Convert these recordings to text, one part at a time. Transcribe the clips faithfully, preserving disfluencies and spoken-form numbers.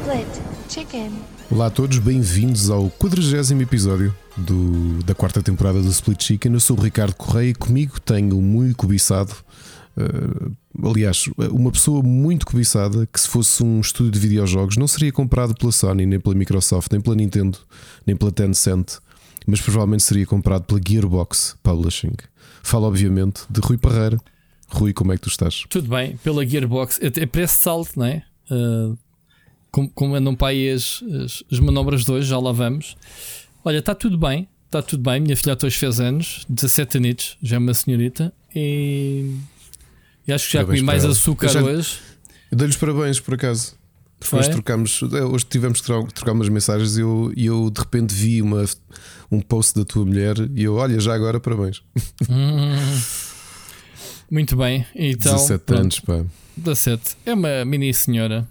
Split Chicken. Olá a todos, bem-vindos ao quadragésimo episódio do, da quarta temporada do Split Chicken. Eu sou o Ricardo Correia e comigo tenho o muito cobiçado, uh, aliás, uma pessoa muito cobiçada que, se fosse um estúdio de videojogos, não seria comprado pela Sony, nem pela Microsoft, nem pela Nintendo, nem pela Tencent, mas provavelmente seria comprado pela Gearbox Publishing. Falo obviamente de Rui Parreira. Rui, como é que tu estás? Tudo bem, pela Gearbox. É preço de salto, não é? Uh, como, como andam para aí as, as, as manobras de hoje, já lá vamos. Olha, está tudo bem, está tudo bem. Minha filhota hoje fez anos, dezassete anos, já é uma senhorita. E, e acho que já Parabéns comi mais ela. açúcar já, hoje. Eu dei-lhes parabéns, por acaso. Foi? Hoje trocámos, hoje tivemos que trocar, trocar umas mensagens e eu, e eu de repente vi uma, um post da tua mulher e eu, olha, já agora, parabéns. Hum, muito bem. Então, dezassete pronto, anos, pá. dezassete. É uma mini senhora.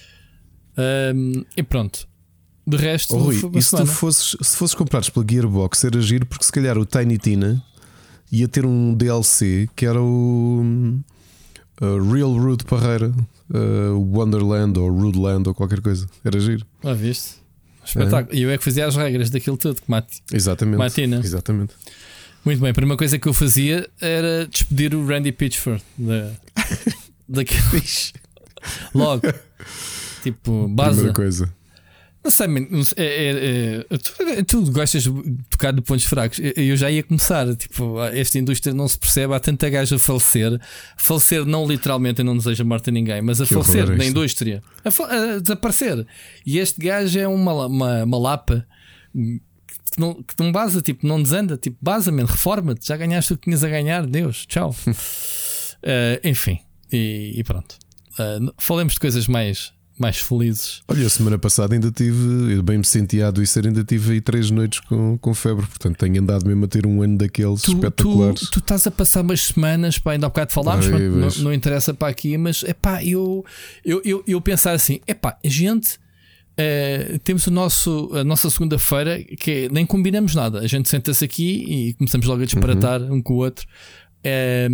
Um, e pronto. De resto, Oh, Rui, foi uma e se tu semana. fosses, se fosses comprados pela Gearbox, era giro, porque se calhar o Tiny Tina ia ter um D L C que era o uh, Real Rude Parreira, uh, Wonderland ou Rudeland ou qualquer coisa. Era giro. Já viste? Espetáculo. E eu é que fazia as regras daquilo tudo. Como a, Exatamente. como a Tina. Exatamente. Muito bem, a primeira coisa que eu fazia era despedir o Randy Pitchford da, daquele. Logo, tipo, base. Primeira coisa. Não sei, man, não sei, é, é, é, tu, tu gostas de tocar de pontos fracos. Eu, eu já ia começar. Tipo, esta indústria não se percebe. Há tanta gaja a falecer. Falecer não literalmente, eu não desejo a morte a ninguém, mas a Que falecer horror, na isto. indústria, a, fa- a desaparecer. E este gajo é uma, uma, uma lapa que não, que não basa, tipo, não desanda. Tipo, basa-me, reforma-te. Já ganhaste o que tinhas a ganhar. Deus, tchau. Uh, enfim, e, e pronto. Uh, falemos de coisas mais. mais felizes. Olha, a semana passada ainda tive, eu bem me senti a adoecer, ainda tive aí três noites com, com febre, portanto tenho andado mesmo a ter um ano daqueles Tu, espetaculares. tu, tu estás a passar umas semanas, pá, ainda há bocado falámos, Ai, mas não, mas- não interessa para aqui, mas é pá, eu, eu, eu, eu pensar assim, é pá, a gente eh, temos o nosso, a nossa segunda-feira que é, nem combinamos nada, a gente senta-se aqui e começamos logo a disparatar Uhum. um com o outro. Eh,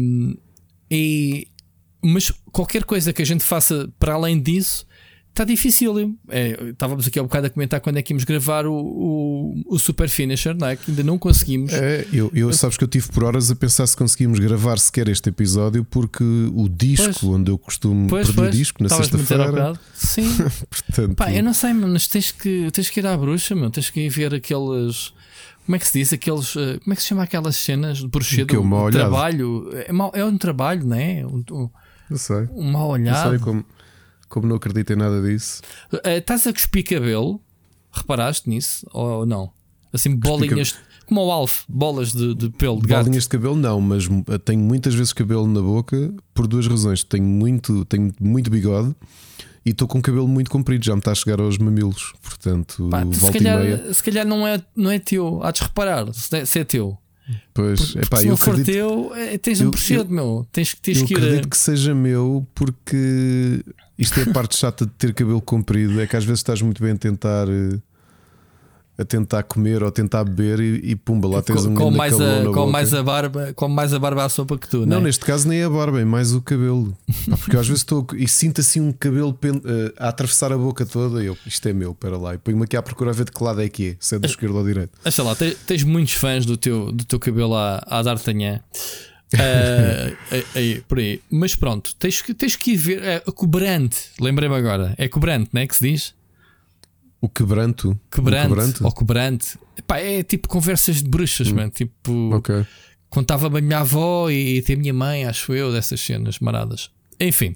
e, mas qualquer coisa que a gente faça para além disso está difícil. É, estávamos aqui há um bocado a comentar quando é que íamos gravar o, o, o Super Finisher, não é? Que ainda não conseguimos. É, eu, eu sabes que eu tive por horas a pensar se conseguimos gravar sequer este episódio, porque o disco Pois. onde eu costumo Pois, perdi pois, disco na estavas-me a dizer há sexta-feira. bocado. Sim. Portanto, Pá, eu não sei, mas tens que, tens que ir à bruxa, meu. Tens que ir ver aqueles. Como é que se diz? Aqueles. eh, Como é que se chama aquelas cenas de bruxa O quê? do Uma olhada? trabalho? É, mau- é um trabalho, não é? Um, um, não sei, um mau não olhado. sei como, como não acredito em nada disso. Eh, Estás a cuspir cabelo? Reparaste nisso? Ou não? Assim, bolinhas. Como o Alf, bolas de, de pelo de gato. Bolinhas de cabelo não, mas tenho muitas vezes cabelo na boca por duas razões. Tenho muito, tenho muito bigode e estou com o cabelo muito comprido, já me está a chegar aos mamilos. Portanto, Pá, se, volta e meia. calhar, se calhar não é, não é teu. Há de reparar se é, se é teu. Pois, Porque epá, se eu não for acredito, teu, é, tens eu- um procedo, meu. Tens, tens eu que ir. acredito a- que seja meu, porque isto é a parte chata de ter cabelo comprido. É que às vezes estás muito bem a tentar eh, a tentar comer ou a tentar beber e, e pumba, lá tens com, um com grande mais calor a, na com boca. mais a barba, com mais a barba à sopa que tu, Não, não é? neste caso nem é a barba, é mais o cabelo. Pá, porque eu às vezes estou e sinto assim um cabelo pen- eh, a atravessar a boca toda. E eu, isto é meu, para lá. E ponho-me aqui à procura a ver de que lado é que é, se é do esquerdo ou direito. Deixa lá, tens, tens muitos fãs do teu, do teu cabelo à, à D'Artagnan. Ah, aí, aí, por aí. Mas pronto, tens que, tens que ir ver. É cobrante, lembrei-me agora. É cobrante, não é que se diz? O quebranto. Quebrante, O quebrante? ou cobrante. Epá, é tipo conversas de bruxas, mano. Tipo, Ok. contava-me a minha avó e até a minha mãe, acho eu, dessas cenas maradas. Enfim,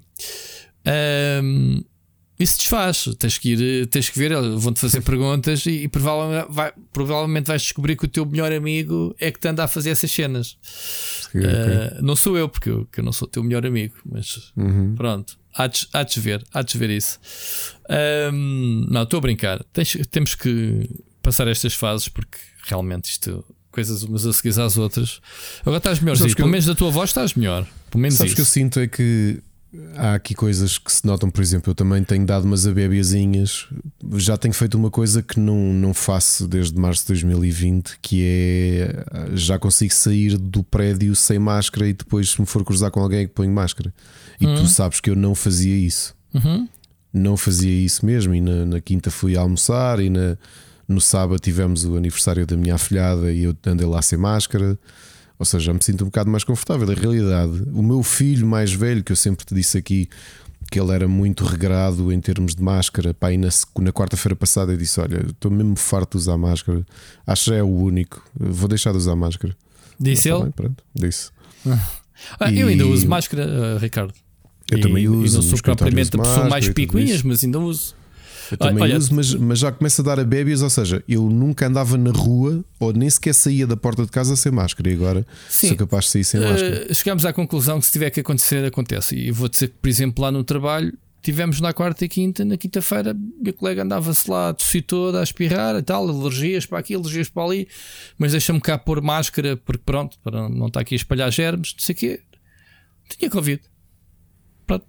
Ahm, isso desfaz. Tens que ir, tens que ver. eles Vão-te fazer perguntas e, e provavelmente, vai- provavelmente vais descobrir que o teu melhor amigo é que te anda a fazer essas cenas. Ok, ok. Ah, não sou eu, porque eu, que eu não sou o teu melhor amigo, mas Uhum. pronto, há de, há de ver, há de ver isso. Ahm, não, estou a brincar. Tens- temos que passar estas fases porque realmente isto. Coisas umas a seguir às outras. Agora estás melhor, Sabes Zico. que Pelo eu- menos da tua voz estás melhor. Pelo menos Sabes isso. que eu sinto é que há aqui coisas que se notam, por exemplo, eu também tenho dado umas abebezinhas. Já tenho feito uma coisa que não, não faço desde março de dois mil e vinte, que é já consigo sair do prédio sem máscara e depois, se me for cruzar com alguém, é que ponho máscara. E Uhum. tu sabes que eu não fazia isso. Uhum. não fazia isso mesmo. E na, na quinta fui almoçar, e na, no sábado tivemos o aniversário da minha afilhada e eu andei lá sem máscara. Ou seja, já me sinto um bocado mais confortável. Na realidade, o meu filho mais velho, que eu sempre te disse aqui que ele era muito regrado em termos de máscara, pá, e na, na quarta-feira passada eu disse: olha, estou mesmo farto de usar máscara, acho que é o único, vou deixar de usar máscara. Disse ah, ele? Bem, pronto, disse. Ah, e... Eu ainda uso máscara, uh, Ricardo. Eu e, também uso. E não sou propriamente a pessoa mais picuinhas, mas ainda uso. Eu também Olha, uso, mas, mas já começa a dar a bébias. Ou seja, eu nunca andava na rua ou nem sequer saía da porta de casa sem máscara, e agora sim, sou capaz de sair sem máscara. Uh, chegámos à conclusão que se tiver que acontecer, acontece. E vou dizer que, por exemplo, lá no trabalho tivemos na quarta e quinta. Na quinta-feira, meu colega andava-se lá a tossir toda, a espirrar e tal, alergias para aqui, alergias para ali. Mas deixa-me cá pôr máscara, porque pronto, para não estar aqui a espalhar germes, não sei o quê. Tinha Covid. Pronto.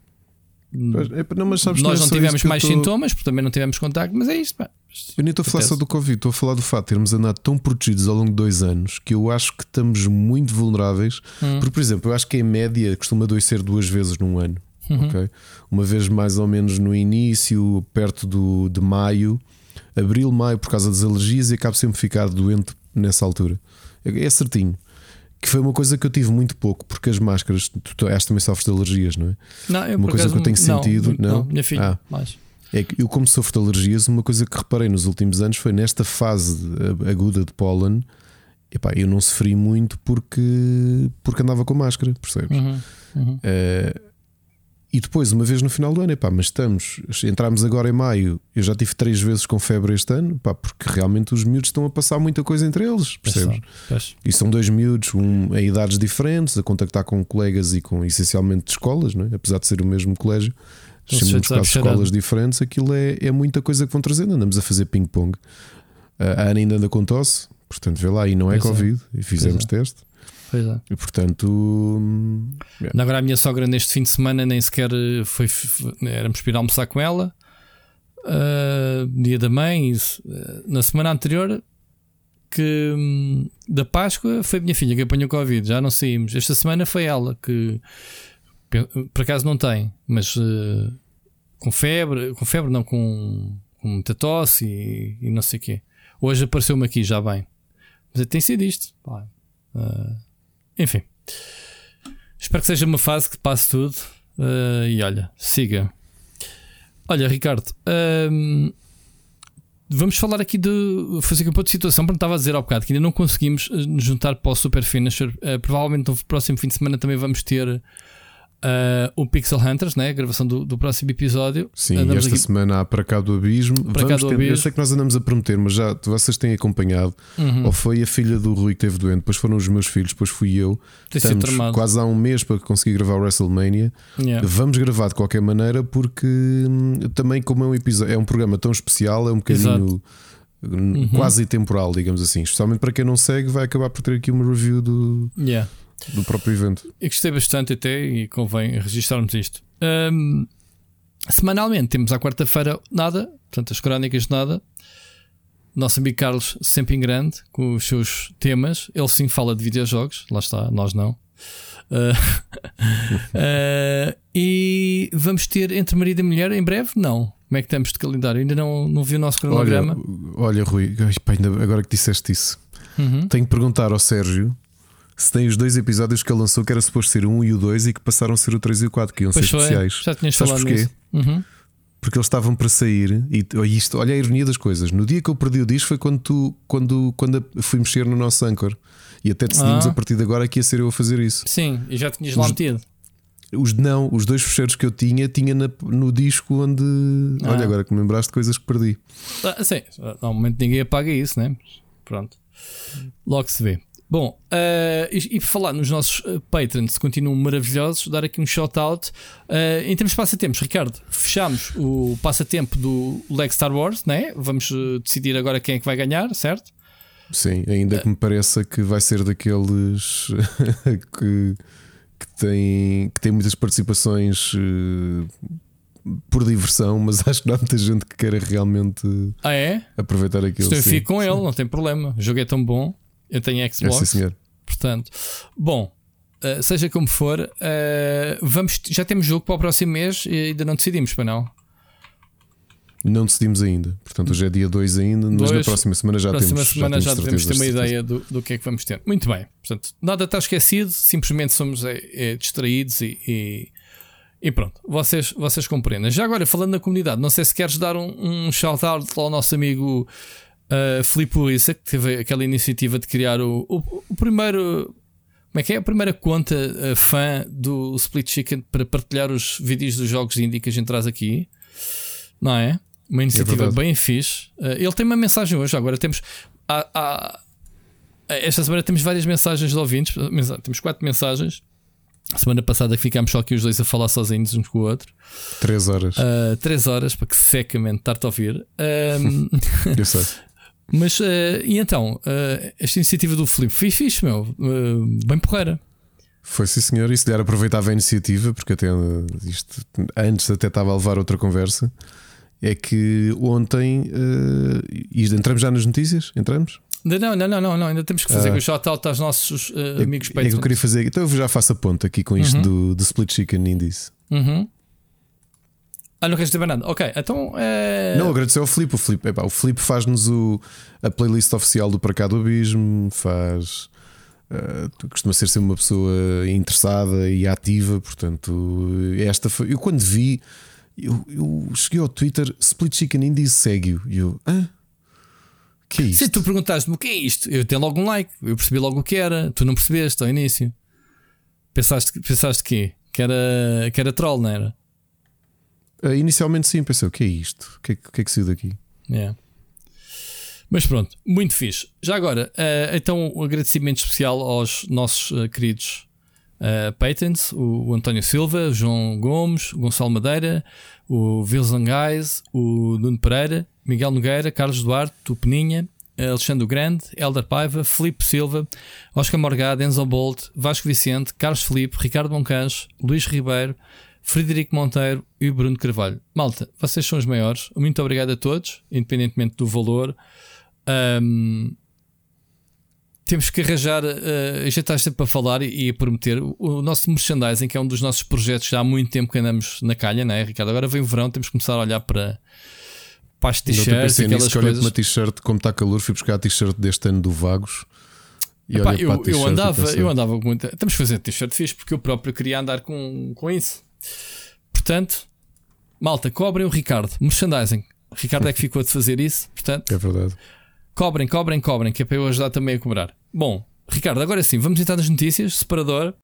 É, não, mas sabes, Nós não, não tivemos mais tô... sintomas, porque também não tivemos contacto, mas é isto. Pá. Eu nem estou a falar só do Covid, estou a falar do fato de termos andado tão protegidos ao longo de dois anos que eu acho que estamos muito vulneráveis. Hum. Porque, por exemplo, eu acho que em média costuma adoecer duas vezes num ano. Uhum. Okay? Uma vez mais ou menos no início, perto do, de maio, abril, maio, por causa das alergias, e acabo sempre a ficar doente nessa altura. É certinho. Que foi uma coisa que eu tive muito pouco, porque as máscaras, tu és também sofres de alergias, não é? Não, eu uma coisa que eu tenho não, sentido, não, não, minha filha, ah, mais. É que eu, como sofro de alergias, uma coisa que reparei nos últimos anos foi nesta fase aguda de pólen. Epá, eu não sofri muito porque, porque andava com máscara, percebes? Uhum, uhum. Uh, e depois, uma vez no final do ano, epá, mas estamos, entramos agora em maio. Eu já tive três vezes com febre este ano, epá, porque realmente os miúdos estão a passar muita coisa entre eles, percebes? Peço. E são dois miúdos um, em idades diferentes, a contactar com colegas e com essencialmente de escolas, não é? Apesar de ser o mesmo colégio, chamamos quase escolas diferentes. Aquilo é, é muita coisa que vão trazendo. Andamos a fazer ping-pong. A Ana ainda anda com tosse, portanto, vê lá, e não é pois Covid, é. E fizemos pois teste. É. Pois é. E portanto, yeah. Agora a minha sogra neste fim de semana nem sequer foi, éramos para ir almoçar com ela, uh, dia da mãe, isso. Na semana anterior que da Páscoa foi a minha filha que apanhou Covid, já não saímos. Esta semana foi ela que por acaso não tem, mas uh, com febre, com febre não, com, com muita tosse e, e não sei o quê. Hoje apareceu-me aqui já bem, mas tem sido isto. Pá. Uh, Enfim, espero que seja uma fase que passe tudo. Uh, e olha, siga. Olha, Ricardo, uh, vamos falar aqui de fazer um pouco de situação. Porque estava a dizer ao bocado que ainda não conseguimos nos juntar para o Super Finisher. Uh, provavelmente no próximo fim de semana também vamos ter Uh, o Pixel Hunters, né? A gravação do, do próximo episódio. Sim, andamos esta aqui... semana há para cá do Abismo. Para cá do ter... Abismo. Eu sei que nós andamos a prometer, mas já vocês têm acompanhado. Uhum. Ou foi a filha do Rui que esteve doente, depois foram os meus filhos, depois fui eu. Tem Estamos quase há um mês para conseguir gravar o WrestleMania. Yeah. Vamos gravar de qualquer maneira, porque também, como é um episódio, é um programa tão especial, é um bocadinho uhum. quase temporal, digamos assim. Especialmente para quem não segue, vai acabar por ter aqui uma review do. Yeah. Do próprio evento. Eu gostei bastante até e convém registarmos isto. Um, semanalmente temos à quarta-feira nada, portanto as crónicas de nada. Nosso amigo Carlos sempre em grande com os seus temas. Ele sim fala de videojogos, lá está, nós não. Uh, uh, e vamos ter Entre Marido e Mulher em breve? Não. Como é que estamos de calendário? Ainda não, não vi o nosso cronograma. Olha, olha Rui, agora que disseste isso, uhum. tenho que perguntar ao Sérgio se tem os dois episódios que ele lançou, que era suposto ser o um e o dois e que passaram a ser o três e o quatro, que iam pois ser foi. especiais. Já tinhas Sabes falado porquê? nisso. Uhum. Porque eles estavam para sair e isto, olha a ironia das coisas. No dia que eu perdi o disco foi quando, tu, quando, quando fui mexer no nosso Anchor e até decidimos ah. a partir de agora que ia ser eu a fazer isso. Sim, e já tinhas lá metido. Os, não, os dois fecheiros que eu tinha, tinha na, no disco onde. Ah. Olha, agora que me lembraste de coisas que perdi. Ah, sim, normalmente ninguém apaga isso, né? Pronto, logo se vê. Bom, uh, e, e por falar nos nossos uh, patrons que continuam maravilhosos, dar aqui um shout-out. Uh, em termos de passatempos, Ricardo, fechamos o passatempo do Lego Star Wars, né? Vamos uh, decidir agora quem é que vai ganhar, certo? Sim, ainda uh, que me pareça que vai ser daqueles que, que, tem, que tem muitas participações uh, por diversão, mas acho que não há muita gente que queira realmente ah, é? aproveitar aquilo. Então eu sim, fico com sim. ele, não tem problema. O jogo é tão bom. Eu tenho Xbox, é, sim, senhor. Portanto, bom, uh, seja como for, uh, vamos, já temos jogo para o próximo mês e ainda não decidimos, para não? Não decidimos ainda. Portanto, hoje é dia dois ainda, mas dois, na próxima semana já próxima temos. semana já, já devemos ter uma ideia do, do que é que vamos ter. Muito bem. Portanto, nada está esquecido, simplesmente somos é, é, distraídos e, e, e pronto. Vocês, vocês compreendem. Já agora, falando na comunidade, não sei se queres dar um, um shout-out ao nosso amigo uh, Filipe Urissa, que teve aquela iniciativa de criar o, o, o primeiro. Como é que é? A primeira conta uh, fã do Split Chicken para partilhar os vídeos dos jogos indie que a gente traz aqui. Não é? Uma iniciativa é bem fixe. Uh, ele tem uma mensagem hoje. Agora temos. Há, há, esta semana temos várias mensagens de ouvintes. Temos quatro mensagens. A semana passada ficámos só aqui os dois a falar sozinhos uns com o outro. Três horas. Uh, três horas para que secamente estar-te a ouvir. Um, Eu sei. Mas, uh, e então, uh, esta iniciativa do Filipe foi fixe, meu. Uh, bem porreira. Foi sim, senhor. E se der aproveitava a iniciativa, porque até isto antes até estava a levar outra conversa. É que ontem uh, entramos já nas notícias? Entramos? Não, não, não, não, não. Ainda temos que fazer uh, o shout-out aos nossos uh, é, amigos Patreon. É que eu queria fazer. Então eu já faço a ponta aqui com isto uhum. do, do Split Chicken Indies. Uhum. Ah, não queres dizer nada? Ok, então. É... Não, agradecer ao Filipe. O Filipe, epá, o Filipe faz-nos o, a playlist oficial do Para Cá do Abismo. Faz. Uh, costuma ser sempre uma pessoa interessada e ativa. Portanto, esta foi. Eu quando vi. Eu, eu cheguei ao Twitter, Split Chicken Indies segue-o. E eu, hã? Que é isto? Se tu perguntaste-me o que é isto, eu tenho logo um like. Eu percebi logo o que era. Tu não percebeste ao início. Pensaste, pensaste que, que, era, que era troll, não era? Uh, inicialmente sim, pensei, o que é isto? O que é, o que, é que saiu daqui? Yeah. Mas pronto, muito fixe. Já agora, uh, então um agradecimento especial aos nossos uh, queridos Uh, Patrons, o, o António Silva, o João Gomes, o Gonçalo Madeira, o Wilson Guys, o Nuno Pereira, Miguel Nogueira, Carlos Duarte, o Peninha, Alexandre Grande, Helder Paiva, Filipe Silva, Oscar Morgado, Enzo Bolt, Vasco Vicente, Carlos Filipe, Ricardo Boncancho, Luís Ribeiro, Frederico Monteiro e o Bruno Carvalho. Malta, vocês são os maiores. Muito obrigado a todos, independentemente do valor. Um, Temos que arranjar, uh, a gente está sempre a falar e, e a prometer o, o nosso merchandising, que é um dos nossos projetos já há muito tempo que andamos na calha, não é, Ricardo? Agora vem o verão, temos que começar a olhar para, para as t-shirts e aquelas coisas. Uma t-shirt, como está calor, fui buscar a t-shirt deste ano do Vagos. E Epá, eu, eu andava, eu andava com muita. Estamos a fazer t-shirt fixe porque eu próprio queria andar com, com isso. Portanto, malta, cobrem o Ricardo, merchandising. O Ricardo é que ficou de fazer isso, portanto. É verdade. Cobrem, cobrem, cobrem, que é para eu ajudar também a cobrar. Bom, Ricardo, agora sim, vamos entrar nas notícias. Separador.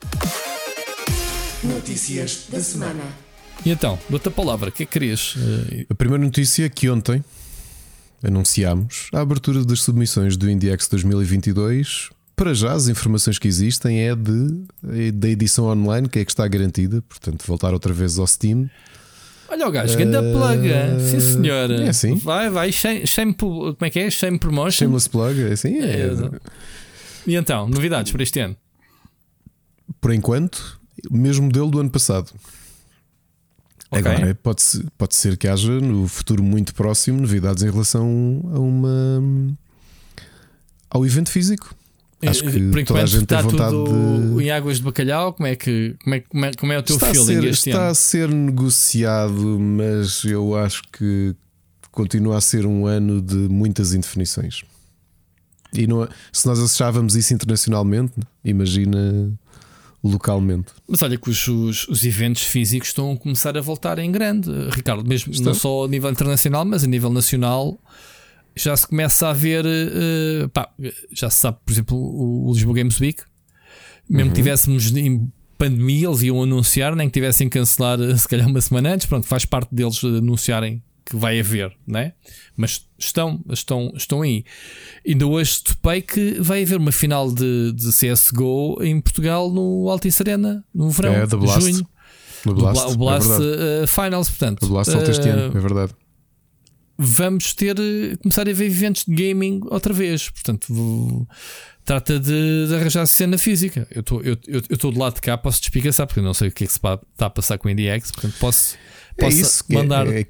Notícias da semana. E então, dou-te a palavra, o que é que querias? A primeira notícia é que ontem anunciámos a abertura das submissões do IndieX dois mil e vinte e dois. Para já, as informações que existem é de, da edição online, que é que está garantida. Portanto, voltar outra vez ao Steam. Olha o gajo, grande uh, plug, sim senhora. É assim. Vai, vai, shame, shame, como é que é? Shame promotion. Shameless plug, é assim. É. É. E então, novidades para este ano? Por enquanto, o mesmo modelo do ano passado. Okay. Agora, pode, pode ser que haja no futuro muito próximo novidades em relação a uma ao evento físico. Acho que por toda a gente tem vontade tudo de... em águas de bacalhau. Como é que como é, como é, como é o teu está feeling a ser, este está ano? a ser negociado, mas eu acho que continua a ser um ano de muitas indefinições. E não, se nós achávamos isso internacionalmente, imagina localmente. Mas olha que os, os, os eventos físicos estão a começar a voltar em grande, Ricardo, mesmo está. Não só a nível internacional, mas a nível nacional. Já se começa a ver, uh, pá, já se sabe, por exemplo, o, o Lisboa Games Week. Mesmo uhum. que tivéssemos em pandemia, eles iam anunciar, nem que tivessem que cancelar se calhar uma semana antes. Pronto, faz parte deles anunciarem que vai haver, né? Mas estão, estão, estão aí. Ainda hoje topei que vai haver uma final de, de C S G O em Portugal no Altice Arena, no verão, é, de junho. No Blast, o Blast é uh, Finals, portanto. O Blast solta uh, este ano, é verdade. Vamos ter começar a ver eventos de gaming outra vez. Portanto, vou, trata de, de arranjar cena física. Eu estou eu, eu, eu do lado de cá, posso te explicar, porque eu não sei o que é que se está a passar com o IndieX. Portanto, posso, posso é isso, mandar. É, é,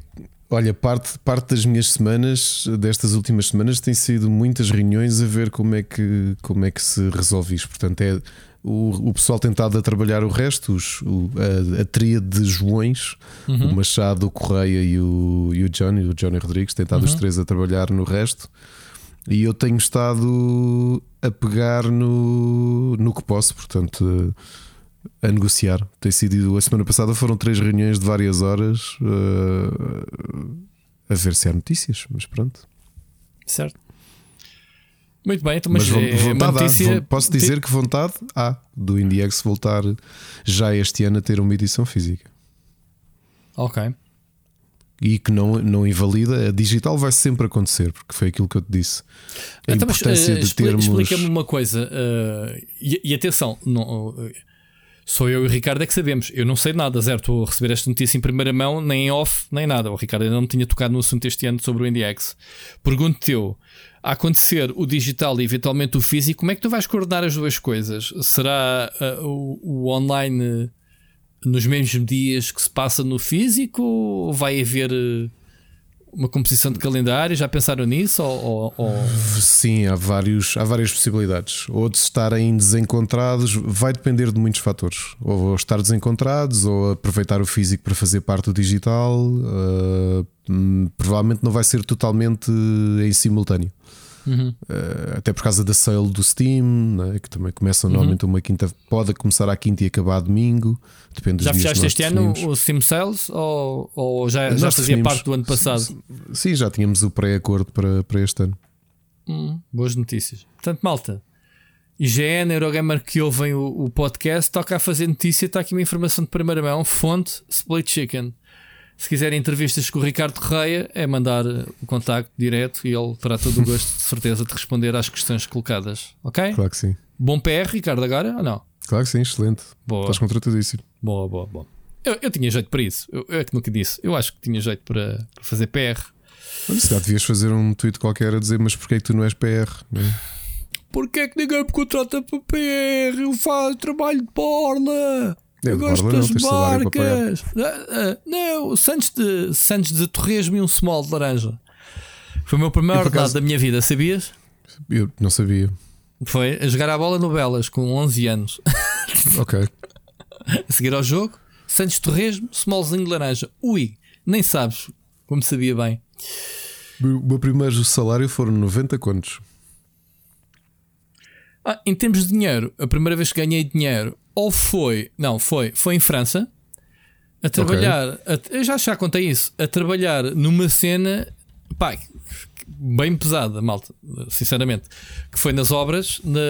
Olha, parte, parte das minhas semanas, destas últimas semanas, tem sido muitas reuniões a ver como é que, como é que se resolve isto. Portanto, é o, o pessoal tentado a trabalhar o resto, os, o, a, a tríade de Joões, uhum. o Machado, o Correia e o, e o Johnny, o Johnny Rodrigues, tentado uhum. os três a trabalhar no resto. E eu tenho estado a pegar no, no que posso, portanto, a, a negociar. Tem sido, a semana passada foram três reuniões de várias horas uh, a ver se há notícias, mas pronto. Certo. Muito bem, então, mas, mas é vontade notícia... há, posso dizer T... que vontade há do IndieX voltar já este ano a ter uma edição física. Ok. E que não, não invalida, a digital vai sempre acontecer, porque foi aquilo que eu te disse. A então, importância mas, uh, de termos. Explica-me uma coisa, uh, e, e atenção, não, uh, sou eu e o Ricardo é que sabemos. Eu não sei nada, zero. Estou a receber esta notícia em primeira mão, nem em off, nem nada. O Ricardo ainda não me tinha tocado no assunto este ano sobre o IndieX. Pergunto-te eu, a acontecer o digital e eventualmente o físico, como é que tu vais coordenar as duas coisas? Será uh, o, o online nos mesmos dias que se passa no físico, ou vai haver uma composição de calendário? Já pensaram nisso? Ou, ou... Sim, há, vários, há várias possibilidades. Ou de estarem desencontrados, vai depender de muitos fatores. Ou estar desencontrados, ou aproveitar o físico para fazer parte do digital. Uh, provavelmente não vai ser totalmente em simultâneo. Uhum. Uh, até por causa da sale do Steam, né, que também começa normalmente uhum. uma quinta, pode começar à quinta e acabar a domingo. Depende dos já dias. Já fechaste este ano o Steam Sales ou, ou já, já fazia definimos, parte do ano passado? Sim, já tínhamos o pré-acordo para, para este ano. Hum, boas notícias. Portanto, malta, I G N, Eurogamer que ouvem o, o podcast, toca a fazer notícia. Está aqui uma informação de primeira mão, fonte Split Chicken. Se quiserem entrevistas com o Ricardo Correia, é mandar o contacto direto e ele terá todo o gosto, de certeza, de responder às questões colocadas. Ok? Claro que sim. Bom P R, Ricardo, agora ou não? Claro que sim, excelente. Boa. Estás contratadíssimo. Boa, boa, boa. Eu, eu tinha jeito para isso. Eu, eu é que nunca disse. Eu acho que tinha jeito para, para fazer P R. Mas se já devias fazer um tweet qualquer a dizer, mas porquê é que tu não és P R? Não é? Porquê é que ninguém me contrata para P R? Eu faço trabalho de borla. É, eu gosto não, das marcas. Não, Santos de, Santos de Torresmo e um small de laranja. Foi o meu primeiro ordenado acaso... da minha vida, sabias? Eu não sabia. Foi a jogar a bola no Belas com onze anos. Ok. A seguir ao jogo, Santos de Torresmo, smallzinho de laranja. Ui, nem sabes como sabia bem. O meu primeiro salário foram noventa contos. Ah, em termos de dinheiro, a primeira vez que ganhei dinheiro, ou foi, não, foi, foi em França, a trabalhar, okay. a, eu já já contei isso, a trabalhar numa cena, pá, bem pesada, malta, sinceramente, que foi nas obras, na,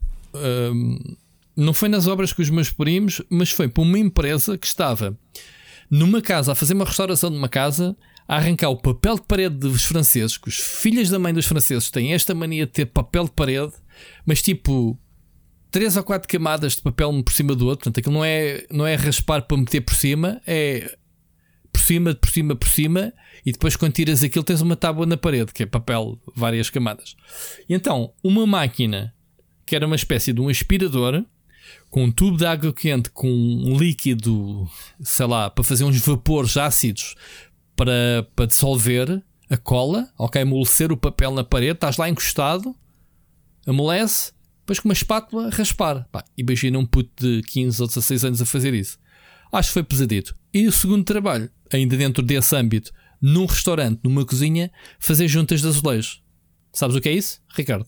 um, não foi nas obras com os meus primos, mas foi para uma empresa que estava numa casa, a fazer uma restauração de uma casa, a arrancar o papel de parede dos franceses, que os filhos da mãe dos franceses têm esta mania de ter papel de parede, mas tipo três ou quatro camadas de papel um por cima do outro. Portanto, aquilo não é, não é raspar para meter por cima, é por cima, por cima, por cima, e depois quando tiras aquilo tens uma tábua na parede, que é papel, várias camadas. E então, uma máquina que era uma espécie de um aspirador com um tubo de água quente com um líquido, sei lá, para fazer uns vapores ácidos para, para dissolver a cola, ok, amolecer o papel na parede, estás lá encostado, amolece, depois com uma espátula raspar. Pá, imagina um puto de quinze ou dezasseis anos a fazer isso. Acho que foi pesadito. E o segundo trabalho, ainda dentro desse âmbito, num restaurante, numa cozinha, fazer juntas de azulejos. Sabes o que é isso, Ricardo?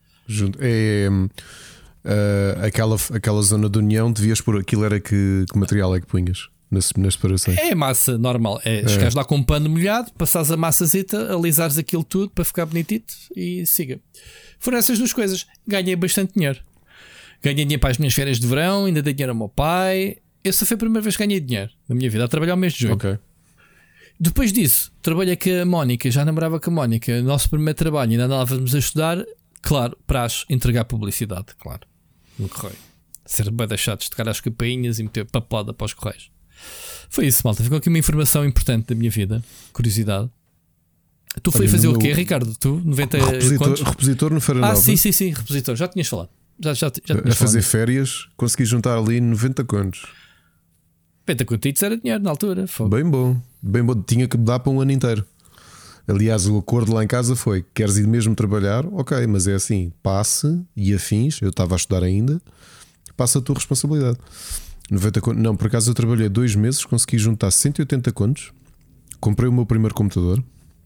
É, é aquela, aquela zona de união, devias por aquilo era que, que material é que punhas nas, nas separações? É massa normal. É, é. Chegares lá com um pano molhado, passares a massazita, alisares aquilo tudo para ficar bonitito e siga. Foram essas duas coisas. Ganhei bastante dinheiro. Ganhei dinheiro para as minhas férias de verão, ainda dei dinheiro ao meu pai. Essa foi a primeira vez que ganhei dinheiro na minha vida, a trabalhar o mês de junho. Okay. Depois disso, trabalhei com a Mónica, já namorava com a Mónica. Nosso primeiro trabalho, ainda andávamos a estudar. Claro, para as entregar publicidade, claro, no correio. Ser bem deixados de tocar às campainhas e meter papada para os correios. Foi isso, malta. Ficou aqui uma informação importante da minha vida. Curiosidade. Tu foi fazer o quê, meu... Ricardo? Tu, noventa repositor, repositor no Feira Nova. Ah, sim, sim, sim, repositor. Já tinhas falado. Já, já, já a fazer férias, consegui juntar ali noventa contos. noventa contitos era dinheiro na altura. Fogo. Bem bom, bem bom. Tinha que dar para um ano inteiro. Aliás, o acordo lá em casa foi: queres ir mesmo trabalhar? Ok, mas é assim, passe e afins. Eu estava a estudar ainda, passa a tua responsabilidade. noventa contos. Não, por acaso eu trabalhei dois meses, consegui juntar cento e oitenta contos, comprei o meu primeiro computador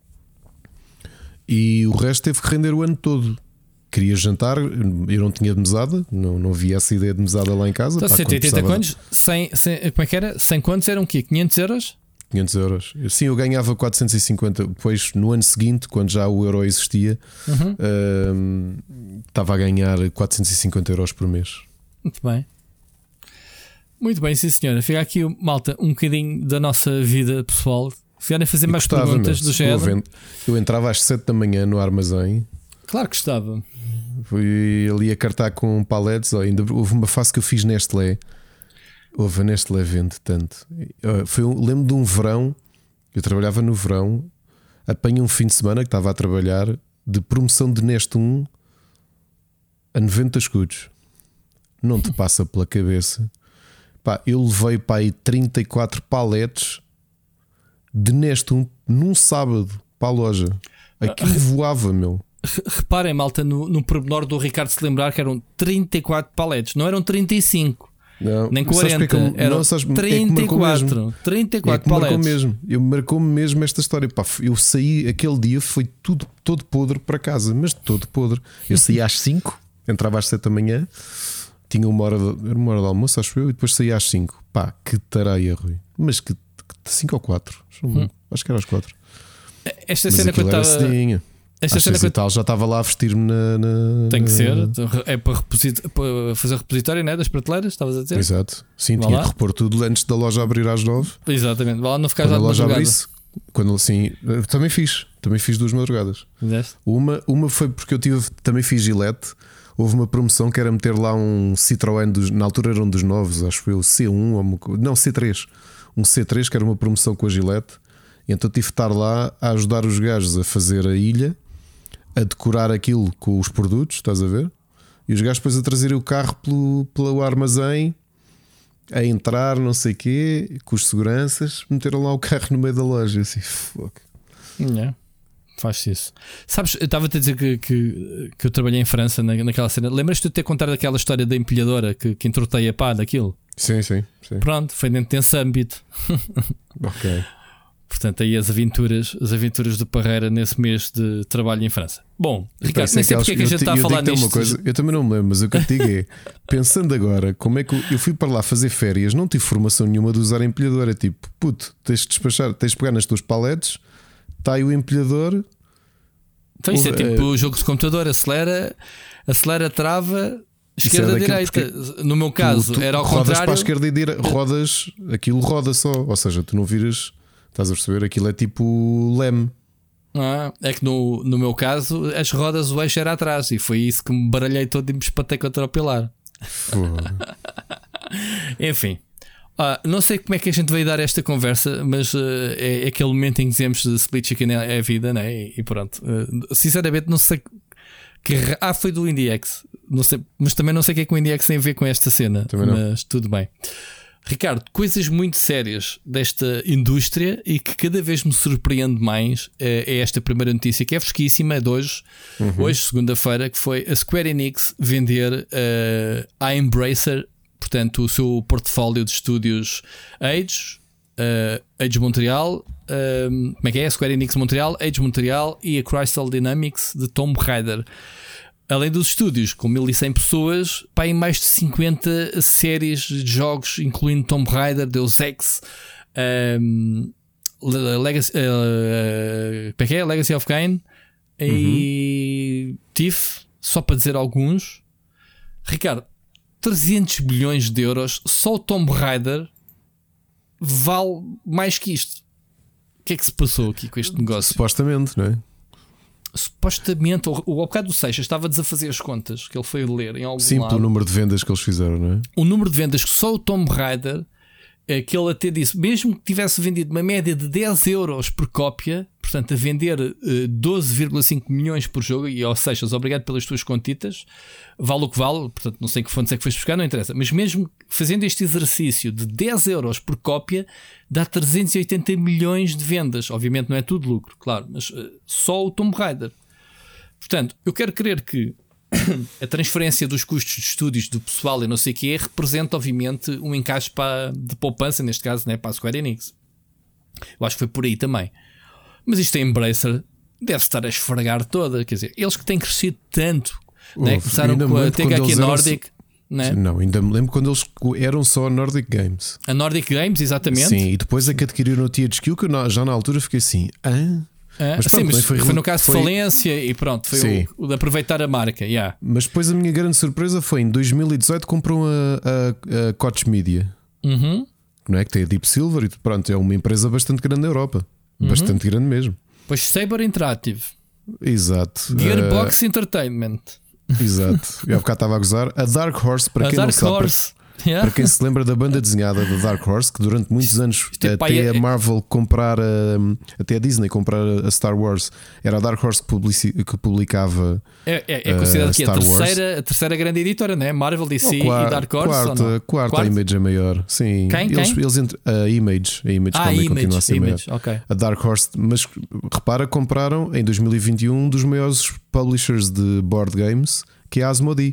e o resto teve que render o ano todo. Queria jantar, eu não tinha de mesada, não, não havia essa ideia de mesada lá em casa. Então, Pá, cento e oitenta precisava... contos, cem, cem, como é que era? cem contos eram o quê? quinhentos euros? quinhentos euros. Sim, eu ganhava quatrocentos e cinquenta. Depois, no ano seguinte, quando já o euro existia, Uhum. uh, estava a ganhar quatrocentos e cinquenta euros por mês. Muito bem. Muito bem, sim senhora. Fica aqui, malta, um bocadinho da nossa vida pessoal. Ficarem a fazer E mais gostava, perguntas meu. do género. Eu, eu entrava às sete da manhã no armazém. Claro que estava. Fui ali a cartar com paletes. Oh, ainda houve uma fase que eu fiz Nestlé. Houve a Nestlé vende tanto. Foi um, lembro de um verão. Eu trabalhava no verão. Apanhei um fim de semana que estava a trabalhar de promoção de Neste um a noventa escudos. Não te passa pela cabeça. Pá, eu levei para aí trinta e quatro paletes de Neste um num sábado para a loja. Aquilo voava, meu. Reparem, malta, no, no pormenor do Ricardo se lembrar que eram trinta e quatro paletes, não eram trinta e cinco, não, nem quarenta, eu, eram não, sabes, trinta e quatro. É trinta e quatro é paletes. Marcou mesmo. Eu marcou-me mesmo esta história. Pá, eu saí aquele dia, foi tudo todo podre para casa, mas todo podre. Eu saí às cinco, entrava às sete da manhã, tinha uma hora de, uma hora de almoço, acho eu, e depois saí às cinco. Pá, que tareia, Rui. Mas que cinco ou quatro, hum. Acho que era às quatro. Esta mas cena que eu estava. Esta cena que tal já estava lá a vestir-me na, na. Tem que na... ser, é para, reposit... para fazer repositório, né? Das prateleiras, estavas a dizer? Exato. Sim, Vá tinha lá. que repor tudo antes da loja abrir às nove. Exatamente, vá lá não ficar quando já a de loja madrugada. abrisse, quando assim, também fiz, também fiz duas madrugadas. Fizeste? Uma, uma foi porque eu tive, também fiz Gillette. Houve uma promoção que era meter lá um Citroën dos, na altura eram dos novos, acho que foi o C um ou uma, não, C três. Um C três que era uma promoção com a Gillette. E então tive de estar lá a ajudar os gajos a fazer a ilha, a decorar aquilo com os produtos, estás a ver? E os gajos depois a trazerem o carro pelo, pelo armazém, a entrar, não sei o quê, com os seguranças, meteram lá o carro no meio da loja. Assim, fuck. Yeah. Faz isso. Sabes, eu estava-te a dizer que, que, que eu trabalhei em França na, naquela cena. Lembras-te de ter contado aquela história da empilhadora que, que entortei a pá daquilo? Sim, sim, sim. Pronto, foi dentro desse âmbito. Ok. Portanto, aí as aventuras, as aventuras do Parreira nesse mês de trabalho em França. Bom, Ricardo, nem sei porque é que a gente está a falar nisto. Uma coisa, eu também não me lembro, mas o que eu te digo é, pensando agora, como é que eu, eu fui para lá fazer férias, não tive formação nenhuma de usar empilhador. É tipo, puto, tens de despachar, tens de pegar nas tuas paletes, está aí o empilhador. Então isto é tipo o jogo de computador, acelera, acelera, trava, esquerda, direita. No meu caso, tu, tu era ao rodas contrário. Para a esquerda e direita, rodas, aquilo roda só, ou seja, tu não viras. Estás a perceber? Aquilo é tipo leme. Ah, é que no, no meu caso as rodas, o eixo era atrás e foi isso que me baralhei todo e me espatei contra o pilar. Enfim, ah, não sei como é que a gente veio dar esta conversa, mas uh, é, é aquele momento em que dizemos de Split Chicken é a vida, né? E, e pronto. Uh, sinceramente, não sei que. Ah, foi do IndieX, não sei, mas também não sei o que é que o IndieX tem a ver com esta cena. Também não. Mas tudo bem. Ricardo, coisas muito sérias desta indústria e que cada vez me surpreende mais é, é esta primeira notícia que é fresquíssima, é de hoje, uhum. hoje, segunda-feira, que foi a Square Enix vender uh, a Embracer, portanto, o seu portfólio de estúdios Age, uh, Age Montreal, uh, como é que é? A Square Enix Montreal, Age Montreal e a Crystal Dynamics de Tomb Raider. Além dos estúdios, com mil e cem pessoas, pá, em mais de cinquenta séries de jogos, incluindo Tomb Raider, Deus Ex, um, Legacy, uh, como é que é? Legacy of Kain e uhum. Thief, só para dizer alguns. Ricardo, trezentos bilhões de euros, só o Tomb Raider vale mais que isto. O que é que se passou aqui com este negócio? Supostamente, não é? Supostamente, o, o bocado do Seixas estava-des a fazer as contas que ele foi ler em algum Sim, lado. pelo número de vendas que eles fizeram, não é? O número de vendas que só o Tomb Raider que ele até disse, mesmo que tivesse vendido uma média de dez euros por cópia, portanto a vender uh, doze vírgula cinco milhões por jogo, e ou seja, obrigado pelas tuas contitas, vale o que vale, portanto não sei que fontes é que foste buscar, não interessa, mas mesmo fazendo este exercício de dez euros por cópia, dá trezentos e oitenta milhões de vendas. Obviamente não é tudo lucro, claro, mas uh, só o Tomb Raider. Portanto, eu quero crer que a transferência dos custos de estúdios do pessoal e não sei o que representa obviamente um encaixe para, de poupança, neste caso, né, para a Square Enix. Eu acho que foi por aí também. Mas isto é Embracer, deve estar a esfregar toda. Quer dizer, eles que têm crescido tanto, né? Começaram com a T H Q Nordic. Né? Não, ainda me lembro quando eles eram só a Nordic Games. A Nordic Games, exatamente. Sim, e depois é que adquiriram o T H Q, que eu já na altura fiquei assim, ah? Ah, mas, pronto, sim, mas foi, foi no caso foi... de falência e pronto, foi o, o de aproveitar a marca. Yeah. Mas depois a minha grande surpresa foi em dois mil e dezoito compram a, a, a Koch Media, uhum. não é? Que tem a Deep Silver e pronto, é uma empresa bastante grande na Europa, uhum. bastante grande mesmo. Pois Saber Interactive, exato. Gearbox uh... Entertainment, exato. Eu há bocado estava a gozar. A Dark Horse, para a quem Dark não sabe. Horse. Yeah. Para quem se lembra da banda desenhada da Dark Horse, que durante muitos anos é até pai, a Marvel comprar a, até a Disney comprar a Star Wars, era a Dark Horse que, publici, que publicava. É, é, é considerado que a terceira, a terceira grande editora, né? Marvel, D C quarta, e Dark Horse. Quarta, quarta, quarta, a Image é maior. Sim, quem? Eles, quem? eles entre, a Image, a Image ah, também Image, continua a ser Image, maior. Okay. A Dark Horse, mas repara, compraram em dois mil e vinte e um um dos maiores publishers de board games, que é a Asmodee.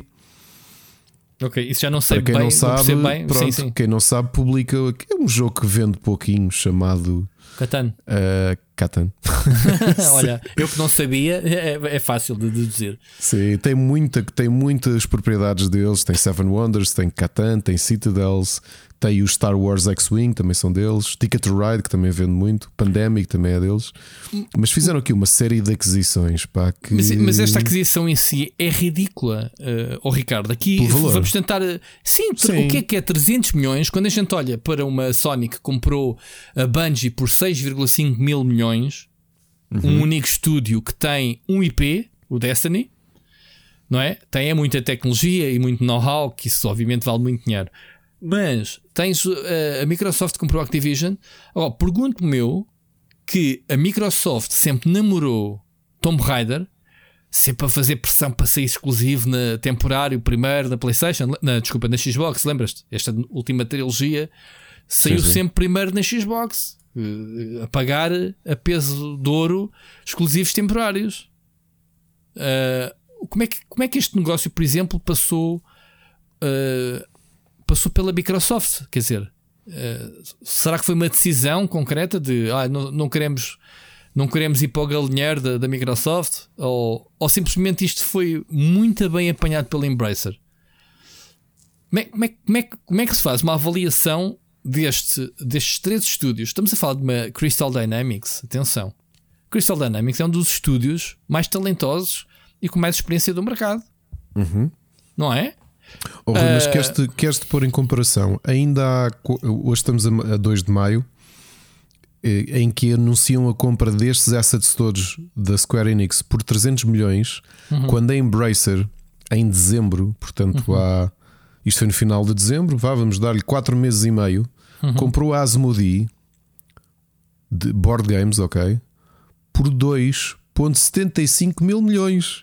Ok, isso já não sei Para quem bem, não sabe, bem. Pronto, sim, sim. Quem não sabe publica é um jogo que vende pouquinho chamado Catan. Uh, Catan. Olha, eu que não sabia, é, é fácil de deduzir. Sim, tem, muita, tem muitas propriedades deles. Tem Seven Wonders, tem Catan, tem Citadels, tem o Star Wars X-Wing, também são deles. Ticket to Ride, que também vende muito. Pandemic também é deles. Mas fizeram aqui uma série de aquisições. Pá, que... mas, mas esta aquisição em si é ridícula, uh, oh Ricardo. Aqui vamos tentar. Uh, sim, sim, o que é que é trezentos milhões? Quando a gente olha para uma Sony que comprou a Bungie por seis vírgula cinco mil milhões, uhum. um único estúdio que tem um I P, o Destiny, não é? Tem é muita tecnologia e muito know-how, que isso obviamente vale muito dinheiro. Mas tens uh, a Microsoft comprou a Activision. Agora, pergunto-me eu que a Microsoft sempre namorou Tomb Raider, sempre a fazer pressão para sair exclusivo na temporário primeiro da PlayStation, na, desculpa, na Xbox, lembras-te? Esta última trilogia saiu sim, sim. sempre primeiro na Xbox, uh, a pagar a peso de ouro exclusivos temporários. Uh, como, é que, como é que este negócio, por exemplo, passou... Uh, passou pela Microsoft, quer dizer, uh, será que foi uma decisão concreta de ah, não, não, queremos, não queremos ir para o galinheiro da, da Microsoft, ou, ou simplesmente isto foi muito bem apanhado pela Embracer? Como é, como, é, como, é, como é que se faz uma avaliação deste, destes três estúdios? Estamos a falar de uma Crystal Dynamics, atenção, Crystal Dynamics é um dos estúdios mais talentosos e com mais experiência do mercado, uhum. não é? Oh, Rui, mas queres-te, queres-te pôr em comparação? Ainda há, hoje estamos a dois de maio, em que anunciam a compra destes assets todos da Square Enix por trezentos milhões, uhum. quando a Embracer, em dezembro, portanto, uhum. há, isto foi no final de dezembro, vá, vamos dar-lhe quatro meses e meio, uhum. comprou a Asmodee de board games, ok, por dois vírgula setenta e cinco mil milhões.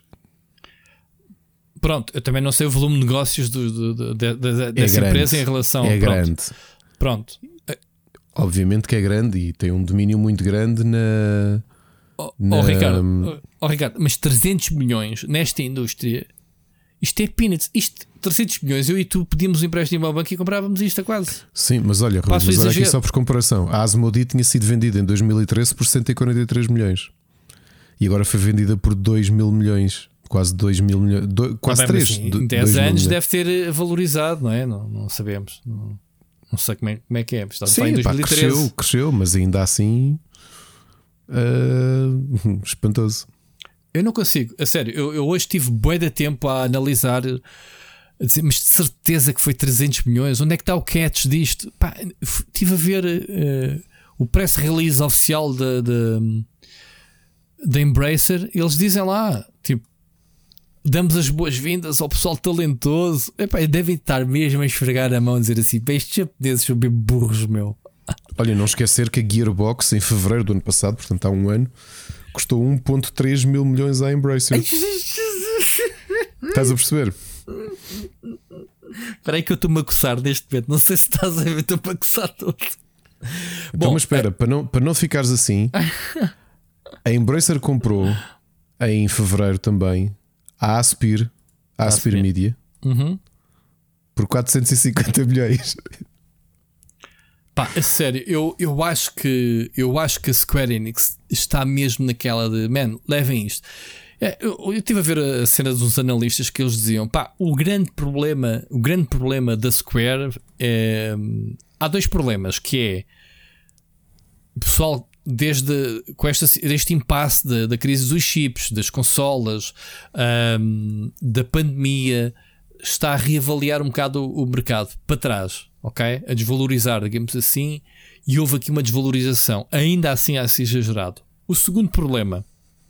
Pronto, eu também não sei o volume de negócios do, do, do, de, de, dessa é empresa em relação É pronto. grande. Pronto. Obviamente que é grande e tem um domínio muito grande na. Oh, na... oh, Ricardo, oh, Ricardo, mas trezentos milhões nesta indústria, isto é peanuts. Isto, trezentos milhões, eu e tu pedimos um empréstimo ao banco e comprávamos isto a quase. Sim, mas olha, Rui, mas olha aqui só por comparação: a Asmodee tinha sido vendida em dois mil e treze por cento e quarenta e três milhões e agora foi vendida por dois mil milhões. Quase dois mil milhões, dois, quase três. Assim, em dez anos deve ter valorizado, não é? Não, não sabemos. Não, não sei como é, como é que é. Estava sim, em dois mil e treze. Pá, cresceu, cresceu, mas ainda assim uh, espantoso. Eu não consigo, a sério. Eu, eu hoje tive bué de tempo a analisar, a dizer, mas de certeza que foi trezentos milhões. Onde é que está o catch disto? Pá, estive a ver uh, o press release oficial da, da, da Embracer. Eles dizem lá, tipo, damos as boas-vindas ao pessoal talentoso. Epá, devem estar mesmo a esfregar a mão e dizer assim: para estes japoneses são bem burros, meu. Olha, não esquecer que a Gearbox, em fevereiro do ano passado, portanto há um ano, custou um vírgula três mil milhões à Embracer. Estás a perceber? Espera aí que eu estou-me a coçar neste momento. Não sei se estás a ver, estou-me a coçar todo. Então, Bom, mas espera, é... para, não, para não ficares assim, a Embracer comprou em fevereiro também a Aspir, a Aspir, Aspir. Media, uhum. por quatrocentos e cinquenta milhões. Pá, a sério, eu, eu acho que eu acho que a Square Enix está mesmo naquela de man, levem isto. É, eu, eu estive a ver a cena dos analistas que eles diziam: pá, o grande problema, o grande problema da Square é, há dois problemas, que é o pessoal desde com esta, este impasse da, da crise dos chips, das consolas, um, da pandemia, está a reavaliar um bocado o, o mercado para trás. Ok? A desvalorizar, digamos assim, e houve aqui uma desvalorização, ainda assim a ser exagerado. O segundo problema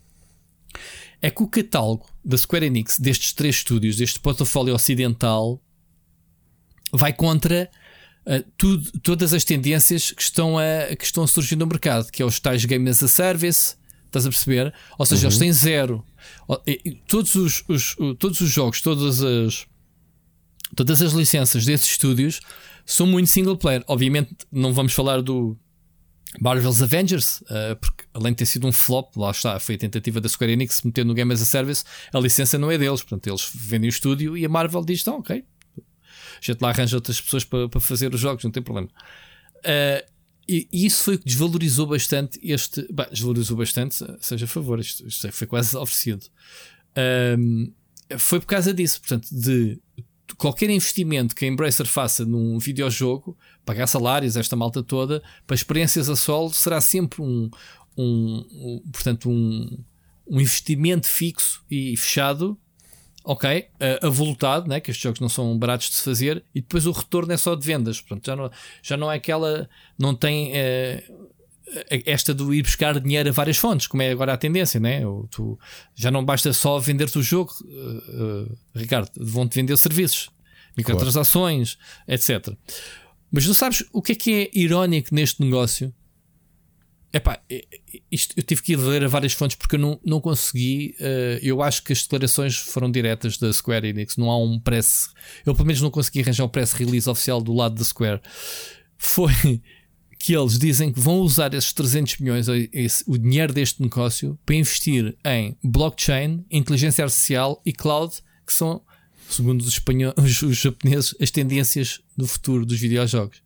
é que o catálogo da Square Enix destes três estúdios, deste portfólio ocidental, vai contra uh, tudo, todas as tendências que estão, a, que estão a surgir no mercado, que é os tais Game as a Service, estás a perceber? Ou seja, uhum. eles têm zero. Todos os, os, todos os jogos, todas as, todas as licenças desses estúdios são muito single player. Obviamente não vamos falar do Marvel's Avengers, uh, porque além de ter sido um flop, lá está, foi a tentativa da Square Enix se meter no Game as a Service, a licença não é deles, portanto eles vendem o estúdio e a Marvel diz: então, ok, a gente lá arranja outras pessoas para, para fazer os jogos, não tem problema. Uh, e, e isso foi o que desvalorizou bastante este. Bah, desvalorizou bastante, seja a favor, isto, isto foi quase oferecido. Uh, foi por causa disso, portanto, de qualquer investimento que a Embracer faça num videojogo, pagar salários, esta malta toda, para experiências a solo, será sempre um, um, um portanto, um, um investimento fixo e fechado, ok, uh, avultado, né? Que estes jogos não são baratos de se fazer, e depois o retorno é só de vendas. Portanto, já não, já não é aquela, não tem uh, esta do ir buscar dinheiro a várias fontes, como é agora a tendência, né? Ou tu, já não basta só vender-te o jogo, uh, uh, Ricardo, vão-te vender serviços, microtransações, claro. etcétera. Mas não sabes o que é que é irónico neste negócio? Epá, isto, eu tive que ir ler a várias fontes porque eu não, não consegui. Uh, eu acho que as declarações foram diretas da Square Enix. Não há um press. Eu pelo menos não consegui arranjar um press release oficial do lado da Square. Foi que eles dizem que vão usar esses trezentos milhões, esse, o dinheiro deste negócio, para investir em blockchain, inteligência artificial e cloud, que são, segundo os, espanhóis, os, os japoneses, as tendências do futuro dos videojogos.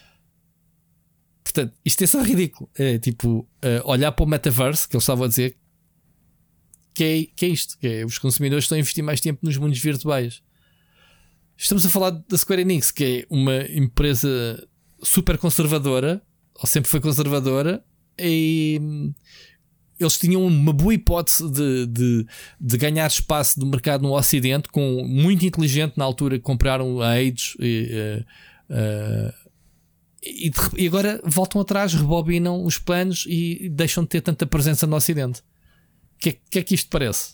Portanto, isto é só ridículo. É tipo, uh, olhar para o metaverse, que eles estavam a dizer, que é, que é isto, que é, os consumidores estão a investir mais tempo nos mundos virtuais. Estamos a falar da Square Enix, que é uma empresa super conservadora, ou sempre foi conservadora, e eles tinham uma boa hipótese de, de, de ganhar espaço do mercado no Ocidente, com muito inteligente na altura que compraram a Eidos e, uh, uh, e, de, e agora voltam atrás, rebobinam os planos e deixam de ter tanta presença no Ocidente. O que, que é que isto parece?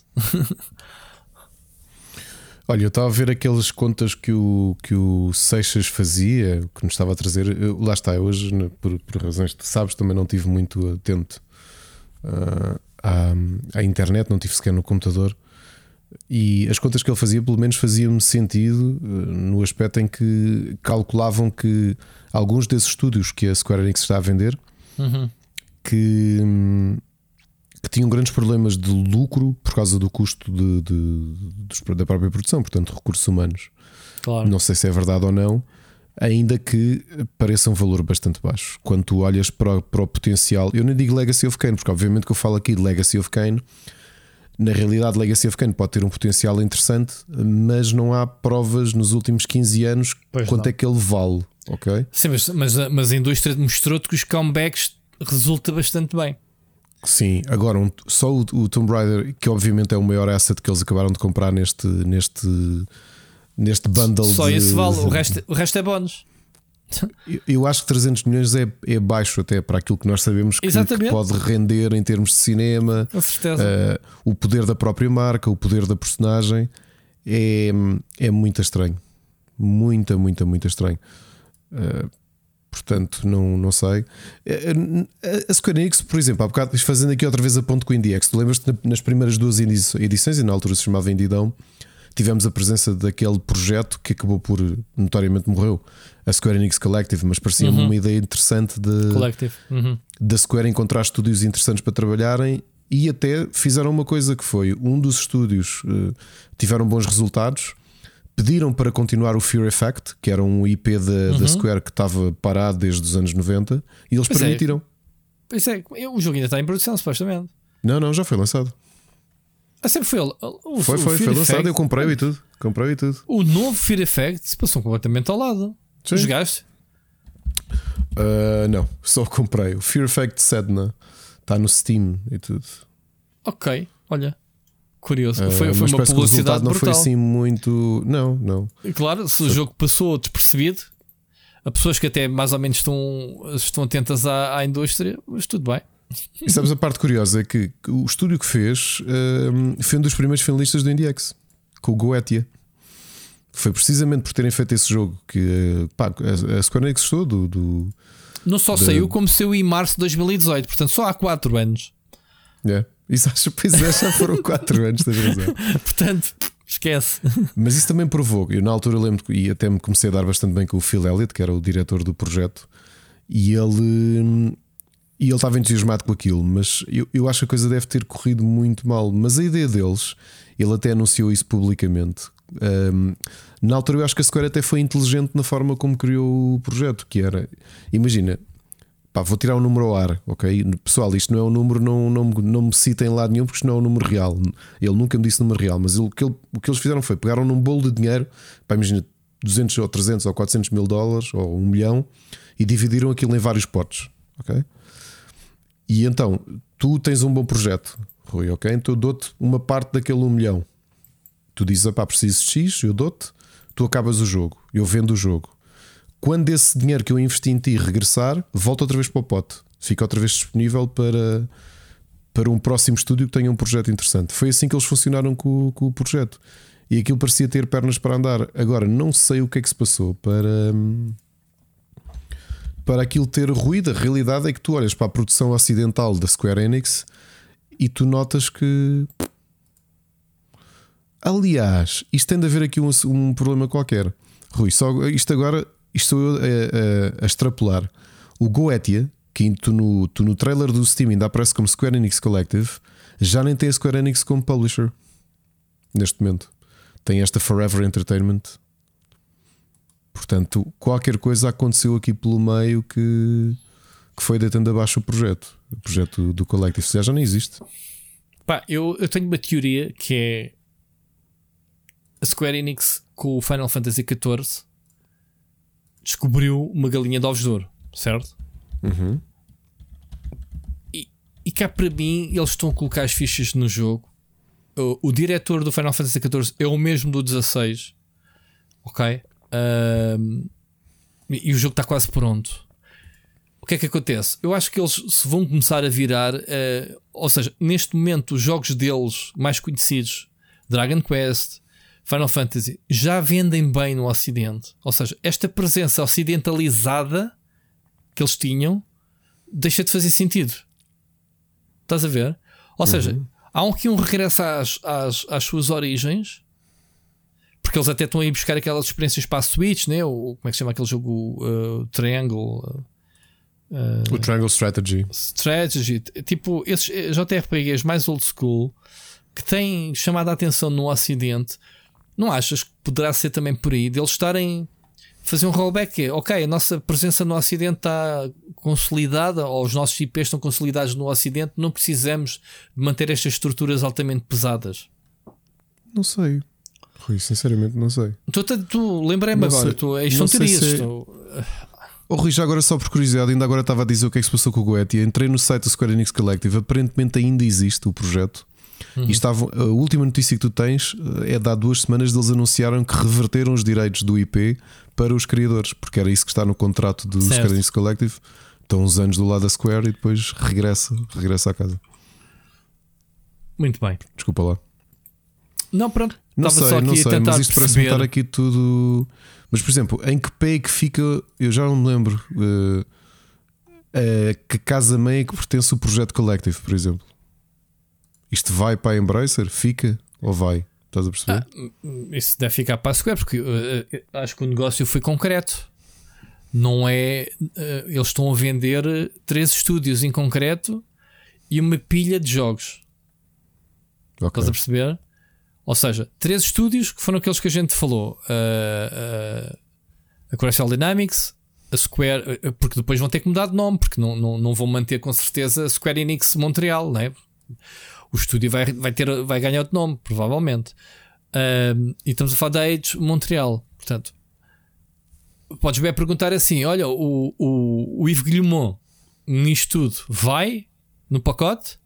Olha, eu estava a ver aquelas contas que o, que o Seixas fazia, que nos estava a trazer. Eu, lá está, hoje, por, por razões que tu sabes, também não estive muito atento uh, à, à internet, não tive sequer no computador. E as contas que ele fazia, pelo menos, faziam-me sentido uh, no aspecto em que calculavam que alguns desses estúdios que a Square Enix está a vender, uhum. que. Um, que tinham grandes problemas de lucro por causa do custo de, de, de, da própria produção, portanto, recursos humanos. Claro. Não sei se é verdade ou não, ainda que pareça um valor bastante baixo. Quando tu olhas para, para o potencial, eu nem digo Legacy of Kain, porque obviamente que eu falo aqui de Legacy of Kain, na realidade, Legacy of Kain pode ter um potencial interessante, mas não há provas nos últimos quinze anos pois quanto não. É que ele vale. Ok? Sim, mas, mas, mas a indústria mostrou-te que os comebacks resulta bastante bem. Sim, agora um, só o, o Tomb Raider, que obviamente é o maior asset que eles acabaram de comprar neste, neste, neste bundle. Só de, esse vale, o resto, o resto é bónus. Eu, eu acho que trezentos milhões é, é baixo até para aquilo que nós sabemos que, que pode render em termos de cinema. Com certeza. Uh, o poder da própria marca, o poder da personagem é, é muito estranho. Muita, muita, muito estranho. Uh, portanto, não, não sei. A Square Enix, por exemplo, há bocado, fazendo aqui outra vez a ponto com o IndieX, tu lembras-te nas primeiras duas edições, e na altura se chamava Indidão, tivemos a presença daquele projeto que acabou por, notoriamente morreu, a Square Enix Collective, mas parecia-me uhum. uma ideia interessante de, Collective. Uhum. da Square encontrar estúdios interessantes para trabalharem, e até fizeram uma coisa que foi, um dos estúdios uh, tiveram bons resultados, pediram para continuar o Fear Effect, que era um I P da, uhum. da Square que estava parado desde os anos noventa, e eles pois permitiram. É. Pois é, o jogo ainda está em produção, supostamente. Não, não, já foi lançado. Ah, sempre foi. O, foi, o foi, foi lançado. Eu comprei e tudo. Comprei e tudo. O novo Fear Effect se passou completamente ao lado. Sim. Jogaste? Uh, não, só comprei. O Fear Effect Sedna está no Steam e tudo. Ok, olha. Curioso. Uh, foi foi uma publicidade. O resultado não brutal. foi assim muito. Não, não. Claro, se o jogo passou despercebido, a pessoas que até mais ou menos estão, estão atentas à, à indústria, mas tudo bem. E sabes a parte curiosa é que o estúdio que fez uh, foi um dos primeiros finalistas do IndieX, com o Goetia. Foi precisamente por terem feito esse jogo que pá, a Square Enix gostou do, do. Não só da... saiu, como saiu em março de dois mil e dezoito, portanto só há quatro anos. É, isso acho que já foram quatro anos, tens razão. Portanto, esquece. Mas isso também provou. Eu na altura lembro e até me comecei a dar bastante bem com o Phil Elliott, que era o diretor do projeto, e ele. E ele estava entusiasmado com aquilo, mas eu, eu acho que a coisa deve ter corrido muito mal. Mas a ideia deles, ele até anunciou isso publicamente. Um, na altura, eu acho que a Square até foi inteligente na forma como criou o projeto. Que era, imagina, pá, vou tirar um número ao ar, ok? Pessoal, isto não é um número, não, não, não me citem em lado nenhum, porque isto não é um número real. Ele nunca me disse número real, mas ele, o, que ele, o que eles fizeram foi pegaram num bolo de dinheiro, pá, imagina duzentos ou trezentos ou quatrocentos mil dólares ou um milhão, e dividiram aquilo em vários potes, ok? E então, tu tens um bom projeto, Rui, ok? Então eu dou-te uma parte daquele um milhão. Tu dizes, pá, preciso de X, eu dou-te, tu acabas o jogo, eu vendo o jogo. Quando esse dinheiro que eu investi em ti regressar, volta outra vez para o pote. Fica outra vez disponível para, para um próximo estúdio que tenha um projeto interessante. Foi assim que eles funcionaram com, com o projeto. E aquilo parecia ter pernas para andar. Agora, não sei o que é que se passou para... para aquilo ter ruído. A realidade é que tu olhas para a produção ocidental da Square Enix e tu notas que, aliás, isto tem de haver aqui um, um problema qualquer. Rui, só isto agora, isto estou eu a, a, a extrapolar. O Goetia, que tu no, tu no trailer do Steam ainda aparece como Square Enix Collective, já nem tem a Square Enix como publisher neste momento. Tem esta Forever Entertainment. Portanto, qualquer coisa aconteceu aqui pelo meio que, que foi deitando abaixo o projeto. O projeto do Collective já, já nem existe. Pá, eu, eu tenho uma teoria que é a Square Enix com o Final Fantasy catorze descobriu uma galinha de ovos de ouro, certo? Uhum. E, e cá para mim eles estão a colocar as fichas no jogo. O, o diretor do Final Fantasy catorze é o mesmo do dezasseis, ok? Um, e o jogo está quase pronto. O que é que acontece? Eu acho que eles se vão começar a virar, uh, ou seja, neste momento os jogos deles mais conhecidos, Dragon Quest, Final Fantasy, já vendem bem no Ocidente. Ou seja, esta presença ocidentalizada que eles tinham deixa de fazer sentido. Estás a ver? Ou uhum. seja, há aqui um regresso às, às, às suas origens, porque eles até estão a ir buscar aquelas experiências para a Switch, né? O, como é que se chama aquele jogo? Uh, Triangle. Uh, o Triangle Strategy. Strategy. Tipo, esses J R P Gs mais old school que têm chamado a atenção no Ocidente. Não achas que poderá ser também por aí de eles estarem a fazer um rollback? Ok, a nossa presença no Ocidente está consolidada, ou os nossos I Ps estão consolidados no Ocidente, não precisamos manter estas estruturas altamente pesadas. Não sei. Rui, sinceramente não sei. Tu, tu, tu lembrei-me agora, tu, isto são teorias. Se... Oh, Rui, já agora só por curiosidade, ainda agora estava a dizer o que é que se passou com o Goetia. Entrei no site do Square Enix Collective, aparentemente ainda existe o projeto. Uhum. E estavam, a última notícia que tu tens é de há duas semanas deles anunciaram que reverteram os direitos do I P para os criadores, porque era isso que está no contrato do Square Enix Collective. Estão uns anos do lado da Square e depois regressa, regressa à casa. Muito bem. Desculpa lá. Não, pronto. Não Estava sei, só aqui não sei, a tentar mas isto perceber. parece-me estar aqui tudo. Mas, por exemplo, em que pé é que fica? Eu já não me lembro. Uh, uh, que casa-mãe é que pertence o projeto Collective, por exemplo? Isto vai para a Embracer? Fica? Ou vai? Estás a perceber? Ah, isso deve ficar para a Square, porque uh, acho que o negócio foi concreto. Não é. Uh, eles estão a vender três estúdios em concreto e uma pilha de jogos. Okay. Estás a perceber? Ou seja, três estúdios que foram aqueles que a gente falou: uh, uh, a Crystal Dynamics, a Square, uh, porque depois vão ter que mudar de nome, porque não, não, não vão manter com certeza a Square Enix Montreal, né? O estúdio vai, vai, ter, vai ganhar outro nome, provavelmente. Uh, e estamos a falar da Age Montreal. Portanto, podes bem perguntar assim: olha, o, o, o Yves Guillemot nisto tudo vai no pacote?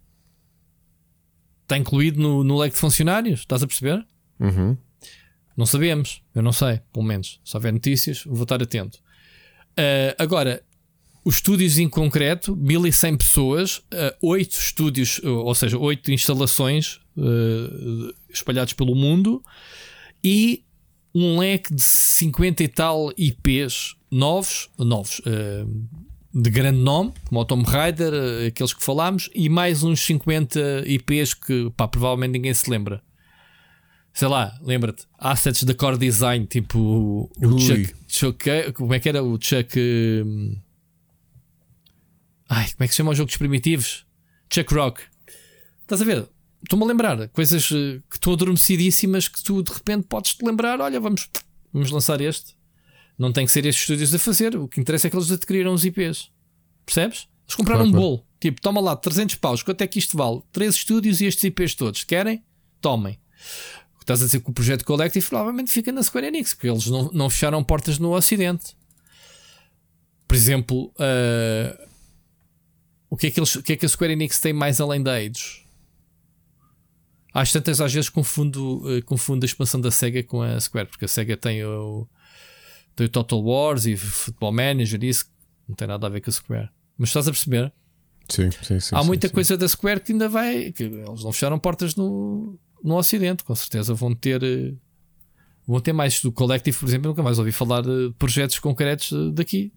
Está incluído no, no leque de funcionários? Estás a perceber? Uhum. Não sabemos. Eu não sei, pelo menos. Se houver notícias, vou estar atento. Uh, agora, os estúdios em concreto, mil e cem pessoas, oito uh, estúdios, uh, ou seja, oito instalações uh, espalhados pelo mundo e um leque de cinquenta e tal I Ps novos, novos uh, de grande nome, como o Tomb Raider, uh, aqueles que falámos, e mais uns cinquenta I Ps que pá, provavelmente ninguém se lembra. Sei lá, lembra-te, assets da Core Design, tipo o, o Chuck, Chuck, como é que era o Chuck? Um, ai, como é que se chama o jogo dos primitivos? Chuck Rock. Estás a ver? Estou-me a lembrar coisas que estão adormecidíssimas que tu de repente podes-te lembrar. Olha, vamos, vamos lançar este. Não tem que ser estes estúdios a fazer. O que interessa é que eles adquiriram os I Ps. Percebes? Eles compraram claro, um bolo. Claro. Tipo, toma lá trezentos paus. Quanto é que isto vale? Três estúdios e estes I Ps todos. Querem? Tomem. O que estás a dizer que o projeto Collective provavelmente fica na Square Enix, porque eles não, não fecharam portas no Ocidente. Por exemplo, uh, o, que é que eles, o que é que a Square Enix tem mais além da Eidos? Às tantas às vezes confundo, uh, confundo a expansão da SEGA com a Square, porque a SEGA tem o, tem o Total Wars e Football Manager e isso não tem nada a ver com a Square. Mas estás a perceber? Sim, sim, sim. Há sim, muita sim. coisa da Square que ainda vai. Que eles não fecharam portas no, no Ocidente, com certeza vão ter. Uh, vão ter mais do Collective, por exemplo. Nunca mais ouvi falar de projetos concretos daqui.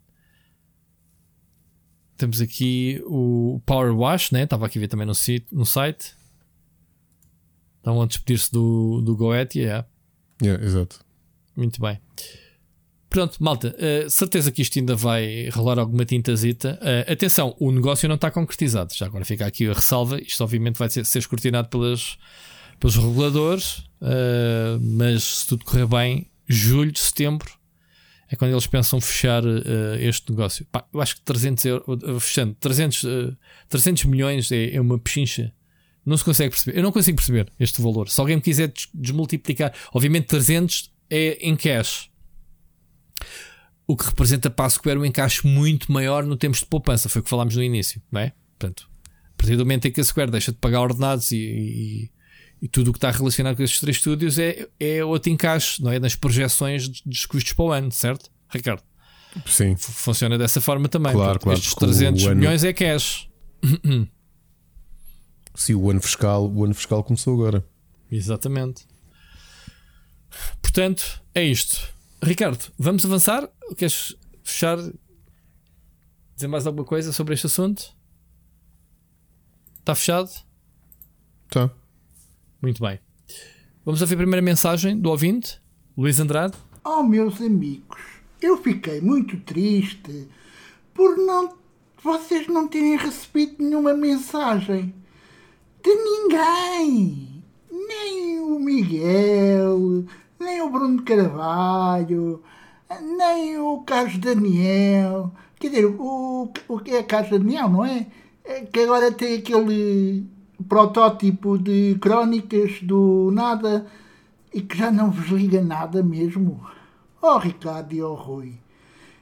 Temos aqui o Power Wash, né? Estava aqui a ver também no, site, no site. Estavam a despedir-se do, do Goethe. Yeah. Yeah, exato. Muito bem. Pronto, malta. Uh, certeza que isto ainda vai rolar alguma tintazita. Uh, atenção, o negócio não está concretizado. Já agora fica aqui a ressalva. Isto, obviamente, vai ser, ser escrutinado pelas, pelos reguladores. Uh, mas se tudo correr bem, julho, setembro é quando eles pensam fechar uh, este negócio. Pá, eu acho que trezentos euros, uh, fechando trezentos, uh, trezentos milhões é, é uma pechincha. Não se consegue perceber. Eu não consigo perceber este valor. Se alguém me quiser des- desmultiplicar, obviamente trezentos é em cash, o que representa para a Square um encaixe muito maior no termos de poupança. Foi o que falámos no início, não é? Portanto, a partir do momento em que a Square deixa de pagar ordenados e, e, e tudo o que está relacionado com estes três estúdios é, é outro encaixe, não é? Nas projeções dos custos para o ano, certo, Ricardo? Sim. F- funciona dessa forma também. Claro, claro. Estes trezentos milhões é cash. Sim, o ano fiscal, o ano fiscal começou agora. Exatamente. Portanto, é isto. Ricardo, vamos avançar? Queres fechar? Dizer mais alguma coisa sobre este assunto? Está fechado? Tá. Muito bem. Vamos ouvir a primeira mensagem do ouvinte, Luís Andrade. Oh, meus amigos, eu fiquei muito triste por não, vocês não terem recebido nenhuma mensagem de ninguém. Nem o Miguel, nem o Bruno Carvalho, nem o Carlos Daniel. Quer dizer, o, o que é Carlos Daniel, não é? É que agora tem aquele protótipo de crónicas do nada e que já não vos liga nada mesmo. Oh, Ricardo e oh, Rui,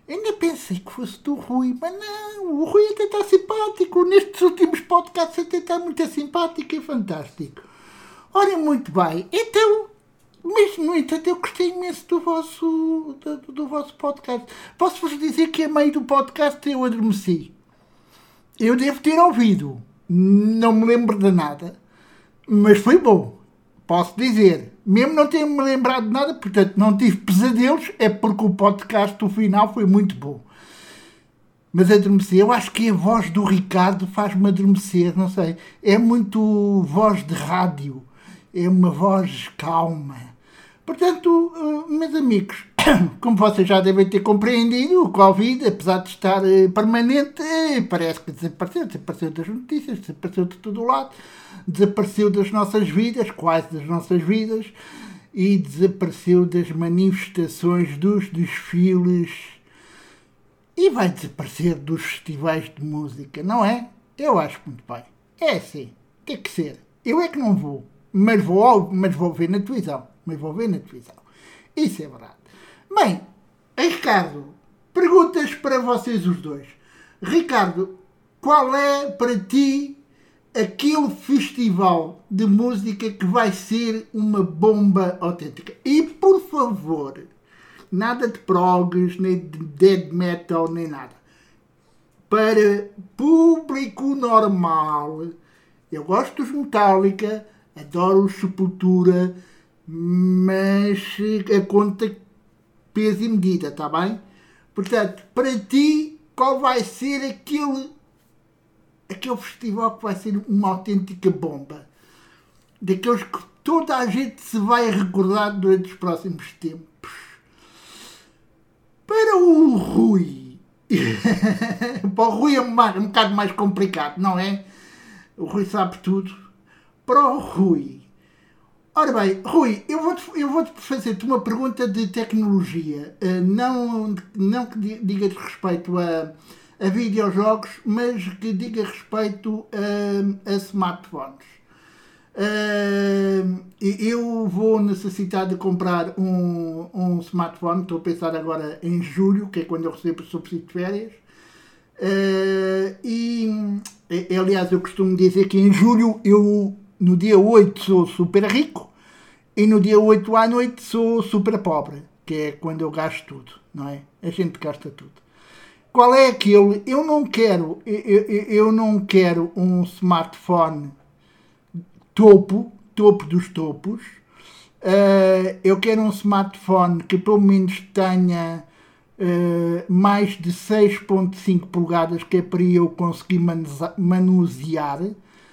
Ainda pensei que fosse do Rui, mas não, o Rui até está simpático. Nestes últimos podcasts até está muito simpático e fantástico. Ora, muito bem. Então, mas no entanto eu gostei imenso do vosso, do, do vosso podcast. Posso-vos dizer que a meio do podcast eu adormeci. Eu devo ter ouvido. Não me lembro de nada. Mas foi bom. Posso dizer. Mesmo não ter me lembrado de nada, portanto não tive pesadelos, é porque o podcast, o final, foi muito bom. Mas adormeci. Eu acho que a voz do Ricardo faz-me adormecer, não sei. É muito voz de rádio. É uma voz calma. Portanto, meus amigos, como vocês já devem ter compreendido, o Covid, apesar de estar permanente, parece que desapareceu. Desapareceu das notícias, desapareceu de todo o lado, desapareceu das nossas vidas, quase das nossas vidas, e desapareceu das manifestações, dos desfiles, e vai desaparecer dos festivais de música, não é? Eu acho muito bem. É assim, tem que ser. Eu é que não vou. Mas vou, mas vou ver na televisão. Mas vou ver na televisão. Isso é verdade. Bem, Ricardo, perguntas para vocês os dois. Ricardo, qual é para ti aquele festival de música que vai ser uma bomba autêntica? E, por favor, nada de progs, nem de dead metal, nem nada. Para público normal, eu gosto dos Metallica, adoro os Sepultura, mas a conta peso e medida, está bem? Portanto, para ti, qual vai ser aquele, aquele festival que vai ser uma autêntica bomba? Daqueles que toda a gente se vai recordar durante os próximos tempos. Para o Rui, para o Rui é um, um bocado mais complicado, não é? O Rui sabe tudo. Para o Rui, ora bem, Rui, eu vou-te eu vou fazer-te uma pergunta de tecnologia, não, não que diga de respeito a, a videojogos, mas que diga respeito a, a smartphones. Eu vou necessitar de comprar um, um smartphone, estou a pensar agora em julho, que é quando eu recebo o subsídio de férias. E, aliás, eu costumo dizer que em julho eu... No dia oito sou super rico e no dia oito à noite sou super pobre, que é quando eu gasto tudo, não é? A gente gasta tudo. Qual é aquele? Eu não quero, eu, eu, eu não quero um smartphone topo, topo dos topos. Uh, eu quero um smartphone que pelo menos tenha uh, mais de seis vírgula cinco polegadas, que é para eu conseguir manusear.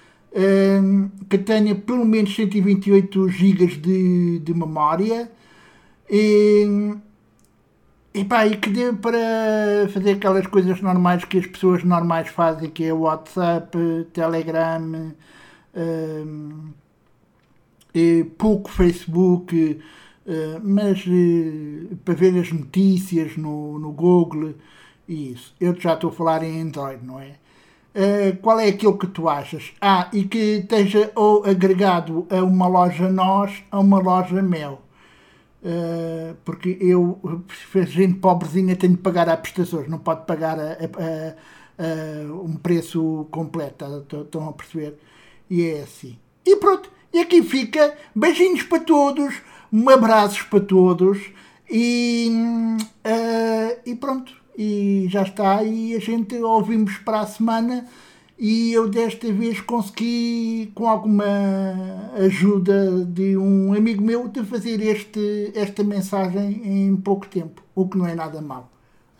Um, que tenha pelo menos cento e vinte e oito gigas de, de memória e, e, pá, e que dê para fazer aquelas coisas normais que as pessoas normais fazem, que é o WhatsApp, Telegram, um, e pouco Facebook, uh, mas uh, para ver as notícias no, no Google e isso. Eu já estou a falar em Android, não é? Uh, qual é aquilo que tu achas? Ah, e que esteja ou agregado a uma loja nós, a uma loja Mel. Uh, porque eu, gente pobrezinha, tenho de pagar a prestações, não pode pagar a, a, a, a um preço completo, estão a perceber? E é assim. E pronto, e aqui fica, beijinhos para todos, um abraços para todos, e, uh, e pronto. E já está, e a gente ouvimos para a semana, e eu desta vez consegui, com alguma ajuda de um amigo meu, de fazer este, esta mensagem em pouco tempo, o que não é nada mau.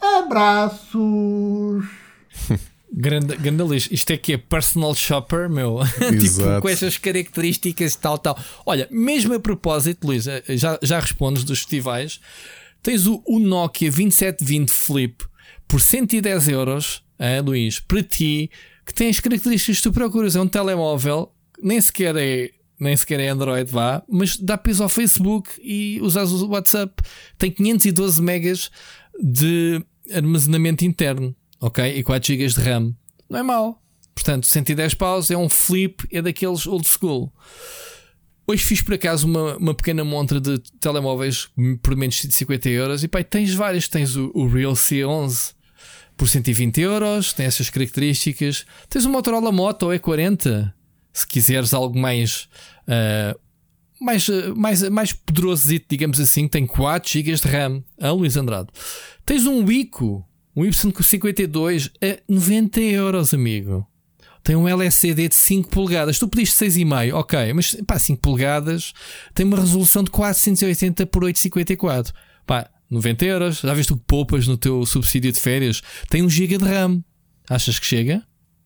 Abraços! Grande, grande lixo. Isto é que é personal shopper, meu. Tipo, com essas características e tal, tal. Olha, mesmo a propósito, Luís, já, já respondes dos festivais. Tens o, o Nokia vinte e sete vinte Flip por cento e dez euros, hein, Luís, para ti, que tem as características que tu procuras. É um telemóvel, nem sequer é, nem sequer é Android, vá, mas dá peso ao Facebook e usas o WhatsApp. Tem quinhentos e doze megas de armazenamento interno, ok? E quatro gigas de RAM. Não é mau. Portanto, cento e dez paus, é um Flip, é daqueles old school. Hoje fiz por acaso uma, uma pequena montra de telemóveis por menos de cento e cinquenta euros. E pá, tens vários. Tens o, o Real C onze por cento e vinte euros. Tem essas características. Tens o Motorola Moto E quarenta. Se quiseres algo mais uh, mais, uh, mais, mais poderoso, digamos assim. Tem quatro gigas de RAM. Ah, Luís Andrade. Tens um Ico, um Y cinquenta e dois a noventa euros, amigo. Tem um L C D de cinco polegadas. Tu pediste seis vírgula cinco, ok, mas pá, cinco polegadas tem uma resolução de quatrocentos e oitenta por oitocentos e cinquenta e quatro. Pá, noventa euros. Já viste o que poupas no teu subsídio de férias? Tem um giga de RAM. Achas que chega?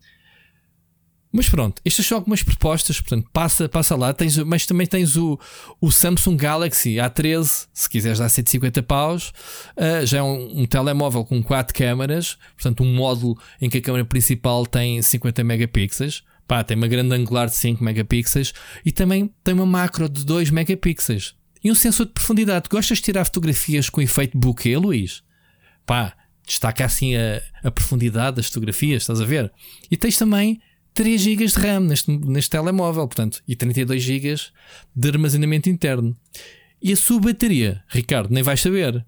Mas pronto, estas são algumas propostas. Portanto, passa, passa lá. Tens, mas também tens o, o Samsung Galaxy A treze. Se quiseres dar cento e cinquenta paus, uh, já é um, um telemóvel com quatro câmaras. Portanto, um módulo em que a câmera principal tem cinquenta megapixels. Pá, tem uma grande angular de cinco megapixels. E também tem uma macro de dois megapixels. E um sensor de profundidade. Gostas de tirar fotografias com efeito bokeh, Luís? Pá, destaca assim a, a profundidade das fotografias. Estás a ver? E tens também três gigas de RAM neste, neste telemóvel, portanto, e trinta e dois gigas de armazenamento interno. E a sua bateria, Ricardo, nem vais saber.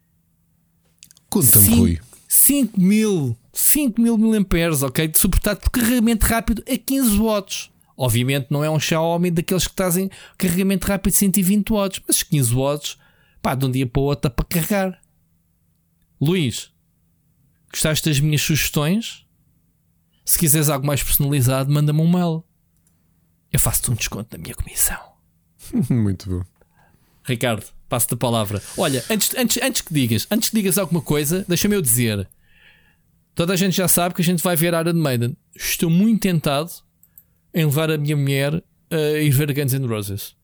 Conta-me, Rui. cinco mil miliamperes, ok? De suportado por carregamento rápido a quinze watts. Obviamente não é um Xiaomi daqueles que trazem carregamento rápido de cento e vinte watts, mas quinze watts, pá, de um dia para o outro para carregar. Luís, gostaste das minhas sugestões? Se quiseres algo mais personalizado, manda-me um mail. Eu faço-te um desconto na minha comissão. Muito bom. Ricardo, passo-te a palavra. Olha, antes, antes, antes que digas, antes que digas alguma coisa, deixa-me eu dizer. Toda a gente já sabe que a gente vai ver Iron Maiden. Estou muito tentado em levar a minha mulher a ir ver Guns N' Roses.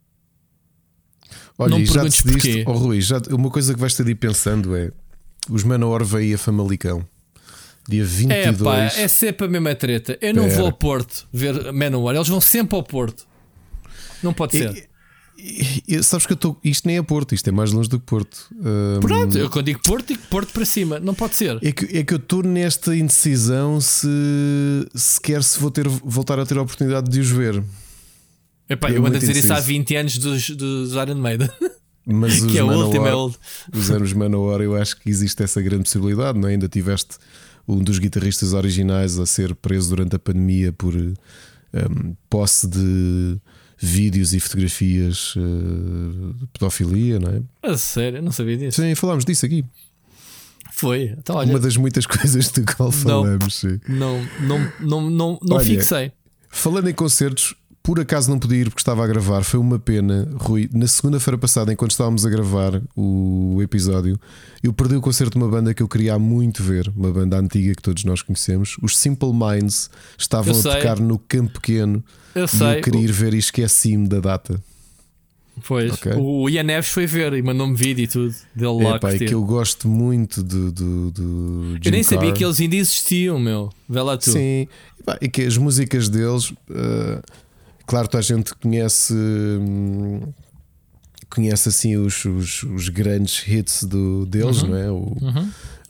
Olha, não e me já perguntes decidiste, porquê. oh, Rui, já, uma coisa que vais ter de ir pensando é: os Manowar veio a Famalicão dia vinte e dois. É pá, é sempre a mesma treta. Eu não Pera. vou ao Porto ver Manowar. Eles vão sempre ao Porto. Não pode ser. E, e, sabes que eu estou. Isto nem é Porto, isto é mais longe do que Porto. Um, Pronto, eu quando digo Porto, digo Porto para cima. Não pode ser. É que, é que eu estou nesta indecisão se sequer se vou ter, voltar a ter a oportunidade de os ver. Epá, É eu ando a muito dizer isso há indeciso. vinte anos dos, dos Iron Maiden. Mas os Que é o Manowar, último, é o último. os anos Manowar, eu acho que existe essa grande possibilidade, não é? Ainda tiveste um dos guitarristas originais a ser preso durante a pandemia por um, posse de vídeos e fotografias uh, de pedofilia, não é? A sério, não sabia disso. Sim, falámos disso aqui. Foi. Então, olha, Uma das muitas coisas de qual falamos. Sim. não, não, não, não, não Olha, fixei. Falando em concertos, por acaso não pude ir porque estava a gravar. Foi uma pena, Rui. Na segunda-feira passada, enquanto estávamos a gravar o episódio, eu perdi o concerto de uma banda que eu queria há muito ver, uma banda antiga que todos nós conhecemos. Os Simple Minds estavam Eu a sei. tocar no Campo Pequeno. Eu E sei. eu queria ir ver e esqueci-me da data. Pois. Ok. O Ian Neves foi ver e mandou-me vídeo e tudo dele lá. É, pá, é curtir. que eu gosto muito do, do, do Jim Eu nem sabia Carr. que eles ainda existiam, meu. Vê lá tu. Sim, e, pá, é que as músicas deles, uh, claro, toda a gente conhece, hum, conhece assim os, os, os grandes hits do, deles, Uhum. não é? O, Uhum.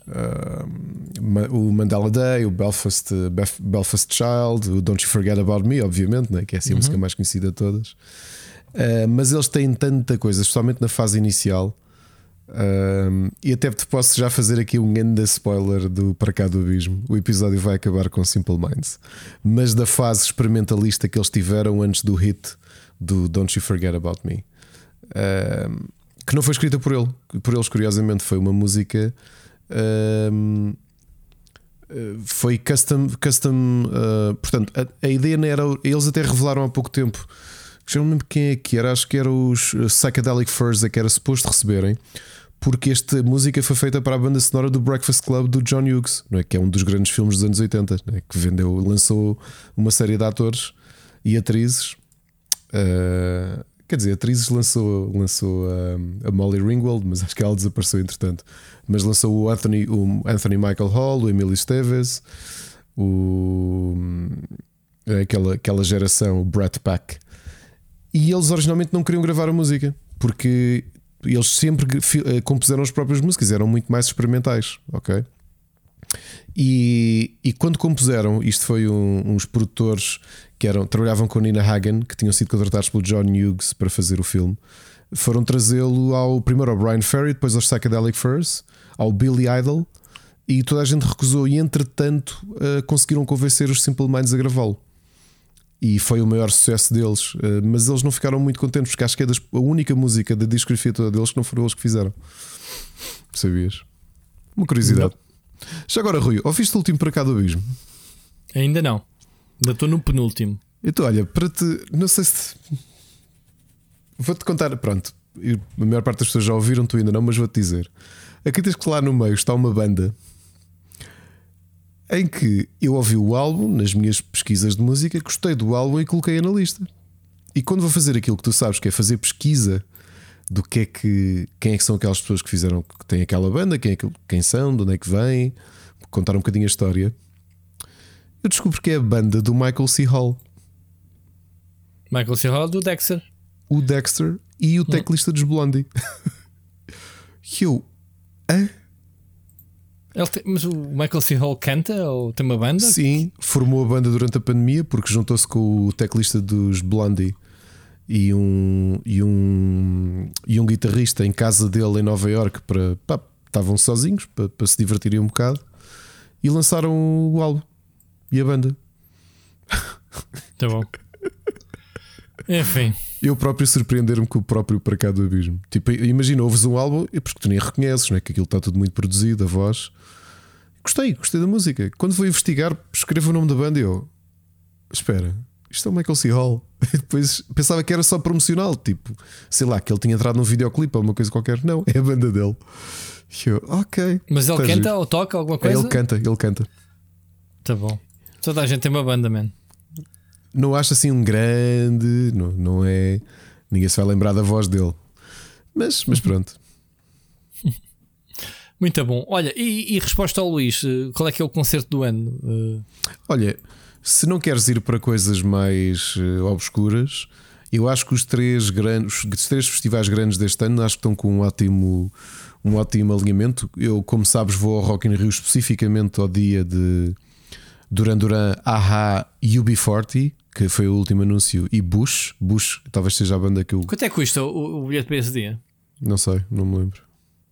uh, Ma- o Mandela Day, o Belfast, Bef- Belfast Child, o Don't You Forget About Me, obviamente, né? Que é assim a Uhum. música mais conhecida de todas. Uh, mas eles têm tanta coisa, especialmente na fase inicial. Um, e até te posso já fazer aqui um grande spoiler do Para Cá do Abismo. O episódio vai acabar com Simple Minds, mas da fase experimentalista que eles tiveram antes do hit do Don't You Forget About Me, um, que não foi escrita por ele, por eles, curiosamente, foi uma música. Um, foi custom, custom uh, portanto, a, a ideia não era. Eles até revelaram há pouco tempo. Já não me lembro quem é que era, acho que era os Psychedelic Furs, é que era suposto receberem, porque esta música foi feita para a banda sonora do Breakfast Club do John Hughes, não é? Que é um dos grandes filmes dos anos oitenta, não é? Que vendeu, lançou uma série de atores e atrizes. Uh, quer dizer, atrizes lançou, lançou a, a Molly Ringwald, mas acho que ela desapareceu entretanto. Mas lançou o Anthony, o Anthony Michael Hall, o Emilio Estevez, o, aquela, aquela geração, o Brat Pack. E eles originalmente não queriam gravar a música porque eles sempre compuseram as próprias músicas, eram muito mais experimentais, ok? E, e quando compuseram, isto foi um, uns produtores que eram, trabalhavam com Nina Hagen, que tinham sido contratados pelo John Hughes para fazer o filme. Foram trazê-lo ao primeiro ao Brian Ferry, depois aos Psychedelic Furs, ao Billy Idol, e toda a gente recusou. E entretanto uh, conseguiram convencer os Simple Minds a gravá-lo. E foi o maior sucesso deles. Uh, mas eles não ficaram muito contentes, porque acho que é das, a única música da discografia toda deles que não foram eles que fizeram. Sabias? Uma curiosidade. Não. Já agora, Rui, ouviste o último Para Cá do Abismo? Ainda não. Ainda estou no penúltimo. Então, olha, para te. Não sei se. Vou-te contar. Pronto, a maior parte das pessoas já ouviram, tu ainda não, mas vou-te dizer. Aqui tens que lá no meio está uma banda em que eu ouvi o álbum nas minhas pesquisas de música, gostei do álbum e coloquei-a na lista. E quando vou fazer aquilo que tu sabes, que é fazer pesquisa do que é que. Quem é que são aquelas pessoas que fizeram, que têm aquela banda, quem, é que, quem são, de onde é que vêm, contar um bocadinho a história. Eu descubro que é a banda do Michael C. Hall. Michael C. Hall do Dexter. O Dexter e o teclista dos Blondie. E eu. Hã? Ele tem, mas o Michael C. Hall canta ou tem uma banda? Sim, formou a banda durante a pandemia porque juntou-se com o teclista dos Blondie e um, e um, e um guitarrista em casa dele em Nova Iorque para. Pá, estavam sozinhos para, para se divertirem um bocado e lançaram o álbum. E a banda. Tá bom. Enfim. Eu próprio surpreender-me com o próprio Para Cá do Abismo. Tipo, imagina, ouves um álbum, é porque tu nem reconheces, não é? Que aquilo está tudo muito produzido, a voz. Gostei, gostei da música. Quando vou investigar, escrevo o nome da banda e eu. Espera, isto é o Michael C. Hall. E depois pensava que era só promocional, tipo, sei lá, que ele tinha entrado num videoclipe ou uma coisa qualquer. Não, é a banda dele. E eu, ok. Mas ele tá canta giro. ou toca alguma coisa? É, ele canta, ele canta. Tá bom. Toda a gente tem uma banda, man. Não acho assim um grande, não, não é. Ninguém se vai lembrar da voz dele. Mas, mas pronto. Muito bom. Olha, e, e resposta ao Luís: qual é que é o concerto do ano? Uh... Olha, se não queres ir para coisas mais uh, obscuras, eu acho que os três grandes, os três festivais grandes deste ano, acho que estão com um ótimo, um ótimo alinhamento. Eu, como sabes, vou ao Rock in Rio especificamente ao dia de Duran Duran, A-ha e U B quarenta, que foi o último anúncio, e Bush. Bush talvez seja a banda que eu. Quanto é que custa o, o bilhete para esse dia? Não sei, não me lembro.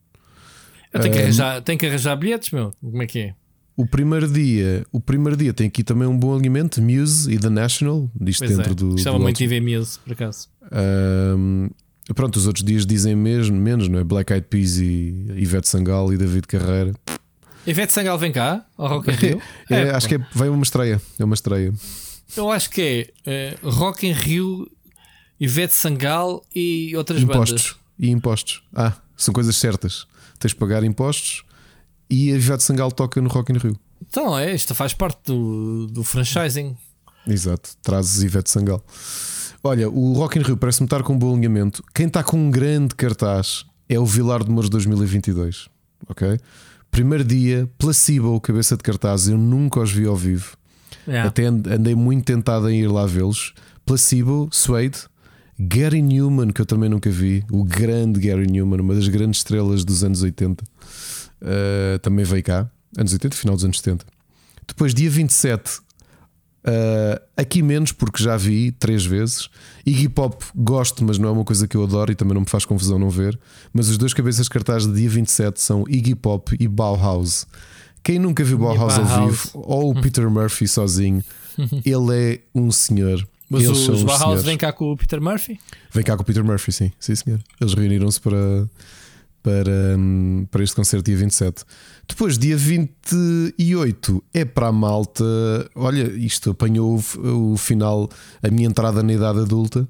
Eu tenho, um, que arranjar, tenho que arranjar bilhetes, meu. Como é que é? O primeiro dia, o primeiro dia tem aqui também um bom alinhamento, Muse e The National, disto pois dentro é. do. Gostava do muito de ver Muse, por acaso. Um, pronto, os outros dias dizem mesmo, menos, não é? Black Eyed Peas e Ivete Sangalo e David Carreira. Ivete Sangalo vem cá ao Rock in Rio? é, é, acho que é, vem uma estreia. É uma estreia. Eu acho que é uh, Rock in Rio, Ivete Sangalo e outras impostos. bandas. E impostos. Ah, são coisas certas. Tens de pagar impostos e a Ivete Sangalo toca no Rock in Rio. Então é, isto faz parte do, do franchising. Exato, trazes Ivete Sangalo. Olha, o Rock in Rio parece-me estar com um bom alinhamento. Quem está com um grande cartaz é o Vilar de Mouros dois mil e vinte e dois. Ok? Primeiro dia, Placebo, cabeça de cartaz. Eu nunca os vi ao vivo. Yeah. Até andei muito tentado em ir lá vê-los. Placebo, Suede, Gary Newman, que eu também nunca vi. O grande Gary Newman, uma das grandes estrelas dos anos oitenta, uh, também veio cá. Anos oitenta, final dos anos setenta. Depois, dia vinte e sete, uh, aqui menos, porque já vi três vezes. Iggy Pop gosto, mas não é uma coisa que eu adoro e também não me faz confusão não ver. Mas os dois cabeças de cartaz de dia vinte e sete são Iggy Pop e Bauhaus. Quem nunca viu Bauhaus ao vivo, ou o Peter Murphy sozinho, ele é um senhor. Mas Eles os Bauhaus vêm cá com o Peter Murphy? Vem cá com o Peter Murphy, sim, sim senhor. Eles reuniram-se para, para, para este concerto dia vinte e sete. Depois, dia vinte e oito, é para a malta. Olha, isto apanhou o, o final, a minha entrada na idade adulta,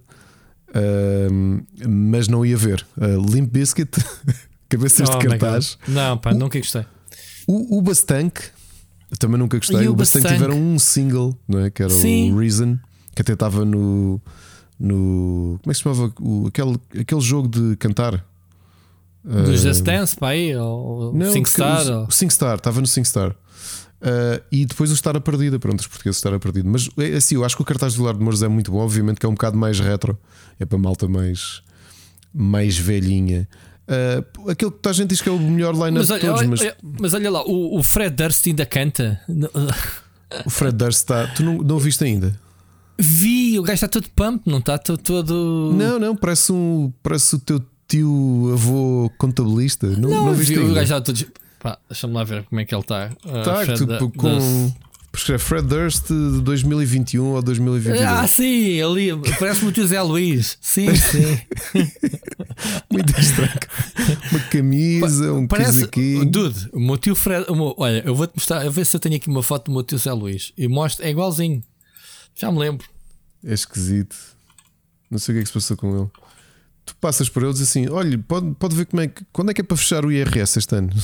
uh, mas não ia ver. Uh, Limp Bizkit, cabeças oh, de cartaz. Não, pá, o, nunca gostei. O, o Bastank, também nunca gostei. O, o Bastank tiveram um single, não é? Que era Sim. o Reason, que até estava no, no. Como é que se chamava? O, aquele, aquele jogo de cantar. Do uh, Just Dance, para aí? Ou não, SingStar? O, ou... o SingStar, estava no SingStar. Uh, e depois o Estar a Perdida. Pronto, os portugueses Estar a Perdida. Mas é assim, eu acho que o cartaz do Vilar de Mouros é muito bom. Obviamente que é um bocado mais retro, é para malta mais, mais velhinha. Uh, aquele que toda a gente diz que é o melhor line-up de todos. Olha, mas... Olha, mas olha lá, o, o Fred Durst ainda canta. O Fred Durst está. Tu não, não o viste ainda? Vi, o gajo está todo pump, não está todo, todo. Não, não, parece, um, parece o teu tio avô contabilista. Não, Não, não viste vi, ainda? o gajo está todo. Pá, deixa-me lá ver como é que ele está. Tá, uh, tipo, com. Escreve Fred Durst de dois mil e vinte e um ou dois mil e vinte e dois. Ah, sim, ali parece-me o tio Zé Luís. Sim, sim. Muito estranho. Uma camisa, um parece, casaquinho. Dude, o meu tio Fred. O meu, olha, eu vou-te mostrar, eu vou ver se eu tenho aqui uma foto do meu tio Zé Luís e mostro, é igualzinho. Já me lembro. É esquisito. Não sei o que é que se passou com ele. Tu passas por ele e dizes assim: olha, pode, pode ver como é que. Quando é que é para fechar o I R S este ano?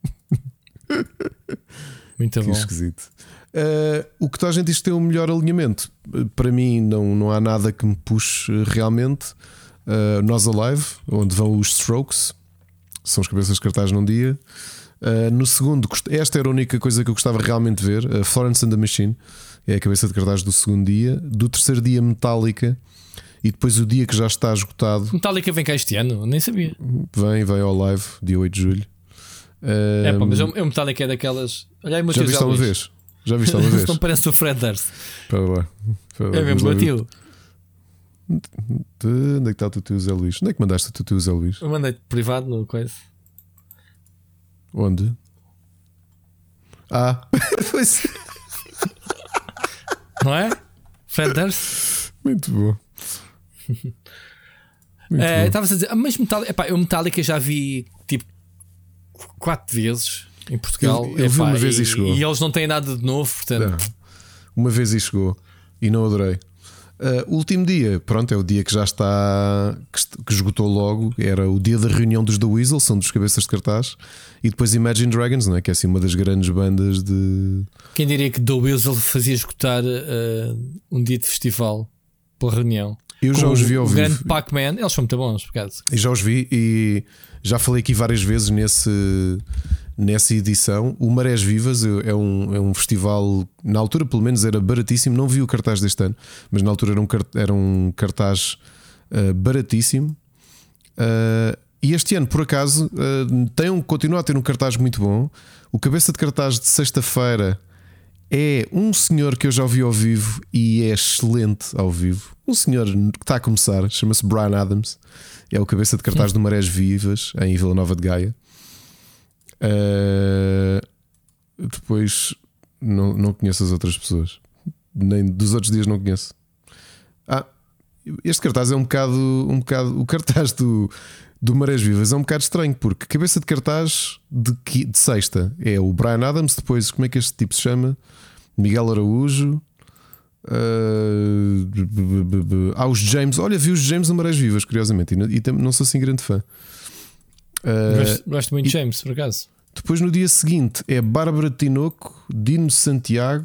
Muito que bom. Esquisito. Uh, o que toda a gente diz que tem o melhor alinhamento. Para mim, não, não há nada que me puxe realmente. Uh, Nós Alive, onde vão os Strokes, são os cabeças de cartaz num dia. Uh, no segundo, esta era a única coisa que eu gostava realmente de ver. Uh, Florence and the Machine é a cabeça de cartaz do segundo dia. Do terceiro dia, Metallica. E depois o dia que já está esgotado. Metallica vem cá este ano, nem sabia. Vem, vem ao live, dia oito de julho. Uh, é pá, mas o Metallica é daquelas. Olha aí, meu já tio viste uma vez? Já viste uma vez? Não parece o Fred Durst. Para lá. Para lá. É mesmo, meu tio. Onde é que está o teu Zé Luís? Onde é que mandaste o teu Zé Luís? Eu mandei-te privado no coisa. Onde? Ah, pois. Não é? Fred Durst? Muito bom. Estavas é, a dizer, mas Metallica, epá, eu Metallica já vi tipo quatro vezes em Portugal. Eu, eu vi uma vez e, e chegou. E eles não têm nada de novo, portanto. Não. Uma vez e chegou e não adorei. O uh, último dia, pronto, é o dia que já está, que, que esgotou logo. Era o dia da reunião dos The Weasel, são dos cabeças de cartaz. E depois Imagine Dragons, não é? Que é assim uma das grandes bandas de. Quem diria que The Weasel fazia esgotar uh, um dia de festival pela reunião? Eu já com os vi ao o vivo. grande Pac-Man, eles são muito bons, por causa. Eu já os vi e já falei aqui várias vezes nesse, nessa edição. O Marés Vivas é um, é um festival, na altura pelo menos era baratíssimo. Não vi o cartaz deste ano, mas na altura era um, era um cartaz uh, baratíssimo. Uh, e este ano, por acaso, uh, tem um, continua a ter um cartaz muito bom. O cabeça de cartaz de sexta-feira é um senhor que eu já ouvi ao vivo e é excelente ao vivo. Um senhor que está a começar, chama-se Brian Adams. É o cabeça de cartaz do Marés Vivas em Vila Nova de Gaia. Uh, depois não, não conheço as outras pessoas, nem dos outros dias não conheço. Ah, este cartaz é um bocado, um bocado o cartaz do, do Marés Vivas é um bocado estranho, porque cabeça de cartaz de, de sexta é o Brian Adams. Depois, como é que este tipo se chama? Miguel Araújo. Uh, há ah, os James. Olha, vi os James no Marés Vivas, curiosamente, e, e não sou assim grande fã. Uh, gosto, gosto muito de James, por acaso. Depois, no dia seguinte, é Bárbara Tinoco, Dino Santiago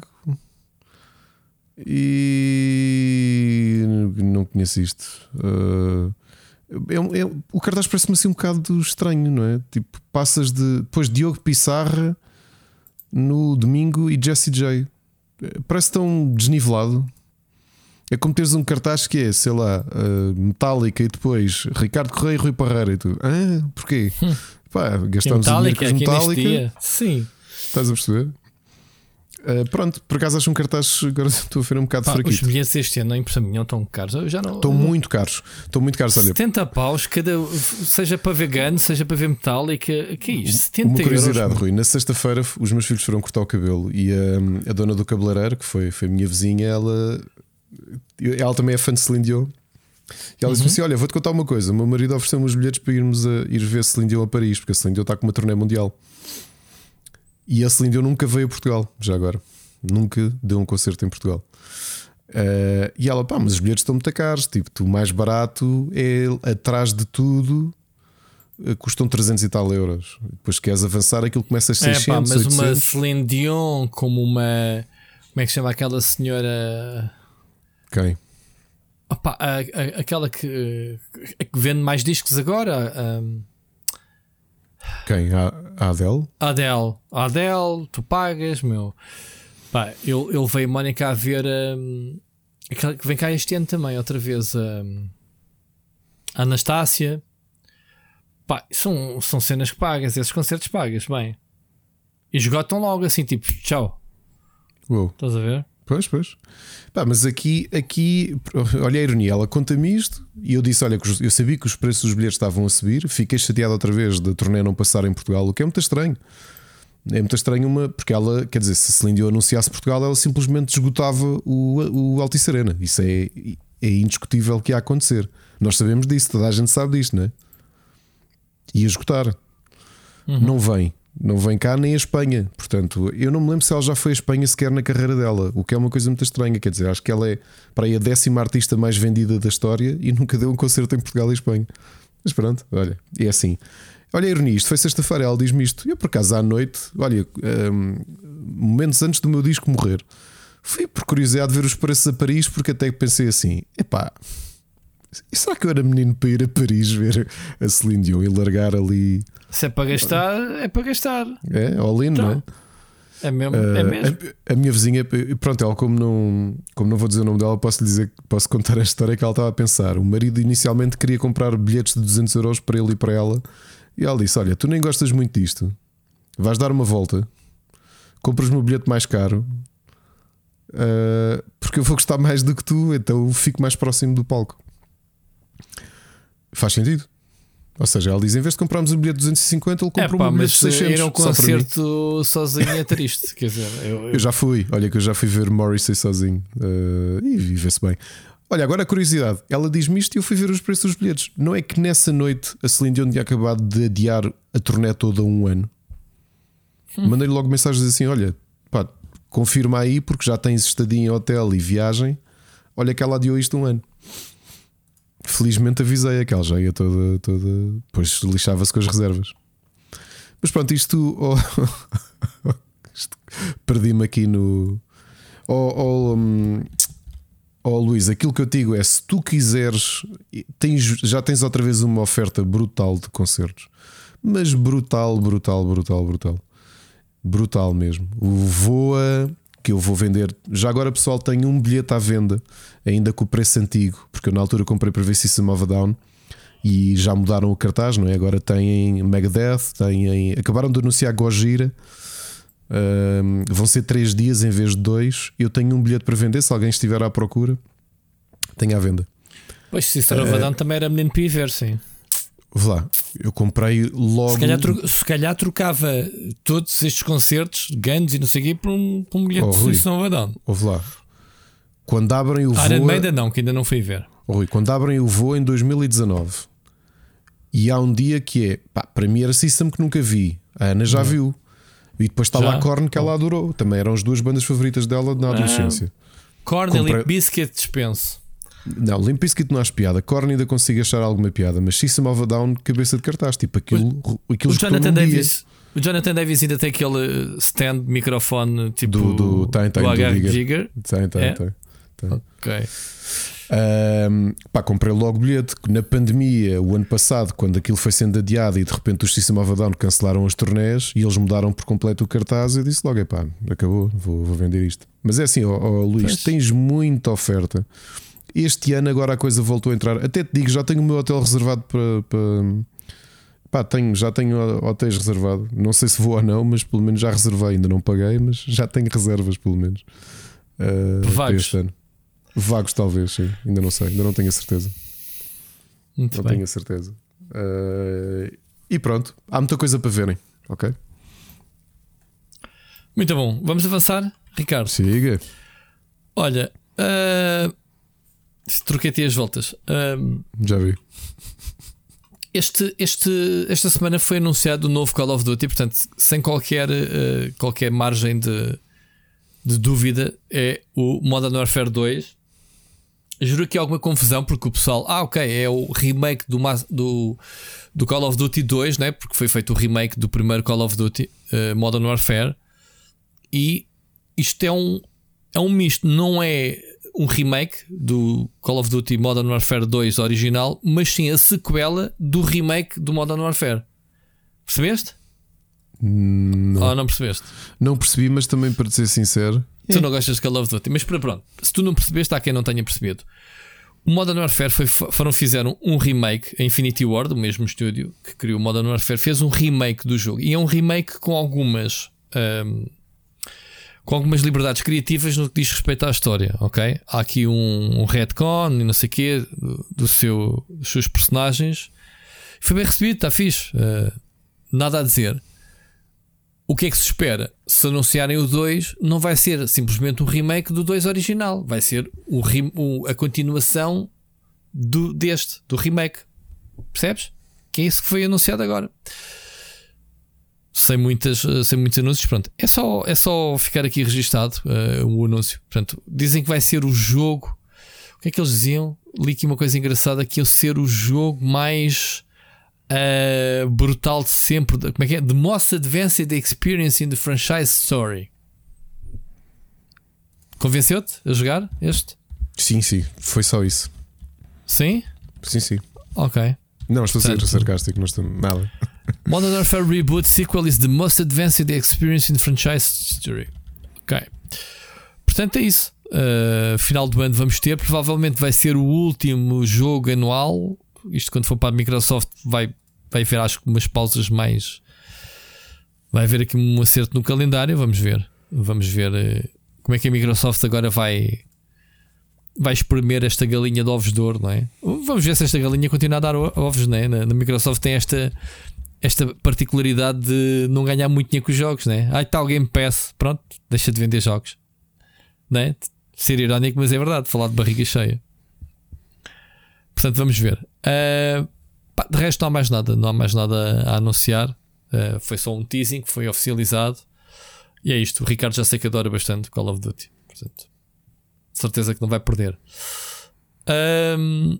e não conheço isto. Uh, é, é, o cartaz parece-me assim um bocado estranho, não é? Tipo, passas de depois Diogo Pissarra no domingo e Jessie J. Parece tão desnivelado. É como teres um cartaz que é, sei lá, uh, Metallica e depois Ricardo Correia e Rui Parreira e tu. Ah, porquê? Hum. Pá, gastámos o dinheiro com os Metallica. Sim. Estás a perceber? Uh, pronto, por acaso acho um cartaz. Agora estou a ver um bocado Pá, fraquito. os bilhetes este ano, em mim, não estão caros. Eu já não, estão muito caros. Estão muito caros. Olha, setenta paus, cada, seja para ver Gun, seja para ver Metallica. Que é isto? setenta uma curiosidade, euros, Rui. Na sexta-feira, os meus filhos foram cortar o cabelo e a, a dona do cabeleireiro, que foi, foi a minha vizinha, ela, ela também é fã de Celine Dion. E ela uhum. disse assim: olha, vou-te contar uma coisa. O meu marido ofereceu-me os bilhetes para irmos a ir ver Celine Dion a Paris, porque a Celine Dion está com uma turnê mundial. E a Celine Dion nunca veio a Portugal, já agora. Nunca deu um concerto em Portugal. Uh, e ela, pá, mas os bilhetes estão muito caros. Tipo, o mais barato é atrás de tudo, uh, custam trezentos e tal euros. Depois queres avançar, aquilo começa a seiscentos, é, pá, mas oitocentos. Uma Celine Dion, como uma. Como é que se chama aquela senhora? Quem? Opa, a, a, aquela que, que vende mais discos agora. Um... Quem? A, a Adele? Adele. A Adele, tu pagas, meu. Pá, eu, eu veio Mónica a ver um, aquela que vem cá este ano também, outra vez um, a Anastácia. Pá, são, são cenas que pagas, esses concertos pagas, bem. E esgotam logo assim, tipo, tchau. Uou. Estás a ver? Pois, pois. Pá, mas aqui, aqui, olha a ironia, ela conta-me isto e eu disse: olha, eu sabia que os preços dos bilhetes estavam a subir, fiquei chateado outra vez da turnê não passar em Portugal, o que é muito estranho. É muito estranho, uma, porque ela, quer dizer, se a Celine Dion anunciasse Portugal, ela simplesmente esgotava o, o Altice Arena. Isso é, é indiscutível que ia acontecer. Nós sabemos disso, toda a gente sabe disto, não é? Ia esgotar. Uhum. Não vem. Não vem cá nem a Espanha. Portanto, eu não me lembro se ela já foi a Espanha sequer na carreira dela, o que é uma coisa muito estranha. Quer dizer, acho que ela é para aí a décima artista mais vendida da história e nunca deu um concerto em Portugal e Espanha. Mas pronto, olha, é assim. Olha a ironia, isto foi sexta-feira, ela diz-me isto. Eu por acaso à noite, olha, um, momentos antes do meu disco morrer, fui por curiosidade ver os preços a Paris, porque até pensei assim: epá, e será que eu era menino para ir a Paris ver a Celine Dion e largar ali? Se é para gastar, é para gastar. É, all in, então, não é? É mesmo, uh, é mesmo. A, a minha vizinha, pronto, ela, como não, como não vou dizer o nome dela, posso lhe dizer, posso contar a história que ela estava a pensar. O marido inicialmente queria comprar bilhetes de duzentos euros para ele e para ela, e ela disse: olha, tu nem gostas muito disto, vais dar uma volta, compras-me um bilhete mais caro, uh, porque eu vou gostar mais do que tu, então eu fico mais próximo do palco. Faz sentido. Ou seja, ela diz: em vez de comprarmos um bilhete de duzentos e cinquenta, ele compra é, pá, um bilhete de seiscentos. Ir a um concerto sozinho é triste. Quer dizer, eu, eu... eu já fui. Olha, que eu já fui ver Morrissey sozinho uh, e vê-se bem. Olha, agora a curiosidade: ela diz-me isto e eu fui ver os preços dos bilhetes. Não é que nessa noite a Celine Dion tinha acabado de adiar a turnê toda um ano? Hum. Mandei-lhe logo mensagens assim: olha, pá, confirma aí, porque já tens estadia em hotel e viagem. Olha que ela adiou isto um ano. Felizmente avisei a que ela já ia toda, toda... Depois lixava-se com as reservas. Mas pronto, isto, oh, isto perdi-me aqui no oh, oh, um... oh Luís, aquilo que eu te digo é: se tu quiseres, tens, já tens outra vez uma oferta brutal de concertos. Mas brutal, brutal, brutal, brutal. Brutal mesmo. O Voa, que eu vou vender. Já agora, pessoal, tenho um bilhete à venda, ainda com o preço antigo, porque eu na altura comprei para ver se System of a Down e já mudaram o cartaz, não é? Agora têm Megadeth, têm, acabaram de anunciar Gojira. Um, vão ser três dias em vez de dois. Eu tenho um bilhete para vender. Se alguém estiver à procura, tenho à venda. Pois, System of a Down também era menino para ir ver, sim. Vá lá, eu comprei logo. Se calhar, tro... Se calhar trocava todos estes concertos, Guns e não sei o quê, por um, por um bilhete oh, de System of a Down. Ouve lá. Quando abrem o Iron voo. Maiden não, que ainda não fui ver. Oh, Rui, quando abrem o voo em dois mil e dezanove, e há um dia que é, pá, para mim era System que nunca vi. A Ana já não. viu. E depois está já? lá Korn, que ela adorou. Também eram as duas bandas favoritas dela na adolescência. Ah, Korn Compre... e Limp Bizkit dispenso. Não, Limp Bizkit não acho piada. Korn ainda consigo achar alguma piada, mas System of a Down, cabeça de cartaz, tipo aquilo. O, aquilo o Jonathan Davis. O Jonathan Davis ainda tem aquele stand microfone tipo do, do, tem, tem, do H Jigger. Jigger. Tem, tem, é? tem, tem. Ok. Um, pá, comprei logo bilhete. Na pandemia, o ano passado, quando aquilo foi sendo adiado e de repente os System of a Down cancelaram as turnés e eles mudaram por completo o cartaz, eu disse logo: é pá, acabou, vou, vou vender isto. Mas é assim, ó, ó, Luís, pois. Tens muita oferta. Este ano agora a coisa voltou a entrar. Até te digo, já tenho o meu hotel reservado para, para... Pá, tenho, já tenho hotéis reservados. Não sei se vou ou não, mas pelo menos já reservei. Ainda não paguei, mas já tenho reservas pelo menos uh, para este ano. Vagos talvez, sim. Ainda não sei, ainda não tenho a certeza. Muito não bem. tenho a certeza. uh, E pronto, há muita coisa para verem. Ok? Muito bom, vamos avançar, Ricardo. Siga. Olha, uh... troquei-te as voltas. uh... Já vi. Este, este, esta semana foi anunciado o novo Call of Duty, portanto, sem qualquer, uh, qualquer margem de, de dúvida, é o Modern Warfare dois. Juro que há alguma confusão, porque o pessoal, ah, ok, é o remake do, do, do Call of Duty dois, né? Porque foi feito o remake do primeiro Call of Duty, uh, Modern Warfare, e isto é um, é um misto, não é um remake do Call of Duty Modern Warfare dois original, mas sim a sequela do remake do Modern Warfare. Percebeste? Não. Ou não percebeste? Não percebi, mas também, para te ser sincero, tu é. não gostas de Call of Duty, mas pronto, se tu não percebeste, há quem não tenha percebido. O Modern Warfare foi, foram, fizeram um remake. A Infinity Ward, o mesmo estúdio que criou o Modern Warfare, fez um remake do jogo. E é um remake com algumas um, com algumas liberdades criativas no que diz respeito à história, ok? Há aqui um, um retcon e não sei o quê do, do seu, dos seus personagens. Foi bem recebido, está fixe. Uh, nada a dizer. O que é que se espera? Se anunciarem o dois, não vai ser simplesmente um remake do dois original. Vai ser o, o, a continuação do, deste, do remake. Percebes? Que é isso que foi anunciado agora. Sem, muitas, sem muitos anúncios. Pronto. É só, é só ficar aqui registado uh, o anúncio. Portanto, dizem que vai ser o jogo. O que é que eles diziam? Li aqui uma coisa engraçada, que ia ser o jogo mais... Uh, brutal de sempre. Como é que é? The most advanced experience in the franchise story. Convenceu-te a jogar este? Sim, sim, foi só isso. Sim? Sim, sim. Ok. Não, estou a ser sarcástico, não estou nada. Modern Warfare Reboot Sequel is the most advanced experience in the franchise story. Ok. Portanto, é isso. Uh, final do ano vamos ter. Provavelmente vai ser o último jogo anual. Isto quando for para a Microsoft vai, vai haver, acho que umas pausas mais. Vai haver aqui um acerto no calendário. Vamos ver. Vamos ver uh, como é que a Microsoft agora vai vai espremer esta galinha de ovos de ouro, não é? Vamos ver se esta galinha continua a dar ovos, não é? Na, na Microsoft tem esta, esta particularidade de não ganhar muito dinheiro com os jogos, não é? Ah, está o Game Pass, pronto, deixa de vender jogos, não é? Ser irónico, mas é verdade, falar de barriga cheia. Portanto, vamos ver. Uh, pá, de resto, não há mais nada. Não há mais nada a anunciar. Uh, foi só um teasing que foi oficializado. E é isto. O Ricardo já sei que adora bastante Call of Duty. Portanto, certeza que não vai perder. Um,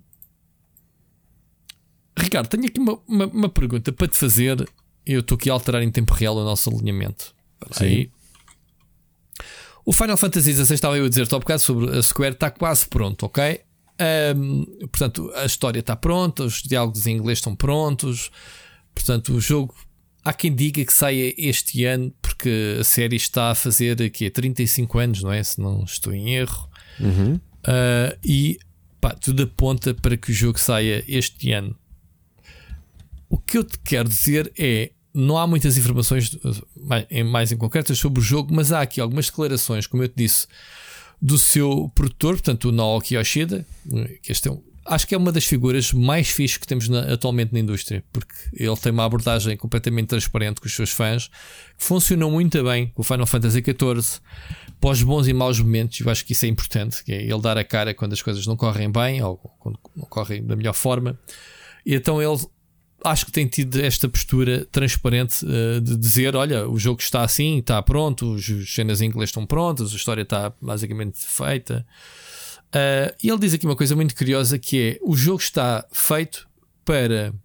Ricardo, tenho aqui uma, uma, uma pergunta para te fazer. Eu estou aqui a alterar em tempo real o nosso alinhamento. Aí. O Final Fantasy dezasseis, estava eu a dizer-te há um bocado sobre a Square, está quase pronto, ok? Um, portanto, a história está pronta, os diálogos em inglês estão prontos. Portanto, o jogo, há quem diga que saia este ano, porque a série está a fazer aqui trinta e cinco anos, não é? Se não estou em erro. Uhum. Uh, e pá, tudo aponta para que o jogo saia este ano. O que eu te quero dizer é: não há muitas informações mais em, mais em concretas sobre o jogo, mas há aqui algumas declarações, como eu te disse, do seu produtor, portanto o Naoki Yoshida, que este é um, acho que é uma das figuras mais fixes que temos na, atualmente na indústria, porque ele tem uma abordagem completamente transparente com os seus fãs, que funcionam muito bem com o Final Fantasy catorze, para os bons e maus momentos. Eu acho que isso é importante, que é ele dar a cara quando as coisas não correm bem ou quando não correm da melhor forma. E então ele, acho que tem tido esta postura transparente uh, de dizer: olha, o jogo está assim, está pronto, as cenas em inglês estão prontas, a história está basicamente feita. Uh, e ele diz aqui uma coisa muito curiosa, que é: o jogo está feito para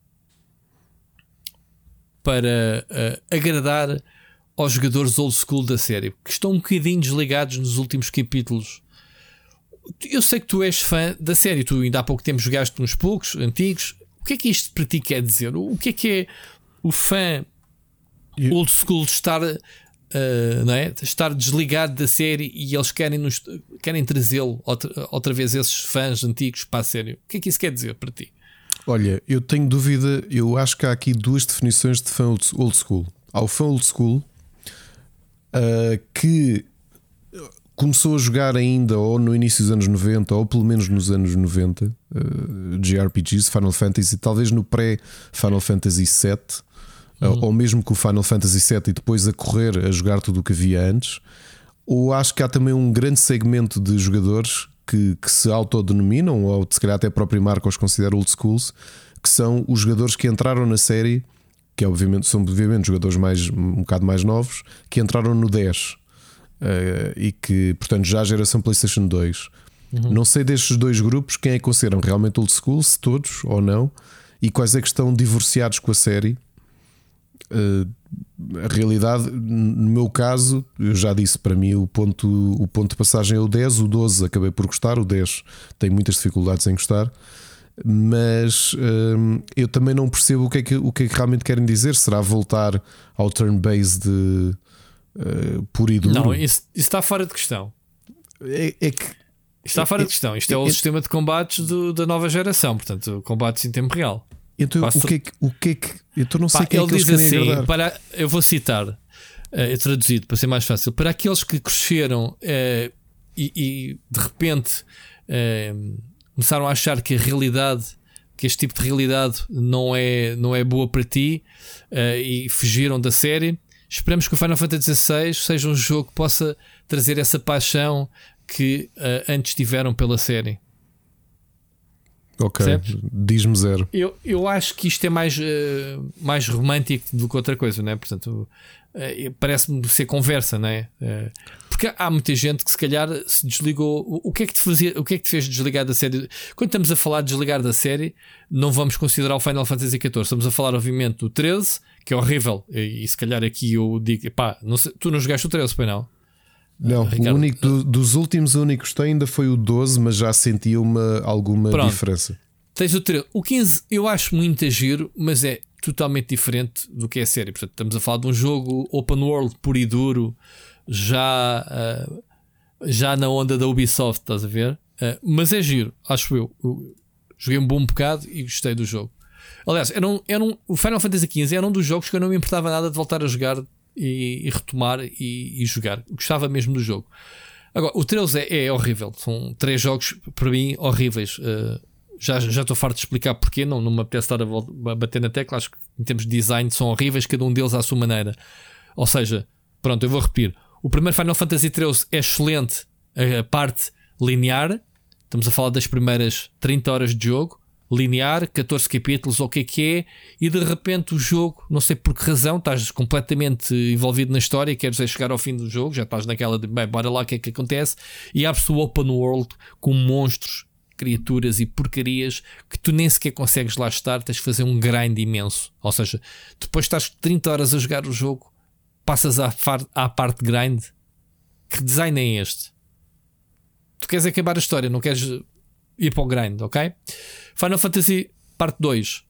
para uh, agradar aos jogadores old school da série, que estão um bocadinho desligados nos últimos capítulos. Eu sei que tu és fã da série, tu ainda há pouco tempo jogaste uns poucos antigos. O que é que isto para ti quer dizer? O que é que é o fã old school estar, uh, não é? estar desligado da série e eles querem, nos, querem trazê-lo outra, outra vez, esses fãs antigos, para a série? O que é que isso quer dizer para ti? Olha, eu tenho dúvida. Eu acho que há aqui duas definições de fã old school. Há o fã old school uh, que começou a jogar ainda ou no início dos anos noventa, ou pelo menos nos anos noventa, uh, J R P Gs, Final Fantasy, talvez no pré-Final Fantasy sete, uhum. uh, ou mesmo com o Final Fantasy sete e depois a correr a jogar tudo o que havia antes. Ou acho que há também um grande segmento de jogadores que, que se autodenominam, ou se calhar até a própria marca os considera old schools, que são os jogadores que entraram na série, que obviamente são obviamente jogadores mais, um bocado mais novos, que entraram no dez. Uh, e que, portanto, já a geração PlayStation dois. Uhum. Não sei destes dois grupos quem é que consideram realmente old school, se todos ou não, e quais é que estão divorciados com a série. Uh, a realidade, no meu caso, eu já disse, para mim o ponto, o ponto de passagem é o dez, o doze acabei por gostar, o dez tenho muitas dificuldades em gostar, mas uh, eu também não percebo o que, é que, o que é que realmente querem dizer. Será voltar ao turn-based de Uh, puro e duro? Não, isso, isso está fora de questão. É, é que está fora de questão. Isto é o eu, sistema de combates do, da nova geração, portanto, combates em tempo real. Então, o que é que, o que é que eu então não sei Pá, quem ele é que diz eles assim, querem agradar. para, eu vou citar, uh, é traduzido para ser mais fácil, para aqueles que cresceram uh, e, e de repente uh, começaram a achar que a realidade, que este tipo de realidade não é, não é boa para ti uh, e fugiram da série. Esperamos que o Final Fantasy dezasseis seja um jogo que possa trazer essa paixão que uh, antes tiveram pela série. Ok, percebes? Diz-me zero. Eu, eu acho que isto é mais, uh, mais romântico do que outra coisa, não é? Portanto, uh, parece-me ser conversa, não é? Uh, porque há muita gente que se calhar se desligou. O, o que é que te fazia, o que é que te fez desligar da série? Quando estamos a falar de desligar da série, não vamos considerar o Final Fantasy catorze. Estamos a falar, obviamente, do treze, que é horrível. E, e se calhar aqui eu digo, pá, não sei, tu não jogaste o treze, pois não? Não, uh, Ricardo, o único do, dos últimos, o único que gostei ainda foi o doze, mas já sentia uma, alguma Pronto. diferença. Tens o treze. O quinze eu acho muito giro, mas é totalmente diferente do que é a série. Portanto, estamos a falar de um jogo open world puro e duro, já, uh, já na onda da Ubisoft, estás a ver? Uh, mas é giro, acho eu. eu. Joguei um bom bocado e gostei do jogo. Aliás, era um, era um, o Final Fantasy quinze era um dos jogos que eu não me importava nada de voltar a jogar e, e retomar e, e jogar. Gostava mesmo do jogo. Agora, o treze é, é horrível. São três jogos, para mim, horríveis. Uh, Já, já estou farto de explicar porque não, não me apetece estar a, a bater na tecla. Acho que em termos de design são horríveis, cada um deles à sua maneira. Ou seja, pronto, eu vou repetir. O primeiro Final Fantasy treze é excelente, a parte linear. Estamos a falar das primeiras trinta horas de jogo. Linear, catorze capítulos, ou o que é que é. E de repente o jogo, não sei por que razão, estás completamente envolvido na história, queres é chegar ao fim do jogo, já estás naquela de, bem, bora lá, o que é que acontece. E abre-se o open world com monstros, criaturas e porcarias que tu nem sequer consegues lá estar, tens de fazer um grind imenso. Ou seja, depois estás trinta horas a jogar o jogo, passas à, far, à parte de grind. Que design é este? Tu queres acabar a história, não queres ir para o grind, ok? Final Fantasy parte dois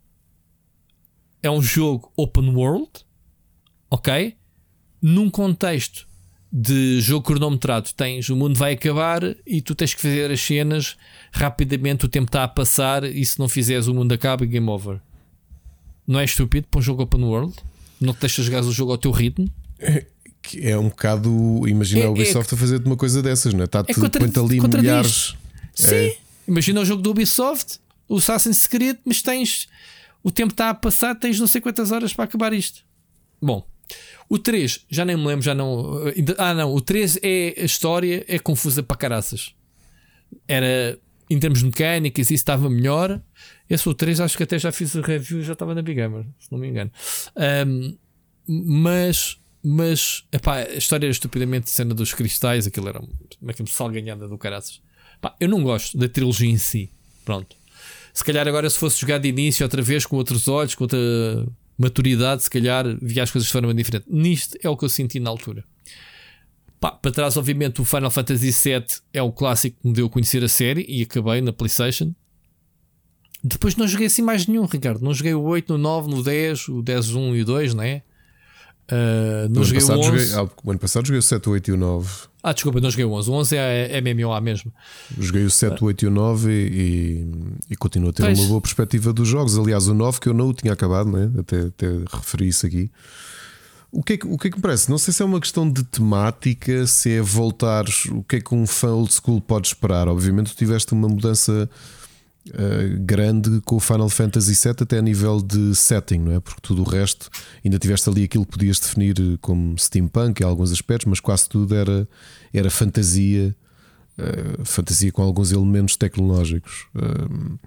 é um jogo open world, ok? Num contexto de jogo cronometrado, tens o mundo vai acabar e tu tens que fazer as cenas rapidamente, o tempo está a passar e se não fizeres o mundo acaba e game over. Não é estúpido para um jogo open world? Não te deixas jogar o jogo ao teu ritmo? É, é um bocado, imagina É- a Ubisoft é- a fazer-te uma coisa dessas, não é? Está É tudo contra- quanto ali contradiz. milhares. Sim, É. imagina o jogo do Ubisoft, o Assassin's Creed, mas tens o tempo está a passar, tens não sei quantas horas para acabar isto. Bom, o três, já nem me lembro, já não. ainda- Ah, não, o três é a história, é confusa para caraças. Era em termos de mecânicas, isso estava melhor. Esse o três, acho que até já fiz o review, já estava na Big Gamer, se não me engano. Ahm, mas, mas epá, a história era estupidamente cena dos cristais, aquilo era uma salganhada do caraças. Pá, eu não gosto da trilogia em si. Pronto. Se calhar agora, se fosse jogar de início outra vez com outros olhos, com outra maturidade, se calhar via as coisas de forma diferente. Nisto é o que eu senti na altura. Pá, para trás, obviamente, o Final Fantasy sete é o clássico que me deu a conhecer a série e acabei na PlayStation. Depois não joguei assim mais nenhum, Ricardo. Não joguei o oito, no nove, no dez, o dez, um e o dois, não é? Uh, não O ano, joguei o passado onze. joguei, ah, o ano passado joguei o sete, o oito e o nove. Ah, desculpa, não joguei o onze. O onze é, é M M O A mesmo. Joguei o sete, o oito e o nove e, e continuo a ter Pois. uma boa perspectiva dos jogos. Aliás, o nove que eu não o tinha acabado, né? até, até referi isso aqui. O que, é que, o que é que me parece? Não sei se é uma questão de temática, se é voltar. O que é que um fã old school pode esperar? Obviamente, tu tiveste uma mudança uh, grande com o Final Fantasy sete, até a nível de setting, não é? Porque tudo o resto, ainda tiveste ali aquilo que podias definir como steampunk em alguns aspectos, mas quase tudo era, era fantasia, uh, fantasia com alguns elementos tecnológicos. Uh,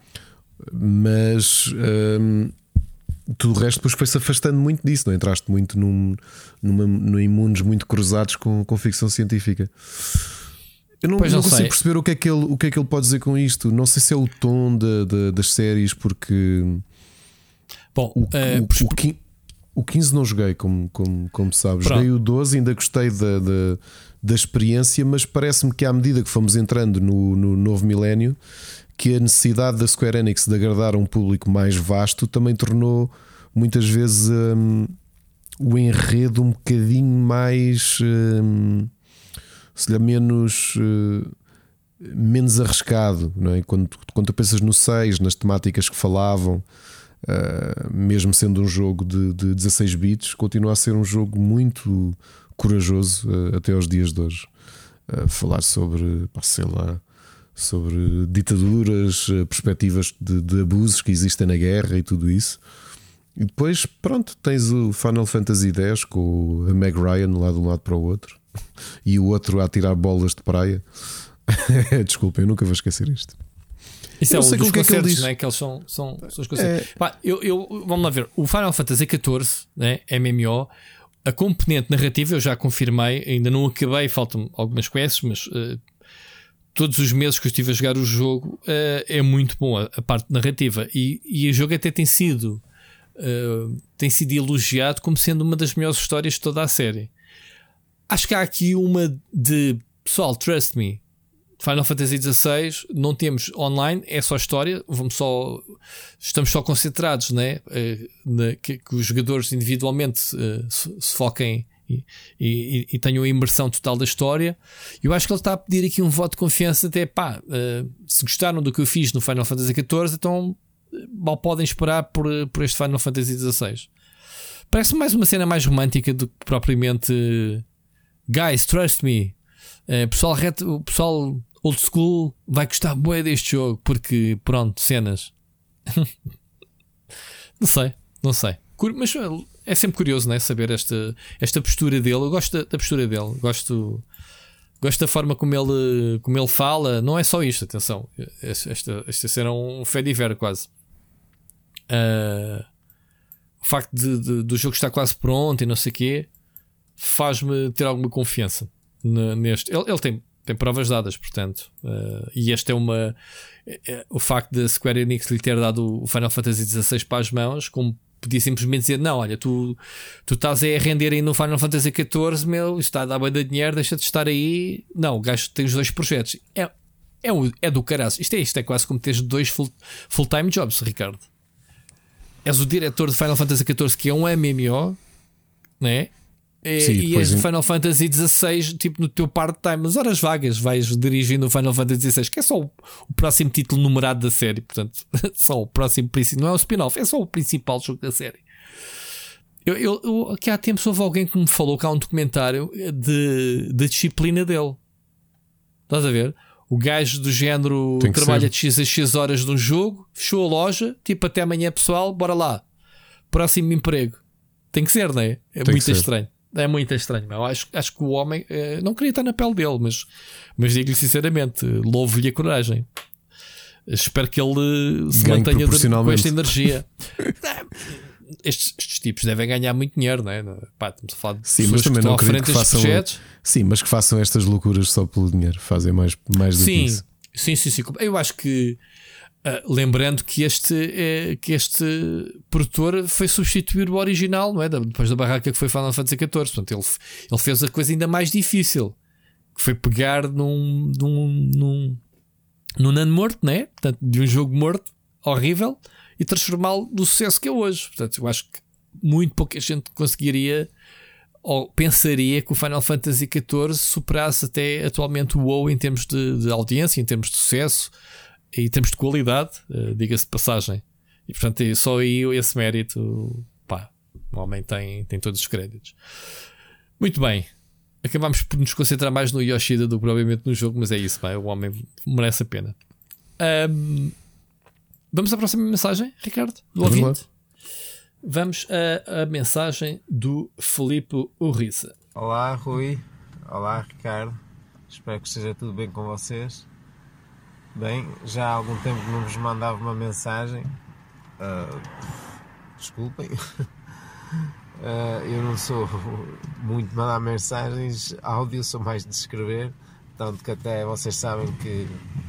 mas. Um, tudo o resto depois foi-se afastando muito disso, não entraste muito num, numa, num em mundos muito cruzados com, com ficção científica. Eu não, Pois não não consigo sei. perceber o que, é que ele, o que é que ele pode dizer com isto. Não sei se é o tom da- da- das séries, porque Bom, o, uh, o, o, quin- o quinze não joguei, como, como, como sabes. Pronto. Joguei o doze, ainda gostei da, da, da experiência, mas parece-me que à medida que fomos entrando no, no novo milénio, que a necessidade da Square Enix de agradar a um público mais vasto também tornou muitas vezes hum, o enredo um bocadinho mais hum, se lhe menos uh, menos arriscado, não é? Quando, quando tu pensas no seis, nas temáticas que falavam, uh, mesmo sendo um jogo de, de dezasseis bits, continua a ser um jogo muito corajoso uh, até aos dias de hoje. Uh, falar sobre, pá, sei lá, sobre ditaduras, perspectivas de, de abusos que existem na guerra e tudo isso. E depois, pronto, tens o Final Fantasy dez com a Meg Ryan lá de um lado para o outro e o outro a tirar bolas de praia. Desculpem, eu nunca vou esquecer isto. Isso eu é um dos que concertos, é que ele diz. Não é? Que eles são, são, são os concertos. É... Pá, eu, eu, vamos lá ver. O Final Fantasy catorze, né, M M O, a componente narrativa eu já confirmei, ainda não acabei, faltam algumas quests, mas uh, todos os meses que eu estive a jogar o jogo uh, é muito bom a, a parte narrativa. E, e o jogo até tem sido uh, tem sido elogiado como sendo uma das melhores histórias de toda a série. Acho que há aqui uma de pessoal, trust me, Final Fantasy dezasseis não temos online, é só história, vamos só, estamos só concentrados, né? Uh, na, que, que os jogadores individualmente uh, se, se foquem e, e, e tenham a imersão total da história. Eu acho que ele está a pedir aqui um voto de confiança, até pá, uh, se gostaram do que eu fiz no Final Fantasy catorze, então mal podem esperar por, por este Final Fantasy dezasseis. Parece mais uma cena mais romântica do que propriamente uh, guys, trust me. Uh, pessoal, reto, o pessoal old school vai gostar bué deste jogo, porque pronto, cenas. Não sei, não sei. Mas é sempre curioso, né? Saber esta, esta postura dele. Eu gosto da, da postura dele, gosto, gosto da forma como ele, como ele fala. Não é só isto, atenção. Esta, esta cena é um fé de ver quase. Uh, o facto de, de, do jogo estar quase pronto e não sei o quê faz-me ter alguma confiança neste. Ele, ele tem, tem provas dadas, portanto, uh, e este é uma. É, o facto de Square Enix lhe ter dado o Final Fantasy dezasseis para as mãos, como podia simplesmente dizer: não, olha, tu, tu estás a render aí no Final Fantasy catorze, meu, isto está a dar bem de dinheiro, deixa de estar aí. Não, o gajo tem os dois projetos. É, é, um, é do caralho. Isto é isto, é quase como teres dois full, full-time jobs, Ricardo. És o diretor de Final Fantasy catorze, que é um M M O, né? É, Sim, e és do Final Fantasy dezasseis, tipo no teu part-time, nas horas vagas, vais dirigindo o Final Fantasy dezasseis, que é só o, o próximo título numerado da série, portanto, só o próximo princípio, não é o spin-off, é só o principal jogo da série. Eu, eu, eu, aqui há tempos houve alguém que me falou que há um documentário de, de disciplina dele. Estás a ver? O gajo do género trabalha de X a X horas de um jogo, fechou a loja, tipo até amanhã pessoal, bora lá, próximo emprego. Tem que ser, não é? É Tem muito estranho. É muito estranho. Eu acho, acho que o homem eh, não queria estar na pele dele, mas, mas digo-lhe sinceramente, louvo-lhe a coragem. Espero que ele se Ganho mantenha com esta energia. estes, estes tipos devem ganhar muito dinheiro, não é? Pá, estamos a falar de Sim, mas também não acredito que façam. Sim, mas que façam estas loucuras só pelo dinheiro. Fazem mais, mais do sim, que isso. Sim, sim, sim. Eu acho que. Uh, lembrando que este, uh, que este produtor foi substituir o original, não é? Depois da barraca que foi Final Fantasy catorze. Portanto, ele, ele fez a coisa ainda mais difícil, que foi pegar num, num, num, num nano morto, não é? Portanto, de um jogo morto, horrível, e transformá-lo no sucesso que é hoje. Portanto, eu acho que muito pouca gente conseguiria ou pensaria que o Final Fantasy catorze superasse até atualmente o WoW em termos de, de audiência, em termos de sucesso, em termos de qualidade, uh, diga-se de passagem. E portanto, só aí esse mérito, pá, o homem tem, tem todos os créditos. Muito bem, acabámos por nos concentrar mais no Yoshida do que provavelmente no jogo, mas é isso, pá, o homem merece a pena. Um, vamos à próxima mensagem, Ricardo, do vamos ouvinte. Lá. Vamos à, à mensagem do Filipe Urriza. Olá, Rui. Olá, Ricardo. Espero que esteja tudo bem com vocês. Bem, já há algum tempo que não vos mandava uma mensagem. Uh, desculpem. Uh, eu não sou muito de mandar mensagens. Áudio, sou mais de escrever. Tanto que até vocês sabem que,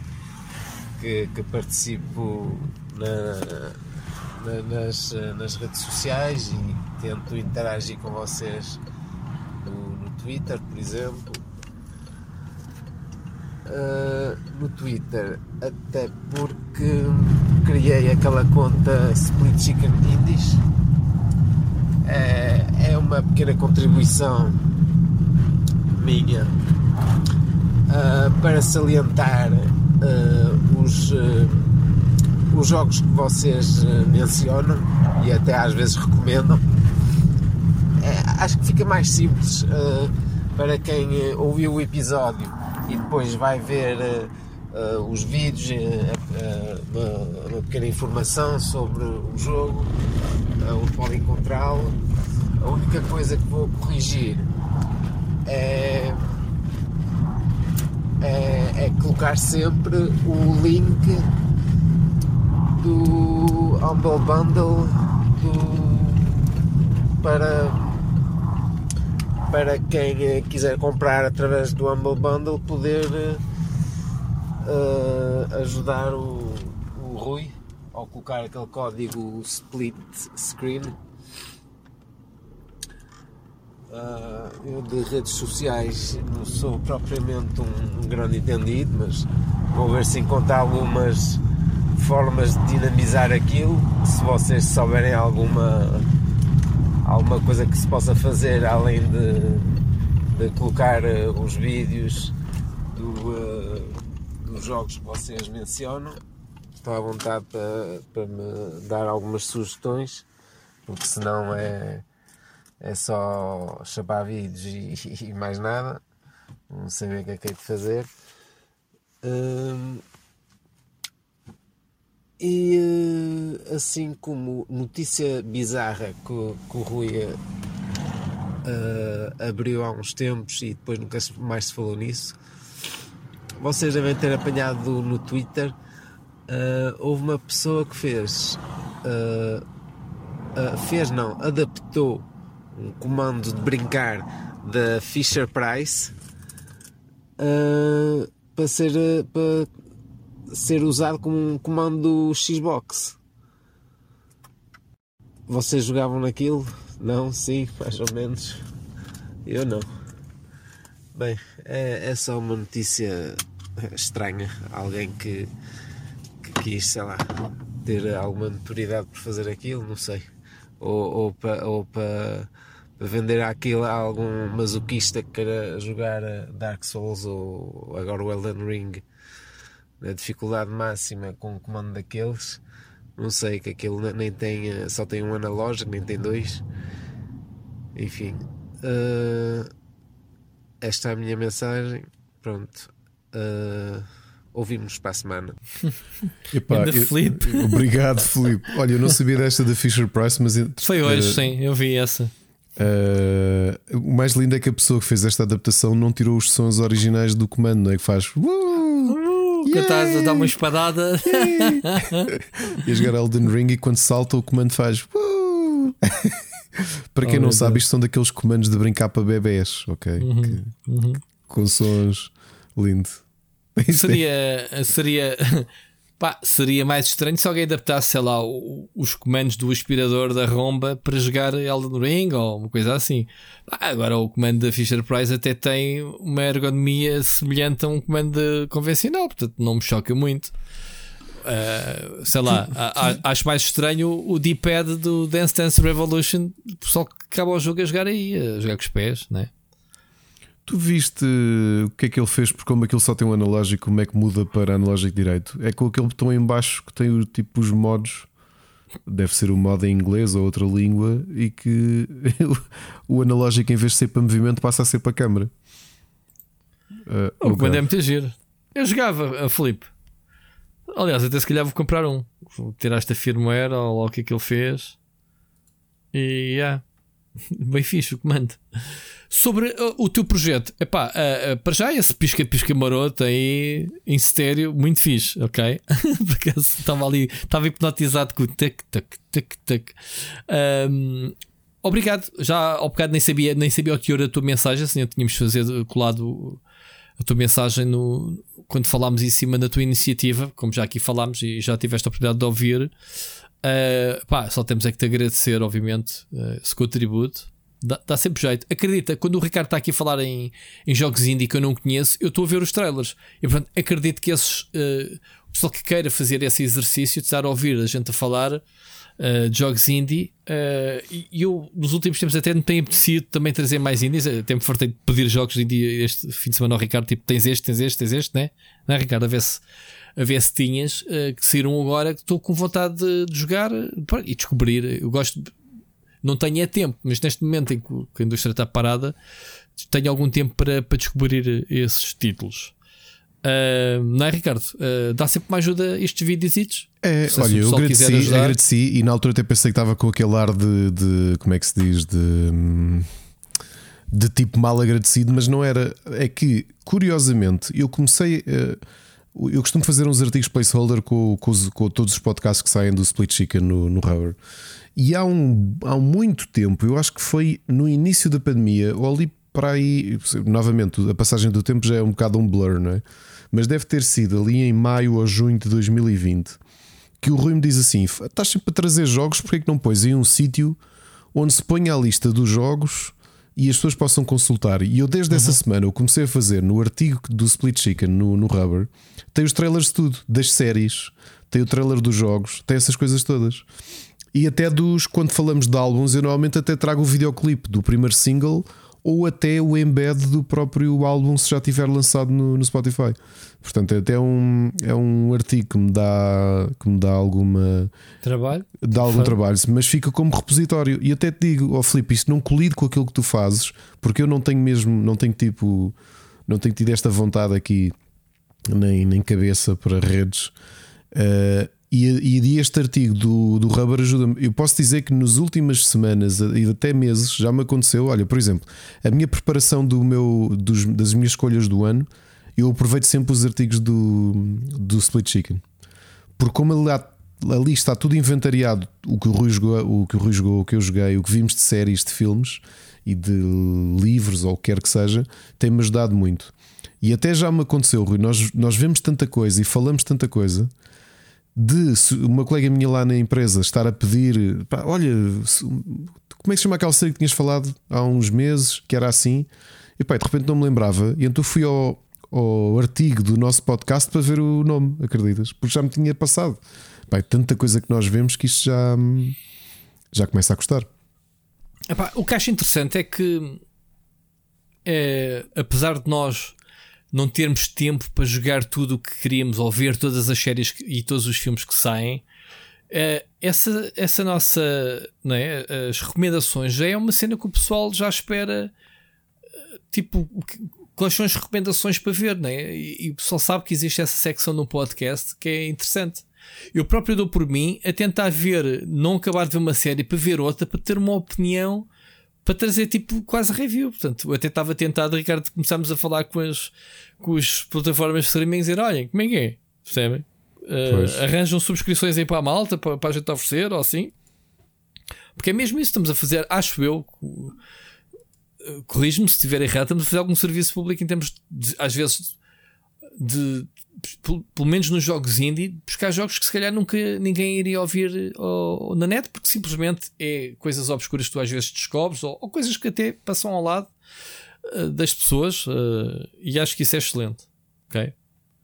que, que participo na, na, nas, nas redes sociais e tento interagir com vocês no, no Twitter, por exemplo. Uh, no Twitter, até porque criei aquela conta Split Chicken Indies. É, é uma pequena contribuição minha uh, para salientar uh, os, uh, os jogos que vocês uh, mencionam e até às vezes recomendam. Uh, acho que fica mais simples uh, para quem uh, ouviu o episódio e depois vai ver uh, uh, os vídeos, uh, uh, uma, uma pequena informação sobre o jogo, uh, onde podem encontrá-lo. A única coisa que vou corrigir é, é, é colocar sempre o link do Humble Bundle do, para, para quem quiser comprar através do Humble Bundle poder uh, ajudar o, o Rui ao colocar aquele código split screen. Uh, eu de redes sociais não sou propriamente um, um grande entendido, mas vou ver se encontro algumas formas de dinamizar aquilo. Se vocês souberem alguma alguma coisa que se possa fazer além de, de colocar uh, os vídeos do, uh, dos jogos que vocês mencionam, estou à vontade para, para me dar algumas sugestões, porque senão é É só chapar vídeos e, e mais nada. Não sei bem o que é que hei de fazer. Hum, e assim como notícia bizarra que, que o Rui uh, abriu há uns tempos e depois nunca mais se falou nisso, vocês devem ter apanhado no Twitter. Uh, houve uma pessoa que fez uh, uh, fez não, adaptou um comando de brincar da Fisher Price uh, para, ser, uh, para ser usado como um comando Xbox. Vocês jogavam naquilo? Não? Sim? Mais ou menos? Eu não. Bem, é, é só uma notícia estranha. Alguém que, que quis, sei lá, ter alguma notoriedade por fazer aquilo, não sei. Ou, ou para ou para vender aquilo a algum masoquista que queira jogar Dark Souls ou agora o Elden Ring na dificuldade máxima com um comando daqueles. Não sei, que aquilo nem tem, só tem um analógico, nem tem dois. Enfim, uh, esta é a minha mensagem. Pronto, uh, ouvimos para a semana. Epá, eu, obrigado, Filipe. Olha, eu não sabia desta da Fisher Price, mas foi hoje, uh, sim, eu vi essa. Uh, o mais lindo é que a pessoa que fez esta adaptação não tirou os sons originais do comando, não é? Que faz uh, uh, que estás a dar uma espadada e a jogar Elden Ring e quando salta o comando faz uh. Para quem oh, não sabe, Deus. Isto são daqueles comandos de brincar para bebés, ok? Uhum, que, uhum. Com sons lindo. Seria, seria, pá, seria mais estranho se alguém adaptasse, sei lá, os comandos do aspirador da romba para jogar Elden Ring ou uma coisa assim. Ah, agora o comando da Fisher Price até tem uma ergonomia semelhante a um comando convencional, portanto não me choca muito. Uh, sei lá, a, a, acho mais estranho o D-pad do Dance Dance Revolution, o pessoal que acaba o jogo a jogar aí, a jogar com os pés, né? Tu viste o que é que ele fez? Porque como aquilo só tem um analógico, como é que muda para analógico direito? É com aquele botão em baixo que tem o tipo os modos, deve ser o modo em inglês ou outra língua, e que o analógico em vez de ser para movimento passa a ser para câmara. Uh, o comando é muito giro. Eu jogava a Filipe. Aliás, até se calhar vou comprar um. Vou tirar esta firmware ou lá o que é que ele fez. E yeah. Bem fixe o comando. Sobre uh, o teu projeto, epá, uh, uh, para já esse pisca-pisca maroto aí em estéreo, muito fixe, ok? Porque estava ali, estava hipnotizado com o tac, tac, tac, tac. Um, obrigado. Já ao bocado nem sabia, nem sabia o teor da tua mensagem, assim, tínhamos fazer colado a tua mensagem no, quando falámos em cima da tua iniciativa, como já aqui falámos e já tiveste a oportunidade de ouvir. Uh, pá, só temos é que te agradecer, obviamente, uh, esse contributo. Dá, dá sempre jeito. Acredita, quando o Ricardo está aqui a falar em, em jogos indie que eu não conheço, eu estou a ver os trailers. E portanto, acredito que esses, uh, o pessoal que queira fazer esse exercício de estar a ouvir a gente a falar, uh, de jogos indie. Uh, e eu, nos últimos tempos, até me tenho apetecido também trazer mais indies. Até me fartei de pedir jogos de indie este fim de semana ao Ricardo. Tipo, tens este, tens este, tens este, né? Não é, Ricardo? A ver se, a ver se tinhas uh, que saíram agora. Que estou com vontade de, de jogar e descobrir. Eu gosto, de, não tenho é tempo, mas neste momento em que a indústria está parada, tenho algum tempo para, para descobrir esses títulos. Uh, não é, Ricardo? Uh, dá sempre uma ajuda a estes vídeos? É, olha, eu agradeci, agradeci e na altura até pensei que estava com aquele ar de, de como é que se diz, de, de tipo mal agradecido, mas não era. É que, curiosamente, eu comecei. Uh, eu costumo fazer uns artigos placeholder com, com, os, com todos os podcasts que saem do Split Chicken no, no Rubber. E há, um, há muito tempo, eu acho que foi no início da pandemia, ou ali para aí, novamente, a passagem do tempo já é um bocado um blur, não é? Mas deve ter sido ali em maio ou junho de dois mil e vinte que o Rui me diz assim: estás sempre a trazer jogos, porque é que não pões em um sítio onde se ponha a lista dos jogos e as pessoas possam consultar? E eu desde uhum. essa semana eu comecei a fazer no artigo do Split Chicken no, no Rubber, tem os trailers de tudo, das séries, tem o trailer dos jogos, tem essas coisas todas. E até dos, quando falamos de álbuns, eu normalmente até trago o videoclipe do primeiro single ou até o embed do próprio álbum se já tiver lançado no, no Spotify. Portanto, é até um, é um artigo que me dá, que me dá alguma trabalho, dá algum Foi. trabalho, mas fica como repositório. E até te digo, oh Filipe, isto não colide com aquilo que tu fazes, porque eu não tenho mesmo, não tenho tipo, não tenho tido esta vontade aqui, nem, nem cabeça para redes. Uh, E, e este artigo do, do Rubber ajuda-me. Eu posso dizer que nas últimas semanas e até meses já me aconteceu. Olha, por exemplo, a minha preparação do meu, dos, das minhas escolhas do ano, eu aproveito sempre os artigos do, do Split Chicken, porque como ali, ali está tudo inventariado, o que o Rui jogou, o que o Rui jogou, o que eu joguei, o que vimos de séries, de filmes e de livros ou o que quer que seja, tem-me ajudado muito. E até já me aconteceu, Rui, nós, nós vemos tanta coisa e falamos tanta coisa, de uma colega minha lá na empresa estar a pedir, pá, olha, como é que se chama aquela série que tinhas falado há uns meses, que era assim, e pá, de repente não me lembrava, e então fui ao, ao artigo do nosso podcast para ver o nome, acreditas? Porque já me tinha passado. Pá, é tanta coisa que nós vemos que isto já, já começa a custar. Epá, o que acho interessante é que é, apesar de nós não termos tempo para jogar tudo o que queríamos ou ver todas as séries e todos os filmes que saem, essa, essa nossa, não é, as recomendações já é uma cena que o pessoal já espera, tipo, quais são as recomendações para ver, não é? E o pessoal sabe que existe essa secção no podcast que é interessante. Eu próprio dou por mim a tentar ver, não acabar de ver uma série para ver outra, para ter uma opinião, para trazer tipo quase review. Portanto, eu até estava tentado, Ricardo, começámos a falar com as, com as plataformas de streaming e dizer: olhem, como é que é? Percebem? Uh, arranjam subscrições aí para a malta para, para a gente oferecer ou assim, porque é mesmo isso que estamos a fazer, acho eu. Uh, corrijo-me se estiver errado, estamos a fazer algum serviço público em termos de, às vezes, de, pelo menos nos jogos indie, buscar jogos que se calhar nunca ninguém iria ouvir ou, na net, porque simplesmente é coisas obscuras que tu às vezes descobres, ou, ou coisas que até passam ao lado uh, das pessoas, uh, e acho que isso é excelente. Ok?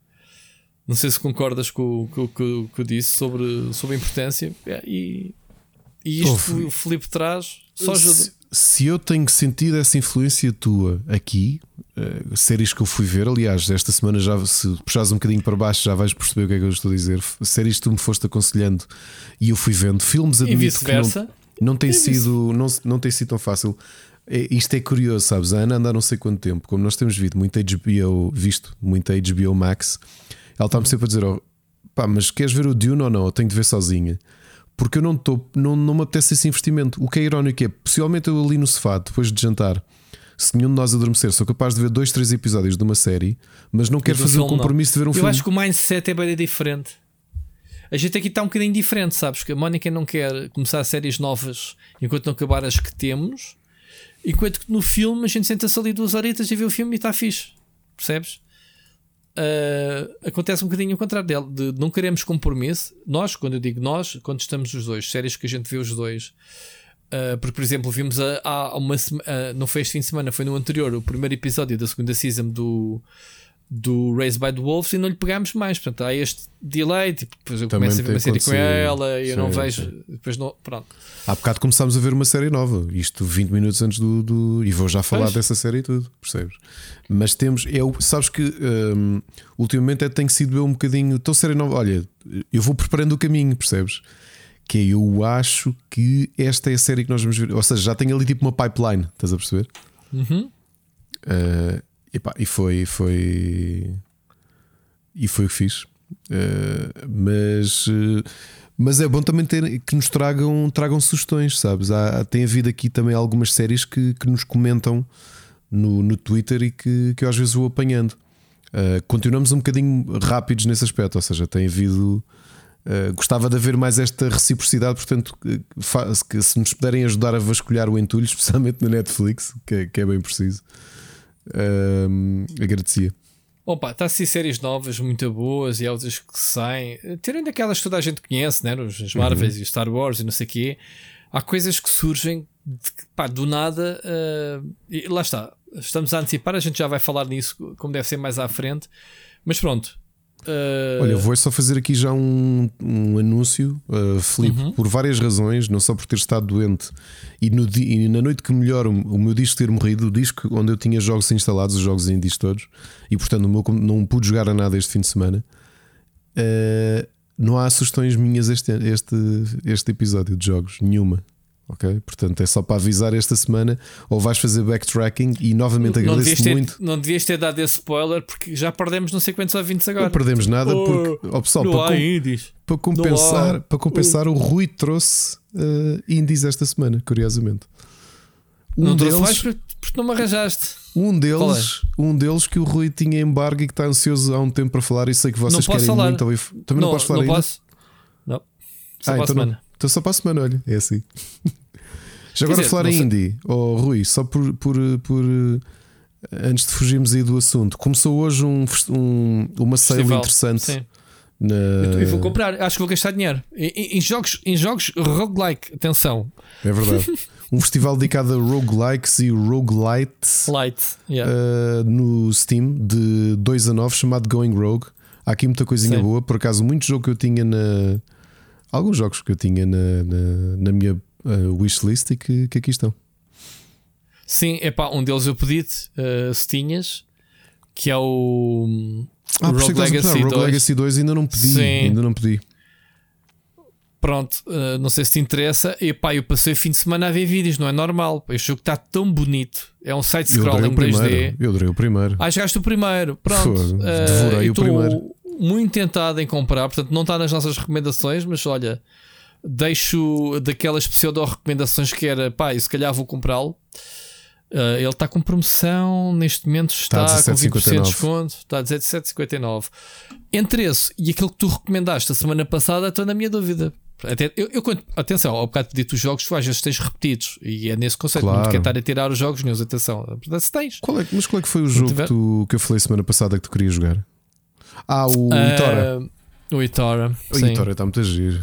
Não sei se concordas com o que, que, que eu disse sobre, sobre a importância, e, e isto oh, o Filipe traz só ajuda. Se, se eu tenho sentido essa influência tua aqui, uh, séries que eu fui ver, aliás, esta semana já, se puxares um bocadinho para baixo, já vais perceber o que é que eu estou a dizer. Séries que tu me foste aconselhando e eu fui vendo. Filmes, admito que não, não tem sido, não, não tem sido tão fácil. É, isto é curioso, sabes? A Ana anda há não sei quanto tempo, como nós temos visto muito H B O, visto muito H B O Max. Ela está-me sempre a dizer: oh, pá, mas queres ver o Dune ou não? Eu tenho de ver sozinha. Porque eu não estou, não, não me apetece esse investimento. O que é irónico é, possivelmente eu ali no sofá, depois de jantar, se nenhum de nós adormecer, sou capaz de ver dois, três episódios de uma série, mas não quero fazer filme, o compromisso não. de ver um eu filme. Eu acho que o mindset é bem diferente. A gente aqui está um bocadinho diferente, sabes? Que a Mónica não quer começar séries novas enquanto não acabar as que temos, enquanto que no filme a gente senta-se ali duas horitas e vê o filme e está fixe. Percebes? Uh, acontece um bocadinho ao contrário dela, de não queremos compromisso. Nós, quando eu digo nós, quando estamos os dois, séries que a gente vê os dois, uh, porque por exemplo vimos a, a uma uh, não foi este fim de semana, foi no anterior, o primeiro episódio da segunda season do, do Raised by the Wolves e não lhe pegámos mais. Portanto, há este delay. Tipo, depois eu Também começo a ver uma série com ela e eu sim, não vejo. Sim. Depois não. Pronto. Há bocado começámos a ver uma série nova. Isto vinte minutos antes do. do e vou já falar pois. dessa série e tudo, percebes? Mas temos. Eu, sabes que um, ultimamente é, tem sido eu um bocadinho. Tão série nova. Olha, eu vou preparando o caminho, percebes? Que é, eu acho que esta é a série que nós vamos ver. Ou seja, já tenho ali tipo uma pipeline, estás a perceber? Uhum. Uh, epá, e foi, foi e foi o que fiz. Uh, mas, uh, mas é bom também ter, que nos tragam, tragam sugestões, sabes? Há, tem havido aqui também algumas séries que, que nos comentam no, no Twitter e que, que eu às vezes vou apanhando. Uh, continuamos um bocadinho rápidos nesse aspecto, ou seja, tem havido. Uh, gostava de haver mais esta reciprocidade, portanto, uh, que se nos puderem ajudar a vasculhar o entulho, especialmente na Netflix, que é, que é bem preciso, uh, agradecia. Opa, está assim séries novas muito boas e outras que saem, tirando aquelas que toda a gente conhece, né? Os Marvels uhum. e os Star Wars e não sei o quê. Há coisas que surgem de, pá, do nada, uh, e lá está. Estamos a antecipar, a gente já vai falar nisso como deve ser mais à frente, mas pronto. Uh... Olha, vou só fazer aqui já um, um anúncio, uh, Filipe, uhum. por várias razões, não só por ter estado doente e, no di- e na noite que melhor o, o meu disco ter morrido, o disco onde eu tinha jogos instalados, os jogos indies todos, e portanto o meu, não pude jogar a nada este fim de semana. Uh, não há sugestões minhas este, este, este episódio de jogos, nenhuma. Ok? Portanto, é só para avisar esta semana. Ou vais fazer backtracking e novamente não agradeço ter, muito. Não devias ter dado esse spoiler porque já perdemos não sei quantos ouvintes agora. Não perdemos nada porque, oh, pessoal, para, com, para compensar, para compensar oh. o Rui trouxe uh, indies esta semana, curiosamente. Um não deles, trouxe mais porque não me arranjaste. Um deles, é? um deles que o Rui tinha embargo e que está ansioso há um tempo para falar. E sei que vocês querem falar. muito. Também não, não podes falar não ainda? Posso. Não, só ah, para então a semana. Não. Então só para a semana, olha, é assim. Já agora dizer, falar em indie, oh, Rui, só por, por, por antes de fugirmos aí do assunto, começou hoje um, um, uma sale Festival. interessante. Sim. Na... Eu, eu vou comprar, acho que vou gastar dinheiro em, em jogos, em jogos roguelike. Atenção, é verdade. Um festival dedicado a roguelikes e roguelites Light, yeah. uh, no Steam de dois a nove, chamado Going Rogue. Há aqui muita coisinha Sim. boa. Por acaso, muitos jogos que eu tinha na. Alguns jogos que eu tinha na, na, na minha uh, wishlist e que, que aqui estão. Sim, é pá, um deles eu pedi-te, uh, se tinhas, que é o. Ah, por Rogue Legacy, Rogue Legacy dois ainda não pedi. Sim. Ainda não pedi. Pronto, uh, não sei se te interessa. E pá, eu passei o fim de semana a ver vídeos, não é normal. Este jogo está tão bonito. É um side-scrolling dois D. Eu adorei o primeiro. Ah, jogaste o primeiro. Pronto, uh, devorei o primeiro. Muito tentado em comprar, portanto, não está nas nossas recomendações, mas olha, deixo daquelas pseudo-recomendações que era pá, e se calhar vou comprá-lo. Uh, ele está com promoção, neste momento está, está com vinte por cento de desconto, está a dezassete e cinquenta e nove. Entre esse e aquilo que tu recomendaste a semana passada, estou na minha dúvida. Até, eu, eu, atenção, ao bocado pedi-te os jogos, tu às vezes tens repetidos e é nesse conceito, claro. Não te quer estar a tirar os jogos meus, atenção. Portanto, se tens. Qual é, mas qual é que foi o jogo tiver... que, tu, que eu falei semana passada que tu querias jogar? Ah, o uh, Itora. O Itora. O Itora está muito a giro.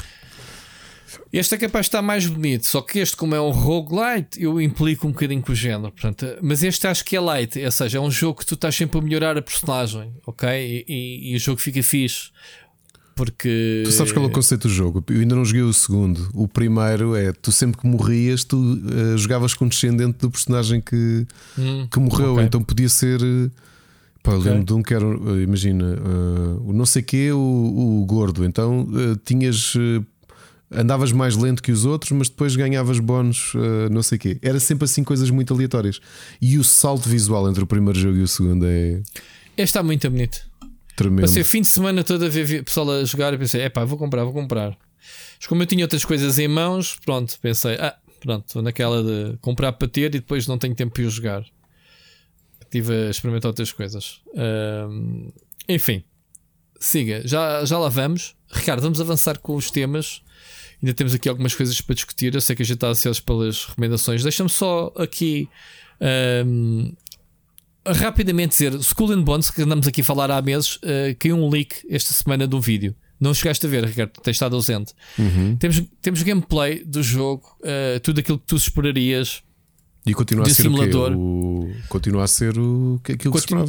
Este é capaz de estar mais bonito, só que este, como é um roguelite, eu implico um bocadinho com o género. Portanto, mas este acho que é light, ou seja, é um jogo que tu estás sempre a melhorar a personagem, ok? E, e, e o jogo fica fixe. Porque... Tu sabes qual é o conceito do jogo? Eu ainda não joguei o segundo. O primeiro é tu sempre que morrias, tu uh, jogavas com o descendente do personagem que, hum, que morreu, okay. Então podia ser. Pá, eu okay. lembro de um que era, imagina, uh, o não sei quê, o, o gordo. Então uh, tinhas. Uh, andavas mais lento que os outros, mas depois ganhavas bónus, uh, não sei quê. Era sempre assim coisas muito aleatórias. E o salto visual entre o primeiro jogo e o segundo é. Este está muito bonito. Tremendo. Passei o fim de semana todo a ver pessoal a jogar e pensei, é pá, vou comprar, vou comprar. Mas como eu tinha outras coisas em mãos, pronto, pensei, ah, pronto, estou naquela de comprar para ter e depois não tenho tempo para ir jogar. Estive a experimentar outras coisas. Um, enfim, siga, já, já lá vamos. Ricardo, vamos avançar com os temas. Ainda temos aqui algumas coisas para discutir. Eu sei que a gente está ansioso pelas recomendações. Deixa-me só aqui um, rapidamente dizer: Skull and Bones, que andamos aqui a falar há meses, uh, caiu um leak esta semana de um vídeo. Não chegaste a ver, Ricardo, tens estado ausente. Uhum. Temos, temos gameplay do jogo, uh, tudo aquilo que tu esperarias. E continua a ser simulador. O, quê? o Continua a ser o, aquilo que se esperava, não é?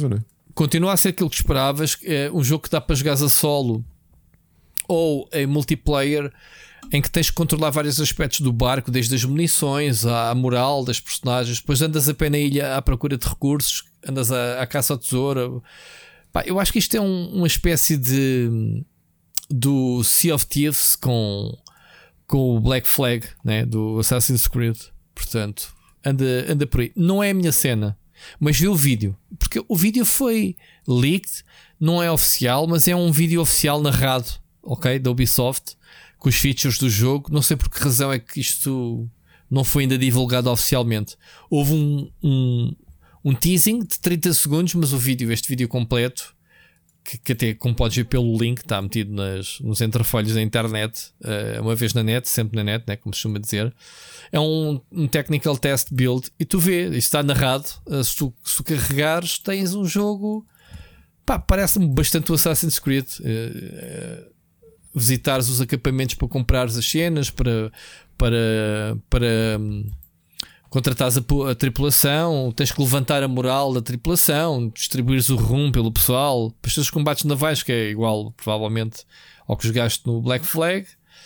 continua a ser aquilo que esperavas, é um jogo que dá para jogar a solo ou em multiplayer, em que tens que controlar vários aspectos do barco, desde as munições à moral das personagens. Depois andas a pé na ilha à procura de recursos, andas à, à caça ao tesouro. Pá, eu acho que isto é um, uma espécie de do Sea of Thieves com, com o Black Flag, né, do Assassin's Creed. Portanto, anda, anda por aí. Não é a minha cena, mas vi o vídeo, porque o vídeo foi leaked, não é oficial, mas é um vídeo oficial narrado, ok, da Ubisoft, com os features do jogo. Não sei por que razão é que isto não foi ainda divulgado oficialmente. Houve um, um, um teasing de trinta segundos, mas o vídeo, este vídeo completo, que, que até, como podes ver pelo link, está metido nas, nos entrefolhos da internet, uh, uma vez na net, sempre na net, né, como se costuma dizer. É um, um technical test build, e tu vê, isto está narrado. Uh, se, tu, se tu carregares, tens um jogo, pá, parece-me bastante o Assassin's Creed. Uh, uh, visitares os acampamentos para comprares as cenas, para, para, para um, contratares a, a tripulação, tens que levantar a moral da tripulação, distribuires o rum pelo pessoal, para os teus combates navais, que é igual provavelmente ao que jogaste no Black Flag.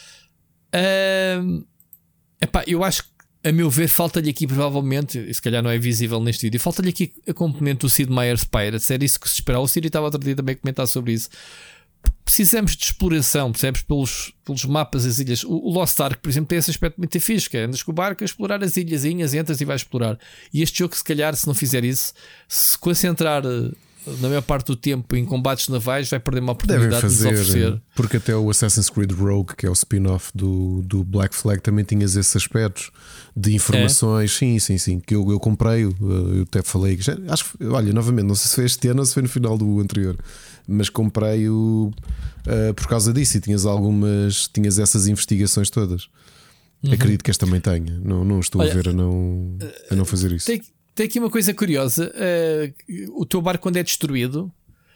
Um, epá, eu acho que, a meu ver, falta-lhe aqui provavelmente, e se calhar não é visível neste vídeo, falta-lhe aqui a componente do Sid Meier's Pirates. Era isso que se esperava. O Siri estava outro dia também a comentar sobre isso. Precisamos de exploração, percebes? Pelos, pelos mapas das ilhas. O, o Lost Ark, por exemplo, tem esse aspecto muito fixe, que é andas com o barco a explorar as ilhazinhas, entras e vais explorar. E este jogo, se calhar, se não fizer isso, se concentrar na maior parte do tempo em combates navais, vai perder uma oportunidade fazer, de nos oferecer. Porque até o Assassin's Creed Rogue, que é o spin-off do, do Black Flag, também tinhas esses aspectos de informações. É? Sim, sim, sim. Que eu, eu comprei, eu até falei. Já, acho que, olha, novamente, não sei se foi este ano ou se foi no final do anterior, mas comprei-o uh, por causa disso. E tinhas algumas, tinhas essas investigações todas. Uhum. Acredito que este também tenha. Não, não estou olha, a ver a não, a não fazer isso. Tem, tem aqui uma coisa curiosa. Uh, o teu barco, quando é destruído,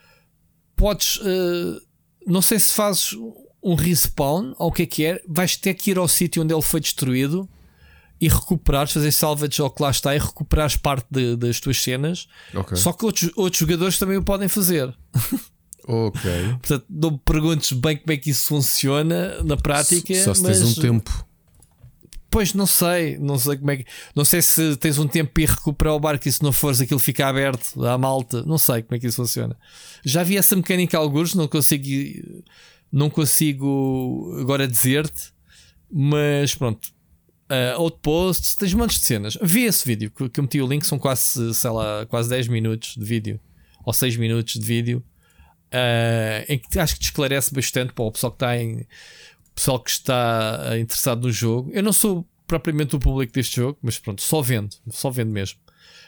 podes, uh, não sei se fazes um respawn ou o que é que é, vais ter que ir ao sítio onde ele foi destruído e recuperares, fazer salvage ao que lá está e recuperares parte de, das tuas cenas. Okay. Só que outros, outros jogadores também o podem fazer. Ok. Portanto, não me perguntes bem como é que isso funciona na prática. Só se mas... tens um tempo. Pois não sei, não sei como é que. Não sei se tens um tempo para ir recuperar o barco e se não fores aquilo fica aberto à malta. Não sei como é que isso funciona. Já vi essa mecânica alguns, não consigo. Não consigo agora dizer-te. Mas pronto. Uh, Outposts, tens montes de cenas. Vi esse vídeo que, que eu meti o link, são quase, sei lá, quase dez minutos de vídeo ou seis minutos de vídeo, uh, em que acho que te esclarece bastante para o pessoal que está em. Pessoal que está interessado no jogo. Eu não sou propriamente o público deste jogo, mas pronto, só vendo, só vendo mesmo.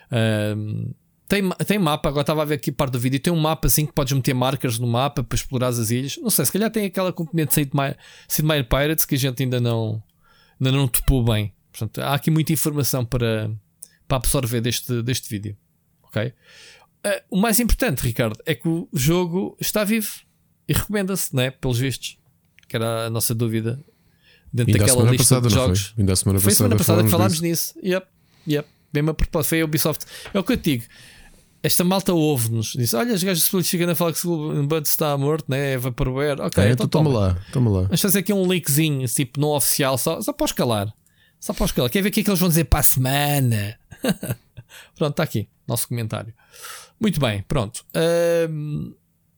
Um, tem, tem mapa, agora estava a ver aqui parte do vídeo. Tem um mapa assim que podes meter marcas no mapa para explorar as ilhas. Não sei, se calhar tem aquela componente de Sid Meier Pirates que a gente ainda não, ainda não topou bem. Portanto, há aqui muita informação para, para absorver deste, deste vídeo. Ok? Uh, o mais importante, Ricardo, é que o jogo está vivo e recomenda-se, não é? Pelos vistos. Que era a nossa dúvida dentro ainda daquela lista passada, de jogos. Foi? Ainda a semana foi passada, semana passada que falámos disso. nisso. Yep, yep. Mesmo a propósito, foi a Ubisoft. É o que eu te digo. Esta malta ouve-nos. Diz: olha, os gajos de chegando a falar que o Bud está morto, né? É Vaporware. Ok, é, então toma lá, toma lá. Vamos fazer aqui um leakzinho, tipo, não oficial, só, só para os calar. Só para os calar. Quer ver o que é que eles vão dizer para a semana? Pronto, está aqui. Nosso comentário. Muito bem, pronto. Um...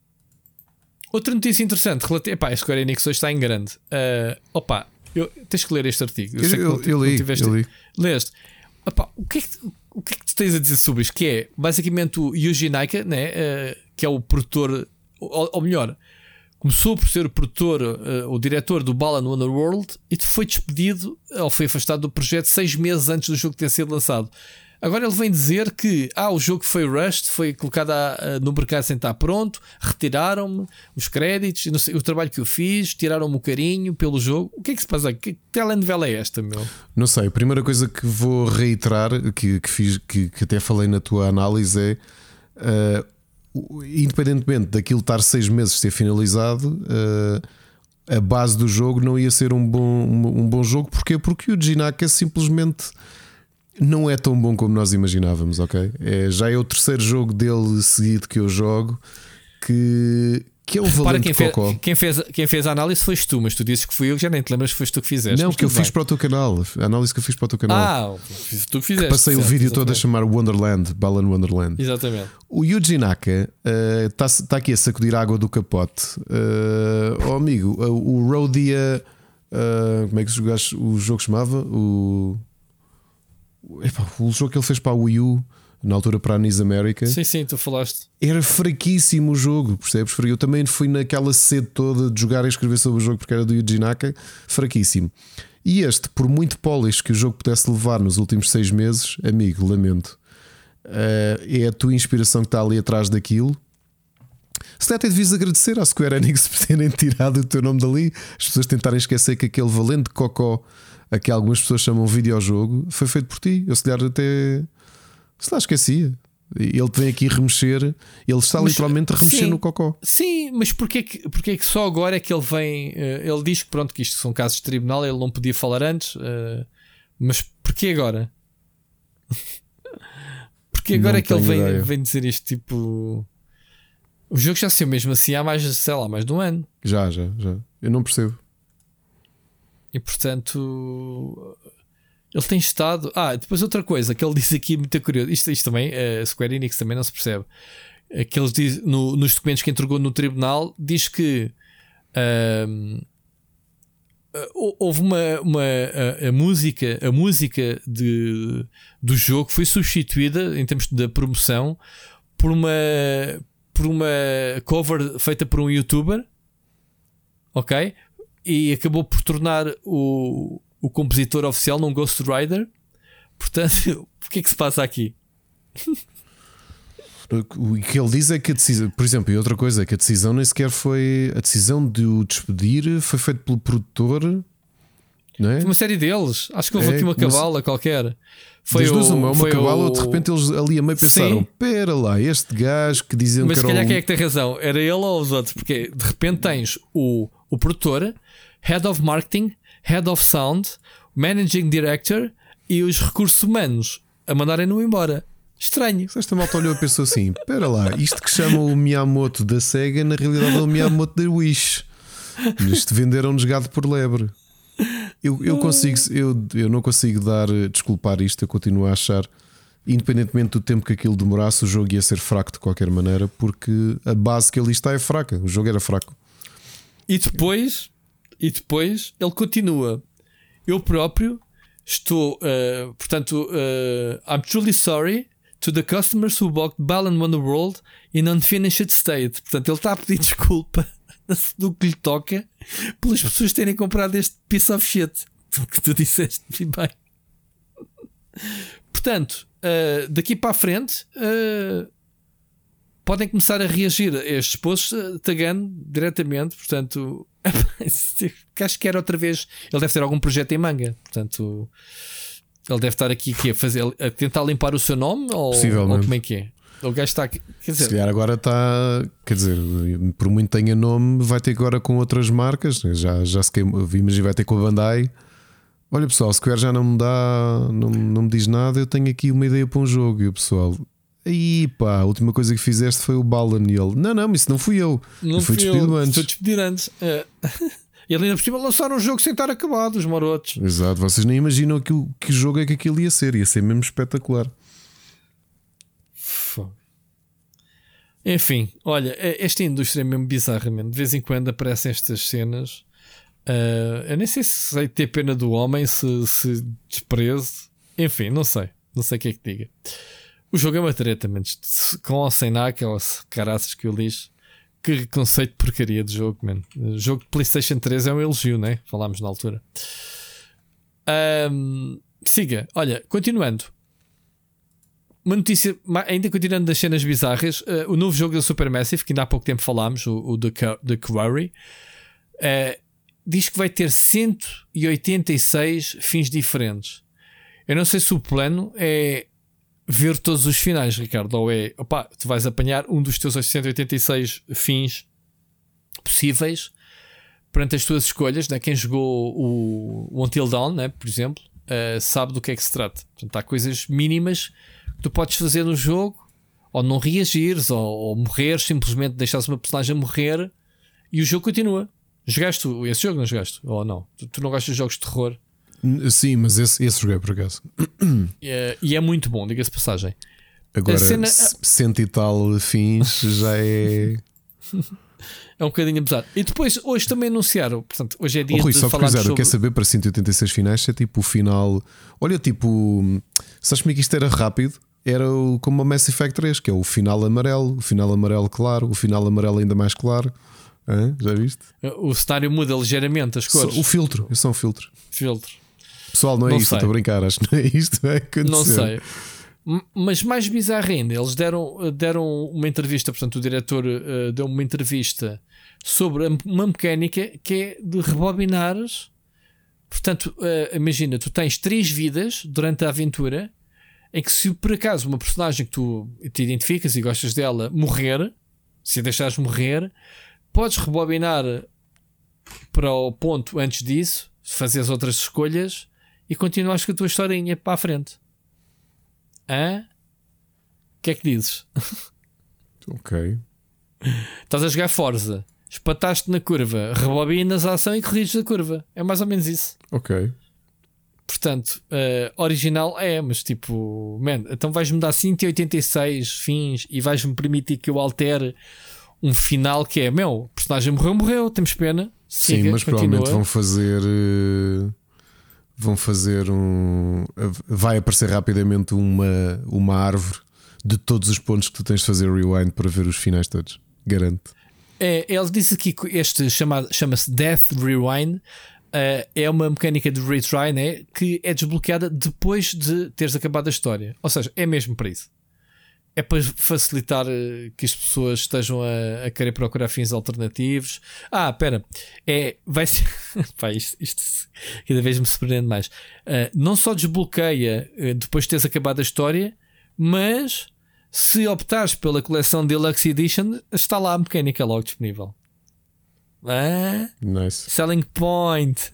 Outra notícia interessante, relativa. Epá, a Square Enix hoje está em grande. Uh, opa, eu, tens que ler este artigo. Eu, eu, sei que eu, não, eu li, não tiveste. Eu li. Leste. Opa, o, que é que, o que é que tu tens a dizer sobre isto? Que é basicamente o Yuji Naka, né? Uh, que é o produtor, ou, ou melhor, começou por ser o produtor, uh, o diretor do Balan Wonderworld e foi despedido ou foi afastado do projeto seis meses antes do jogo ter sido lançado. Agora ele vem dizer que ah, o jogo foi rushed, foi colocado a, a, no mercado sem estar pronto, retiraram-me os créditos, não sei, o trabalho que eu fiz, tiraram-me o carinho pelo jogo. O que é que se passa? Que telenovela é esta, meu? Não sei, a primeira coisa que vou reiterar, que, que, fiz, que, que até falei na tua análise, é uh, independentemente daquilo estar seis meses de ser finalizado, uh, a base do jogo não ia ser um bom, um, um bom jogo. Porquê? Porque o Yuji Naka simplesmente não é tão bom como nós imaginávamos, ok? É, já é o terceiro jogo dele seguido que eu jogo que, que é um Para valente quem fez, cocó. quem, fez, quem fez a análise foste tu, mas tu dizes que fui eu que já nem te lembras que foste tu que fizeste. Não, mas que eu tudo fiz bem. para o teu canal. A análise que eu fiz para o teu canal. Ah, tu que fizeste. Passei certo, o vídeo todo a exatamente. chamar Wonderland, Balan Wonderland. Exatamente. O Yuji Naka está uh, tá aqui a sacudir a água do capote. Uh, oh amigo, uh, o Rodia. Uh, como é que o jogo, o jogo chamava? O, epá, o jogo que ele fez para a Wii U, na altura para a Nis America. Sim, sim, tu falaste. Era fraquíssimo o jogo, percebes? Eu também fui naquela sede toda de jogar e escrever sobre o jogo porque era do Yuji Naka, fraquíssimo. E este, por muito polish que o jogo pudesse levar nos últimos seis meses, amigo, lamento. Uh, é a tua inspiração que está ali atrás daquilo. Se calhar até devias agradecer à Square Enix por terem tirado o teu nome dali, as pessoas tentarem esquecer que aquele valente cocó a que algumas pessoas chamam videojogo foi feito por ti. Eu se calhar até se lá esquecia. Ele vem aqui remexer, ele está Mas, literalmente a remexer sim, no cocó. Sim, mas porquê que, porquê que só agora é que ele vem? Uh, ele diz que pronto, que isto são casos de tribunal, ele não podia falar antes, uh, mas porquê agora? Porque agora Não é que ele tenho vem, ideia. vem dizer isto tipo. O jogo já saiu mesmo assim há mais, sei lá, mais de um ano. Já, já, já. Eu não percebo. E portanto ele tem estado. Ah, depois outra coisa que ele diz aqui, muito curioso. Isto, isto também, a Square Enix também não se percebe. É que eles diz, no, nos documentos que entregou no tribunal, diz que ahm, houve uma, uma a, a música, a música de, do jogo foi substituída em termos da promoção por uma por uma cover feita por um youtuber, ok? E acabou por tornar o, o compositor oficial num Ghost Rider. Portanto, o que é que se passa aqui? O que ele diz é que a decisão, por exemplo, e outra coisa, é que a decisão nem sequer foi. A decisão de o despedir foi feita pelo produtor, não é? Foi uma série deles. Acho que houve É, aqui uma mas- cabala qualquer. Foi Das o, duas, uma, uma foi cabala, o... ou de repente eles ali a meio pensaram: Sim. pera lá, este gajo que diziam Mas que se era calhar um... quem é que tem razão? Era ele ou os outros? Porque de repente tens o, o produtor, Head of Marketing, Head of Sound, Managing Director e os recursos humanos a mandarem-no embora. Estranho. Esta malta olhou e pensou assim: pera lá, isto que chama o Miyamoto da Sega, na realidade é o Miyamoto da Wish. Isto venderam-nos gado por lebre. Eu, eu, consigo, eu, eu não consigo dar, desculpar isto. Eu continuo a achar, independentemente do tempo que aquilo demorasse, o jogo ia ser fraco de qualquer maneira, porque a base que ali está é fraca. O jogo era fraco. E depois, e depois ele continua. Eu próprio estou, uh, portanto, uh, I'm truly sorry to the customers who bought Balan Wonderworld in unfinished state. Portanto, ele está a pedir desculpa do que lhe toca pelas pessoas terem comprado este piece of shit. O que tu disseste bem. Portanto, uh, daqui para a frente uh, podem começar a reagir a estes posts uh, tagando diretamente. Portanto, acho que era outra vez. Ele deve ter algum projeto em manga. Portanto, ele deve estar aqui que a, fazer, a tentar limpar o seu nome ou, Possivelmente. ou como é que é? O gajo está aqui. Quer Se dizer, calhar agora está, quer dizer, por muito tenha nome, vai ter agora com outras marcas. Já, já se queimou, mas vai ter com a Bandai. Olha pessoal, Square já não me dá, não, não me diz nada. Eu tenho aqui uma ideia para um jogo. E o pessoal, aí pá, a última coisa que fizeste foi o Balan. E ele, não, não, isso não fui eu. não eu fui fui despedido eu, antes. Fui despedido antes. É. E ali ainda por cima lançaram um jogo sem estar acabado, os marotos. Exato, vocês nem imaginam que, o- que jogo é que aquilo ia ser. Ia ser mesmo espetacular. Fogo. Enfim, olha, esta indústria é mesmo bizarra, mesmo. De vez em quando aparecem estas cenas. Uh, eu nem sei se sei ter pena do homem, se, se desprezo. Enfim, não sei. Não sei o que é que diga. O jogo é uma treta, man. Com ou sem NAC, ou caraças que eu lixo. Que conceito de porcaria de jogo, man. O jogo de PlayStation três é um elogio, né? Falámos na altura. Um, siga, olha, continuando. Uma notícia, ainda continuando das cenas bizarras, uh, o novo jogo da Supermassive, que ainda há pouco tempo falámos, o, o The, The Quarry, uh, diz que vai ter cento e oitenta e seis fins diferentes. Eu não sei se o plano é ver todos os finais, Ricardo, ou é, opá, tu vais apanhar um dos teus cento e oitenta e seis fins possíveis perante as tuas escolhas, né? Quem jogou o, o Until Dawn, né? Por exemplo, uh, sabe do que é que se trata. Portanto, há coisas mínimas que tu podes fazer no jogo, ou não reagires, ou, ou morrer, simplesmente deixares uma personagem morrer e o jogo continua. Jogaste esse jogo, não jogaste? Ou não? Tu, tu não gostas de jogos de terror? Sim, mas esse, esse joguei por acaso. É, e é muito bom, diga-se de passagem. Agora, cena... cento e tal fins já é. É um bocadinho abusado. E depois, hoje também anunciaram. Portanto, hoje é dia oh, Rui, de só falar sobre... sobre... quer saber para cento e oitenta e seis finais se é tipo o final. Olha, tipo, sabes como é que isto era rápido? Era o, como a Mass Effect três, que é o final amarelo, o final amarelo claro, o final amarelo ainda mais claro. Hã? Já viste? O cenário muda ligeiramente as cores. O filtro, é só um filtro. Filtro. Pessoal, não é não isto, estou a brincar, acho que não é isto que vai acontecer. Não sei. Mas mais bizarro ainda, eles deram, deram uma entrevista, portanto, o diretor uh, deu uma entrevista sobre uma mecânica que é de rebobinares. Portanto, uh, imagina, tu tens três vidas durante a aventura, em que se por acaso uma personagem que tu te identificas e gostas dela morrer, se a deixares morrer, podes rebobinar para o ponto antes disso, fazer as outras escolhas e continuares com a tua historinha para a frente. Hã? O que é que dizes? Ok. Estás a jogar Forza, espataste na curva, rebobinas a ação e corriges a curva. É mais ou menos isso. Ok. Portanto, uh, original é, mas tipo, man, então vais-me dar cento e oitenta e seis fins e vais-me permitir que eu altere um final que é, meu, o personagem morreu, morreu, temos pena. Siga, sim, mas continua. provavelmente vão fazer. Uh, vão fazer um. Vai aparecer rapidamente uma, uma árvore de todos os pontos que tu tens de fazer rewind para ver os finais todos. Garanto. É, ele disse aqui que este chama, chama-se Death Rewind. Uh, é uma mecânica de retry, né, que é desbloqueada depois de teres acabado a história. Ou seja, é mesmo para isso. É para facilitar uh, que as pessoas estejam a, a querer procurar fins alternativos. Ah, espera, é, vai ser. Pá, isto, isto cada vez me surpreende mais. Uh, não só desbloqueia uh, depois de teres acabado a história, mas se optares pela coleção Deluxe Edition, está lá a mecânica logo disponível. Ah, nice. Selling point.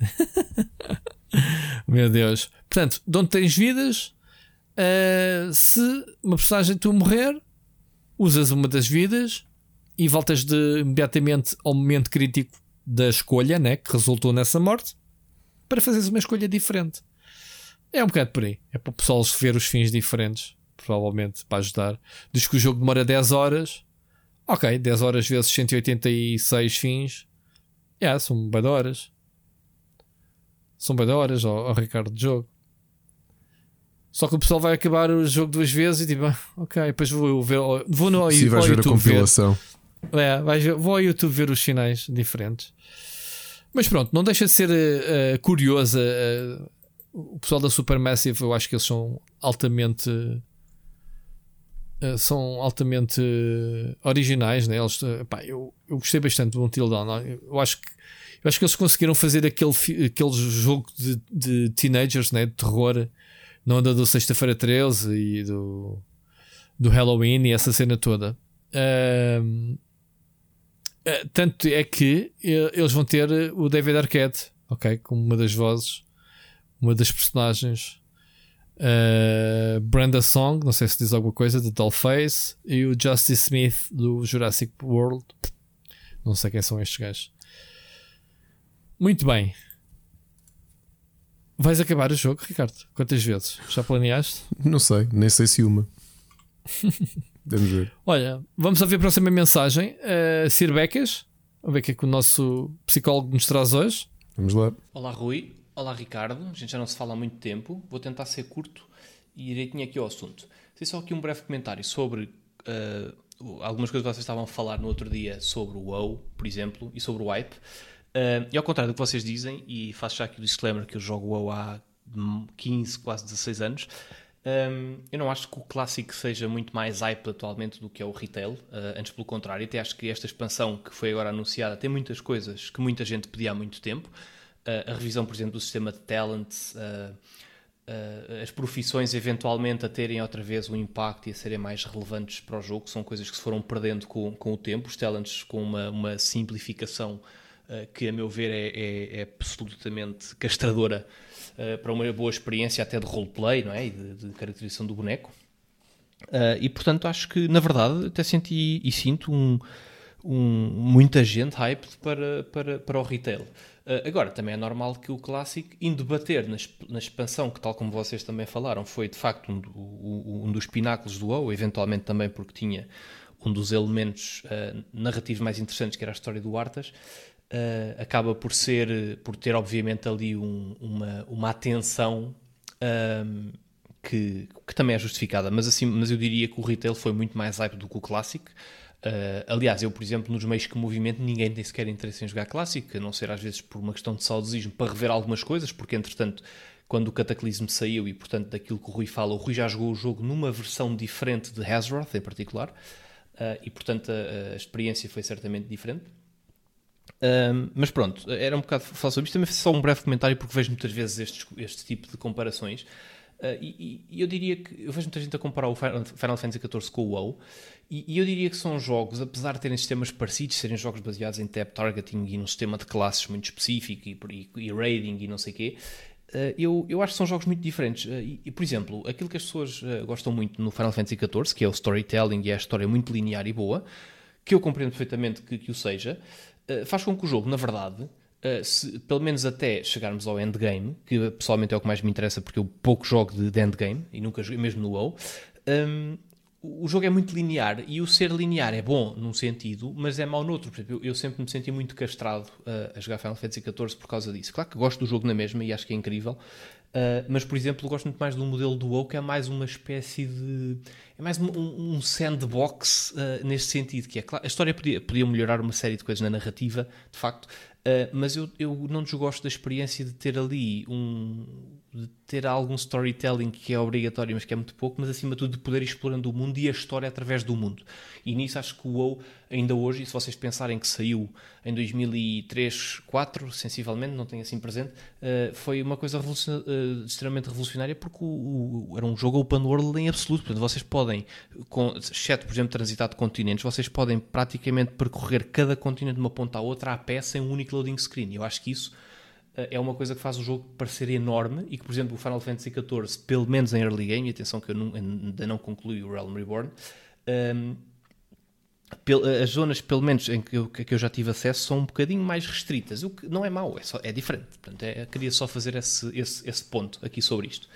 Meu Deus. Portanto, de onde tens vidas, uh, se uma personagem tu morrer, usas uma das vidas e voltas de, imediatamente ao momento crítico da escolha, né, que resultou nessa morte, para fazeres uma escolha diferente. É um bocado por aí. É para o pessoal ver os fins diferentes, provavelmente, para ajudar. Diz que o jogo demora dez horas. Ok, dez horas vezes cento e oitenta e seis fins. É, yeah, são bem de horas. São bem de horas ao, ao Ricardo de jogo. Só que o pessoal vai acabar o jogo duas vezes e tipo, ah, ok, depois vou ver. Vou no Sim, vais ao ver YouTube a compilação. Ver. É, vais, vou ao YouTube ver os finais diferentes. Mas pronto, não deixa de ser uh, curiosa. Uh, o pessoal da Supermassive, eu acho que eles são altamente. Uh, são altamente uh, originais, né? Eles, uh, pá, eu, eu gostei bastante do Until Dawn. Eu acho que eu acho que eles conseguiram fazer aquele, aquele jogo de, de teenagers, né? De terror, não da do Sexta-feira treze e do, do Halloween e essa cena toda. Uh, uh, tanto é que uh, eles vão ter o David Arquette, ok, como uma das vozes, uma das personagens. Uh, Brenda Song, não sei se diz alguma coisa, de Dollface, e o Justice Smith do Jurassic World. Não sei quem são estes gajos. Muito bem. Vais acabar o jogo, Ricardo? Quantas vezes? Já planeaste? Não sei, nem sei se uma. Vamos ver. Olha, vamos ouvir a próxima mensagem. uh, Sir Becas, vamos ver o que é que o nosso psicólogo nos traz hoje. Vamos lá. Olá, Rui. Olá, Ricardo. A gente já não se fala há muito tempo. Vou tentar ser curto e direitinho aqui ao assunto. Tem só aqui um breve comentário sobre uh, algumas coisas que vocês estavam a falar no outro dia sobre o WoW, por exemplo, e sobre o Wipe. Uh, e ao contrário do que vocês dizem, e faço já aqui o disclaimer que eu jogo WoW há quinze, quase dezasseis anos, um, eu não acho que o clássico seja muito mais hype atualmente do que é o retail. Uh, antes, pelo contrário, até acho que esta expansão que foi agora anunciada tem muitas coisas que muita gente pedia há muito tempo. Uh, a revisão, por exemplo, do sistema de talents, uh, uh, as profissões eventualmente a terem outra vez um impacto e a serem mais relevantes para o jogo, são coisas que se foram perdendo com, com o tempo, os talents com uma, uma simplificação uh, que a meu ver é, é, é absolutamente castradora uh, para uma boa experiência até de roleplay, não é? E de, de caracterização do boneco. Uh, e portanto acho que na verdade até senti e sinto um, um, muita gente hyped para, para, para o retail. Uh, agora também é normal que o Classic, indo bater na, na expansão, que tal como vocês também falaram, foi de facto um, um, um dos pináculos do WoW, eventualmente também porque tinha um dos elementos uh, narrativos mais interessantes, que era a história do Arthas, uh, acaba por ser, por ter obviamente ali um, uma, uma atenção um, que, que também é justificada, mas, assim, mas eu diria que o retail foi muito mais hype do que o Classic. Uh, aliás, eu por exemplo nos meios que movimento ninguém tem sequer interesse em jogar Classic, a não ser às vezes por uma questão de saudosismo, para rever algumas coisas, porque entretanto quando o Cataclysm saiu e portanto daquilo que o Rui fala, o Rui já jogou o jogo numa versão diferente de Azeroth em particular, uh, e portanto a, a experiência foi certamente diferente. Um, mas pronto, era um bocado falar sobre isto, também só um breve comentário porque vejo muitas vezes este, este tipo de comparações. Uh, e, e eu diria que eu vejo muita gente a comparar o Final Fantasy catorze com o WoW, e, e eu diria que são jogos, apesar de terem sistemas parecidos, serem jogos baseados em tab targeting e num sistema de classes muito específico e, e, e raiding e não sei o quê, uh, eu, eu acho que são jogos muito diferentes. Uh, e, e, por exemplo, aquilo que as pessoas uh, gostam muito no Final Fantasy catorze, que é o storytelling e é a história muito linear e boa, que eu compreendo perfeitamente que, que o seja, uh, faz com que o jogo, na verdade, Uh, se, pelo menos até chegarmos ao endgame, que pessoalmente é o que mais me interessa porque eu pouco jogo de, de endgame e nunca joguei mesmo no WoW, um, o jogo é muito linear, e o ser linear é bom num sentido, mas é mau noutro. Por exemplo, eu, eu sempre me senti muito castrado uh, a jogar Final Fantasy catorze por causa disso. Claro que gosto do jogo na mesma e acho que é incrível, uh, mas por exemplo gosto muito mais do modelo do WoW, que é mais uma espécie de... é mais um, um sandbox uh, neste sentido, que é claro, a história podia, podia melhorar uma série de coisas na narrativa, de facto. Uh, mas eu, eu não desgosto da experiência de ter ali um, de ter algum storytelling que é obrigatório, mas que é muito pouco, mas acima de tudo de poder ir explorando o mundo e a história através do mundo. E nisso acho que o WoW, ainda hoje, e se vocês pensarem que saiu em dois mil e três, dois mil e quatro, sensivelmente, não tenho assim presente, uh, foi uma coisa revolucion... uh, extremamente revolucionária, porque o, o, era um jogo open world em absoluto. Portanto, vocês podem, com, exceto por exemplo transitar de continentes, vocês podem praticamente percorrer cada continente de uma ponta à outra a pé sem um único loading screen. Eu acho que isso uh, é uma coisa que faz o jogo parecer enorme, e que por exemplo o Final Fantasy catorze, pelo menos em early game, e atenção que eu não, ainda não concluí o Realm Reborn, um, as zonas, pelo menos em que eu, que eu já tive acesso, são um bocadinho mais restritas, o que não é mau, é, só, é diferente. Portanto, é, eu queria só fazer esse, esse, esse ponto aqui sobre isto.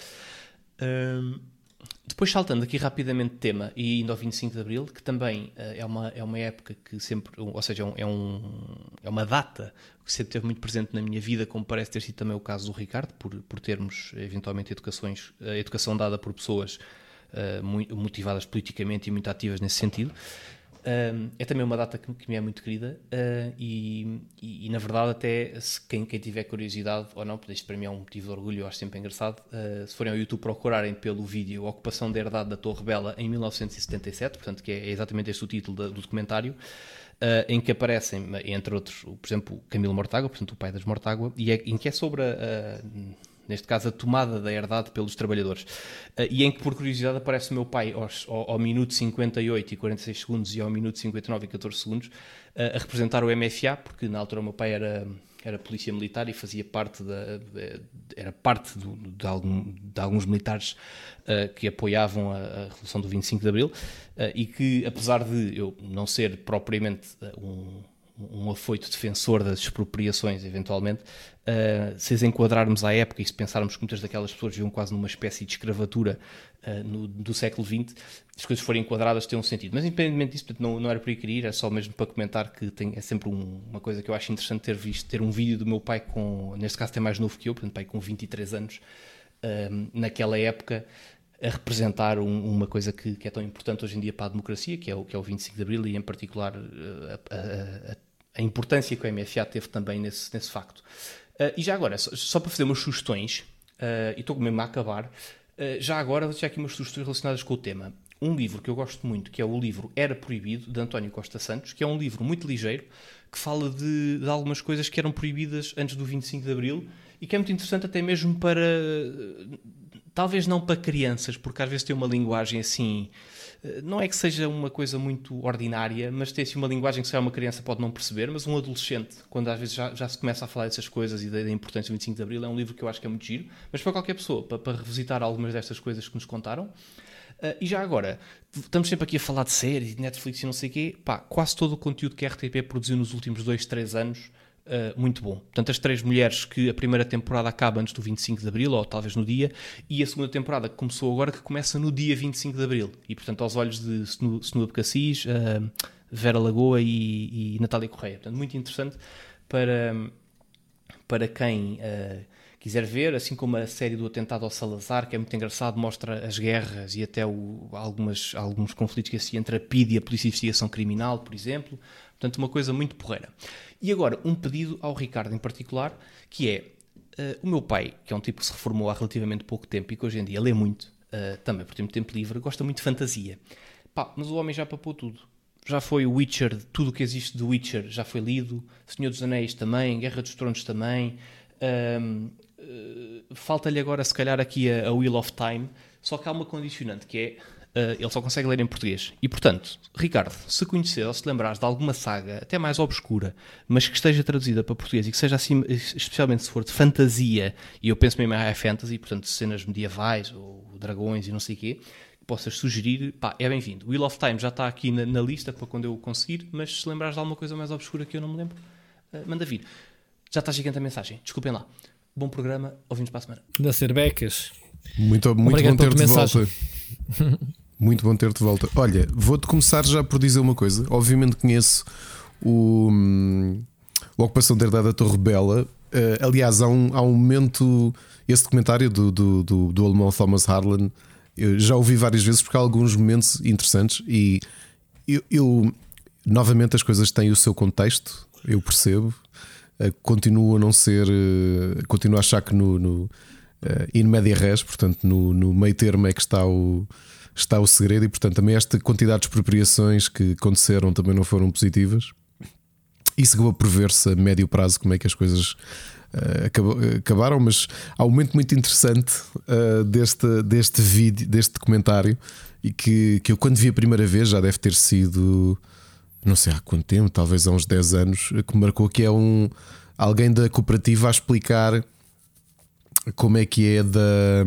Um, depois, saltando aqui rapidamente de tema e indo ao vinte e cinco de Abril, que também uh, é, uma, é uma época que sempre, ou seja, é, um, é, um, é uma data que sempre esteve muito presente na minha vida, como parece ter sido também o caso do Ricardo, por, por termos eventualmente educações, a educação dada por pessoas uh, muito motivadas politicamente e muito ativas nesse sentido. Um, é também uma data que, que me é muito querida, uh, e, e, e na verdade até se quem, quem tiver curiosidade ou não, porque isto para mim é um motivo de orgulho, eu acho sempre engraçado, uh, se forem ao YouTube procurarem pelo vídeo Ocupação da Herdade da Torre Bela em mil novecentos e setenta e sete, portanto que é exatamente este o título da, do documentário, uh, em que aparecem, entre outros, por exemplo, Camilo Mortágua, portanto o pai das Mortágua, e é, em que é sobre a, a neste caso a tomada da herdade pelos trabalhadores, uh, e em que por curiosidade aparece o meu pai aos, ao, ao minuto cinquenta e oito e quarenta e seis segundos e ao minuto cinquenta e nove e catorze segundos uh, a representar o M F A, porque na altura o meu pai era, era polícia militar e fazia parte da, de, era parte do, de, algum, de alguns militares uh, que apoiavam a, a Revolução do vinte e cinco de Abril, uh, e que apesar de eu não ser propriamente uh, um um afoito defensor das expropriações, eventualmente, uh, se as enquadrarmos à época e se pensarmos que muitas daquelas pessoas viviam quase numa espécie de escravatura uh, no, do século vinte, as coisas forem enquadradas têm um sentido. Mas independentemente disso, portanto, não, não era para ir querer, é só mesmo para comentar que tem, é sempre um, uma coisa que eu acho interessante ter visto, ter um vídeo do meu pai com, neste caso tem mais novo que eu, portanto pai com vinte e três anos, uh, naquela época, a representar um, uma coisa que, que é tão importante hoje em dia para a democracia, que é o, que é o vinte e cinco de Abril, e em particular a, a, a, a importância que o M F A teve também nesse, nesse facto. Uh, e já agora, só, só para fazer umas sugestões, uh, e estou mesmo a acabar, uh, já agora vou deixar aqui umas sugestões relacionadas com o tema. Um livro que eu gosto muito, que é o livro Era Proibido, de António Costa Santos, que é um livro muito ligeiro, que fala de, de algumas coisas que eram proibidas antes do vinte e cinco de Abril, e que é muito interessante até mesmo para... talvez não para crianças, porque às vezes tem uma linguagem assim, não é que seja uma coisa muito ordinária, mas tem assim uma linguagem que se é uma criança pode não perceber, mas um adolescente, quando às vezes já, já se começa a falar dessas coisas e da, da importância do vinte e cinco de Abril, é um livro que eu acho que é muito giro, mas para qualquer pessoa, para, para revisitar algumas destas coisas que nos contaram. Uh, e já agora, estamos sempre aqui a falar de séries, de Netflix e não sei o quê, pá, quase todo o conteúdo que a R T P produziu nos últimos dois, três anos, Uh, muito bom. Portanto, as três mulheres que a primeira temporada acaba antes do vinte e cinco de Abril, ou talvez no dia, e a segunda temporada que começou agora, que começa no dia vinte e cinco de Abril. E, portanto, aos olhos de Senua Becassis, uh, Vera Lagoa e, e Natália Correia. Portanto, muito interessante para, para quem uh, quiser ver, assim como a série do Atentado ao Salazar, que é muito engraçado, mostra as guerras e até o, algumas, alguns conflitos que assim, entre a P I D e a Polícia de Investigação Criminal, por exemplo. Portanto, uma coisa muito porreira. E agora, um pedido ao Ricardo em particular, que é, uh, o meu pai, que é um tipo que se reformou há relativamente pouco tempo e que hoje em dia lê muito, uh, também por ter muito tempo livre, gosta muito de fantasia. Pá, mas o homem já papou tudo. Já foi o Witcher, tudo o que existe do Witcher já foi lido, Senhor dos Anéis também, Guerra dos Tronos também, um, uh, falta-lhe agora se calhar aqui a, a Wheel of Time, só que há uma condicionante que é, Uh, ele só consegue ler em português. E, portanto, Ricardo, se conhecer ou se lembrares de alguma saga, até mais obscura, mas que esteja traduzida para português e que seja assim, especialmente se for de fantasia, e eu penso mesmo em high fantasy, portanto, cenas medievais ou dragões e não sei o quê, que possas sugerir, pá, é bem-vindo. Wheel of Time já está aqui na, na lista para quando eu conseguir, mas se lembrares de alguma coisa mais obscura que eu não me lembro, uh, manda vir. Já está gigante a mensagem. Desculpem lá. Bom programa. Ouvimos para a semana. Da Cerbecas. Muito, muito Obrigado bom ter de mensagem. volta. Muito bom ter de volta. Olha, vou-te começar já por dizer uma coisa. Obviamente conheço o, um, o Ocupação da Herdade da Torre Bela. Uh, aliás, há um, há um momento. Esse documentário do, do, do, do alemão Thomas Harlan, eu já ouvi várias vezes porque há alguns momentos interessantes. E eu, eu novamente, as coisas têm o seu contexto, eu percebo. Uh, continuo a não ser. Uh, continuo a achar que no, no uh, in media res, portanto, no, no meio termo é que está o. Está o segredo, e portanto também esta quantidade de expropriações que aconteceram também não foram positivas. Isso acabou por ver-se a médio prazo como é que as coisas uh, acabou, acabaram, mas há um momento muito interessante uh, deste, deste vídeo, deste documentário, e que, que eu quando vi a primeira vez, já deve ter sido não sei há quanto tempo, talvez há uns dez anos, que me marcou, que é um, alguém da cooperativa a explicar como é que é da...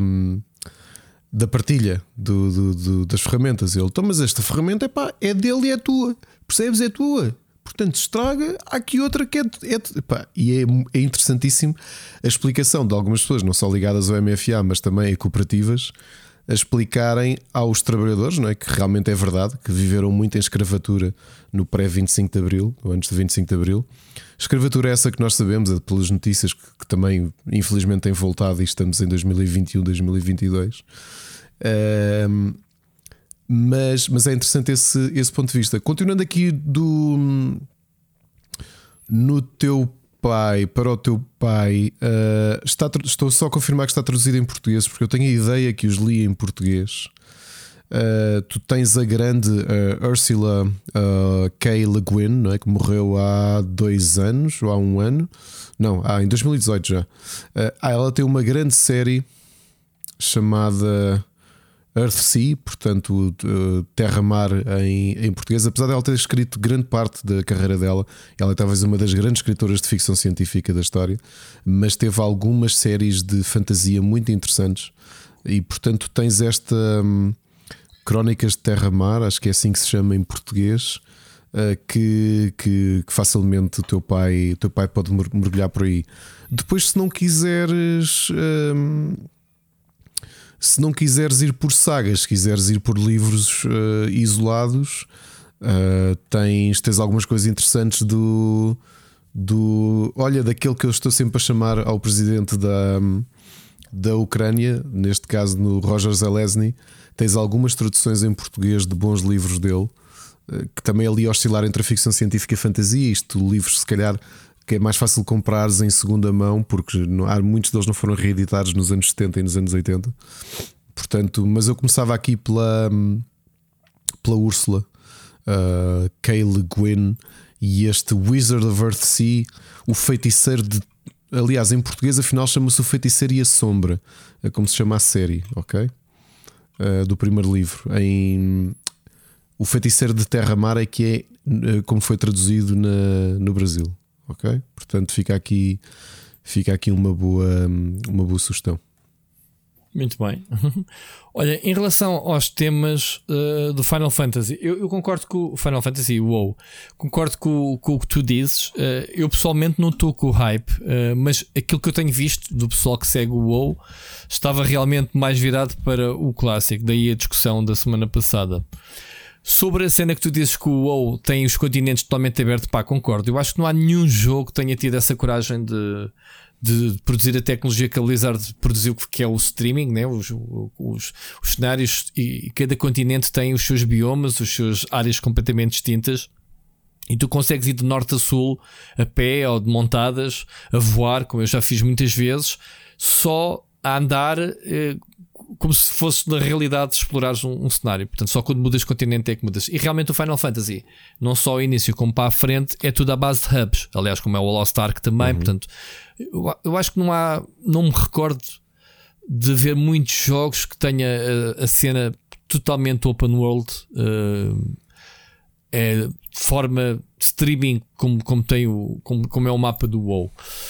da partilha do, do, do, das ferramentas. Ele, então, mas esta ferramenta epá, é dele e é tua, percebes? É tua, portanto, estraga. Há aqui outra que é, é epá, e é, é interessantíssimo a explicação de algumas pessoas, não só ligadas ao M F A, mas também a cooperativas, a explicarem aos trabalhadores, não é? Que realmente é verdade, que viveram muito em escravatura no pré-vinte e cinco de Abril, ou antes de vinte e cinco de Abril. Escravatura essa que nós sabemos, é pelas notícias que, que também infelizmente têm voltado, e estamos em dois mil e vinte e um, dois mil e vinte e dois. Um, mas, mas é interessante esse, esse ponto de vista. Continuando aqui do no teu pai, para o teu pai, uh, está, estou só a confirmar que está traduzido em português, porque eu tenho a ideia que os li em português. Uh, tu tens a grande uh, Ursula uh, K. Le Guin, não é? Que morreu há dois anos ou há um ano, não, há em dois mil e dezoito já. Uh, ela tem uma grande série chamada Earthsea, portanto uh, Terra-Mar em, em português. Apesar de ela ter escrito grande parte da carreira dela, ela é talvez uma das grandes escritoras de ficção científica da história, mas teve algumas séries de fantasia muito interessantes. E portanto tens esta um, Crónicas de Terra-Mar, acho que é assim que se chama em português, uh, que, que, que facilmente o teu pai, o teu pai pode mergulhar por aí. Depois, se não quiseres um, se não quiseres ir por sagas, se quiseres ir por livros uh, isolados, uh, tens, tens algumas coisas interessantes do, do olha, daquele que eu estou sempre a chamar ao presidente da, da Ucrânia, neste caso no Roger Zelensky. Tens algumas traduções em português de bons livros dele, que também ali oscilar entre a ficção científica e a fantasia. Isto, livros se calhar que é mais fácil comprares em segunda mão, porque não, há, muitos deles não foram reeditados nos anos setenta e nos anos oitenta. Portanto, mas eu começava aqui pela, pela Ursula uh, K. Le Guin, e este Wizard of Earthsea, o feiticeiro de aliás, em português, afinal, chama-se O Feiticeiro e a Sombra, é como se chama a série, ok? Uh, do primeiro livro. Em O Feiticeiro de Terra-Mar é que é uh, como foi traduzido na, no Brasil, ok? Portanto, fica aqui, fica aqui uma boa, uma boa sugestão. Muito bem. Olha, em relação aos temas uh, do Final Fantasy, eu, eu concordo com o Final Fantasy WoW, concordo com, com o que tu dizes. Uh, eu pessoalmente não estou com o hype, uh, mas aquilo que eu tenho visto do pessoal que segue o WoW estava realmente mais virado para o clássico, daí a discussão da semana passada. Sobre a cena que tu dizes que o WoW tem os continentes totalmente abertos, pá, concordo. Eu acho que não há nenhum jogo que tenha tido essa coragem de. de produzir a tecnologia que a Blizzard produziu, que é o streaming, né? os, os, os cenários, e cada continente tem os seus biomas, as suas áreas completamente distintas, e tu consegues ir de norte a sul a pé ou de montadas, a voar, como eu já fiz muitas vezes, só a andar eh, como se fosse na realidade explorares um, um cenário. Portanto, só quando mudas de continente é que mudas. E realmente o Final Fantasy, não só ao início como para a frente, é tudo à base de hubs, aliás, como é o Lost Ark também. Uhum. Portanto, eu, eu acho que não há, não me recordo de ver muitos jogos que tenha a, a cena totalmente open world, uh, é, de forma streaming, como, como, tem o, como, como é o mapa do WoW.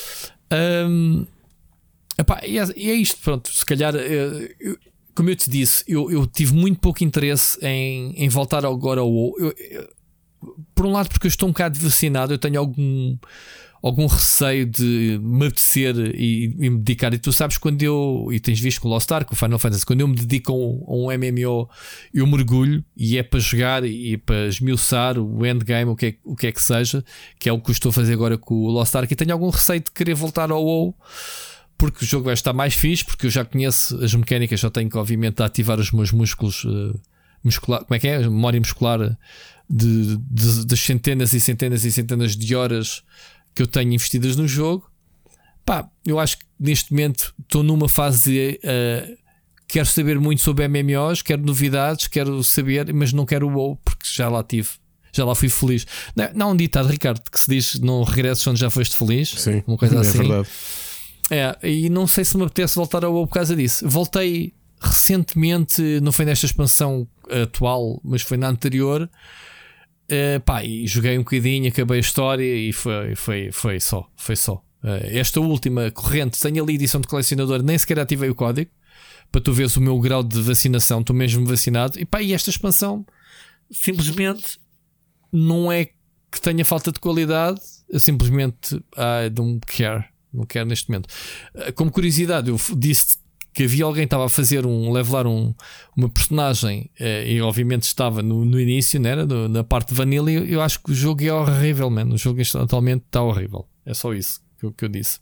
Um, epá, e, é, e é isto, pronto. Se calhar, eu, como eu te disse, eu, eu tive muito pouco interesse em, em voltar agora ao WoW. Eu, eu, por um lado, porque eu estou um bocado vacinado, eu tenho algum. algum receio de me apetecer e, e me dedicar. E tu sabes, quando eu, e tens visto com o Lost Ark, com o Final Fantasy, quando eu me dedico a um, a um M M O, eu mergulho, e é para jogar e para esmiuçar o endgame, o que, é, o que é que seja, que é o que eu estou a fazer agora com o Lost Ark. E tenho algum receio de querer voltar ao WoW, porque o jogo vai estar mais fixe, porque eu já conheço as mecânicas, já tenho que, obviamente, ativar os meus músculos uh, muscular, como é que é? A memória muscular de, de, de centenas e centenas e centenas de horas que eu tenho investidas no jogo. Pá, eu acho que neste momento estou numa fase de uh, quero saber muito sobre M M Os, quero novidades, quero saber, mas não quero o WoW, porque já lá tive, já lá fui feliz. Não, não há um ditado, Ricardo, que se diz não regresses onde já foste feliz. Sim, uma coisa é assim. verdade. É, e não sei se me apetece voltar ao WoW por causa disso. Voltei recentemente, não foi nesta expansão atual, mas foi na anterior. Uh, pá, e joguei um bocadinho, acabei a história e foi, foi, foi só. Foi só. Uh, esta última corrente, tenho ali edição de colecionador, nem sequer ativei o código para tu veres o meu grau de vacinação. Estou mesmo vacinado. E pá, e esta expansão simplesmente não é que tenha falta de qualidade, eu simplesmente I don't care. Não quero neste momento. Uh, como curiosidade, eu disse que havia alguém que estava a fazer um levelar um, uma personagem eh, e obviamente estava no, no início, né, no, na parte de vanilla. E eu acho que o jogo é horrível, mano. O jogo atualmente está horrível. É só isso que eu, que eu disse.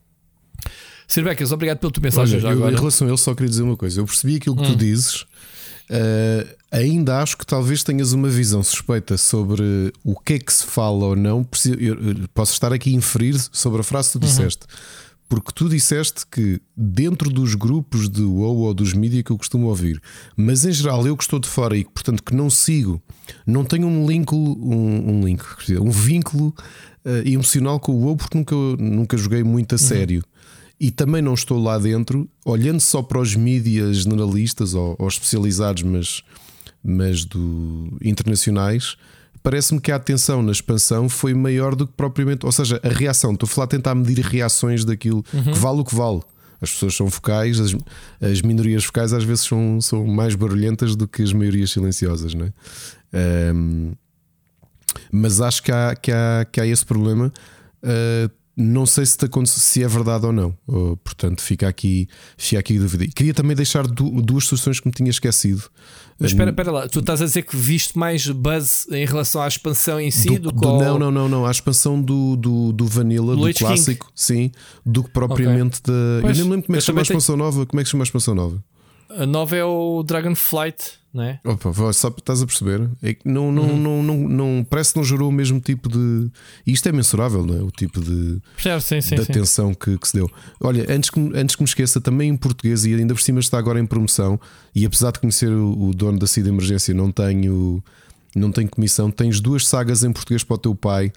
Sir Becas, obrigado pela tua mensagem. Olha, já eu, agora. Em relação a ele, só queria dizer uma coisa. Eu percebi aquilo que hum. tu dizes. Uh, ainda acho que talvez tenhas uma visão suspeita sobre o que é que se fala ou não. Eu, eu posso estar aqui a inferir sobre a frase que tu disseste. Uhum. Porque tu disseste que dentro dos grupos de WoW ou dos mídia que eu costumo ouvir, mas em geral eu que estou de fora e portanto que não sigo, não tenho um link, um, um, link, um vínculo uh, emocional com o WoW, porque nunca, nunca joguei muito a uhum. sério. E também não estou lá dentro, olhando só para os mídias generalistas ou, ou especializados, mas, mas do, internacionais. Parece-me que a atenção na expansão foi maior do que propriamente. Ou seja, a reação, estou a falar a tentar medir reações daquilo, uhum. que vale o que vale. As pessoas são vocais, as, as minorias vocais às vezes são, são mais barulhentas do que as maiorias silenciosas, não é? Um, mas acho que há, que há, que há esse problema. Uh, não sei se, te, se é verdade ou não. Uh, portanto, fica aqui, fica aqui a dúvida. E queria também deixar du, duas soluções que me tinha esquecido. Mas espera, espera lá, tu estás a dizer que viste mais buzz em relação à expansão em si do, do que ao... Não, não, não, não. A expansão do, do, do Vanilla, do, do clássico, King. Sim, do que propriamente okay. da. Pois, eu nem me lembro como é que chama a expansão tenho... nova. Como é que chama a expansão nova? A nova é o Dragonflight, não é? Opa, só estás a perceber? É que não, não, uhum. não, não, não, parece que não gerou o mesmo tipo de. E isto é mensurável, não é? O tipo de, certo, sim, sim, de sim. atenção que, que se deu. Olha, antes que, antes que me esqueça, também em português, e ainda por cima está agora em promoção. E apesar de conhecer o, o dono da C I D Emergência, não tenho, não tenho comissão. Tens duas sagas em português para o teu pai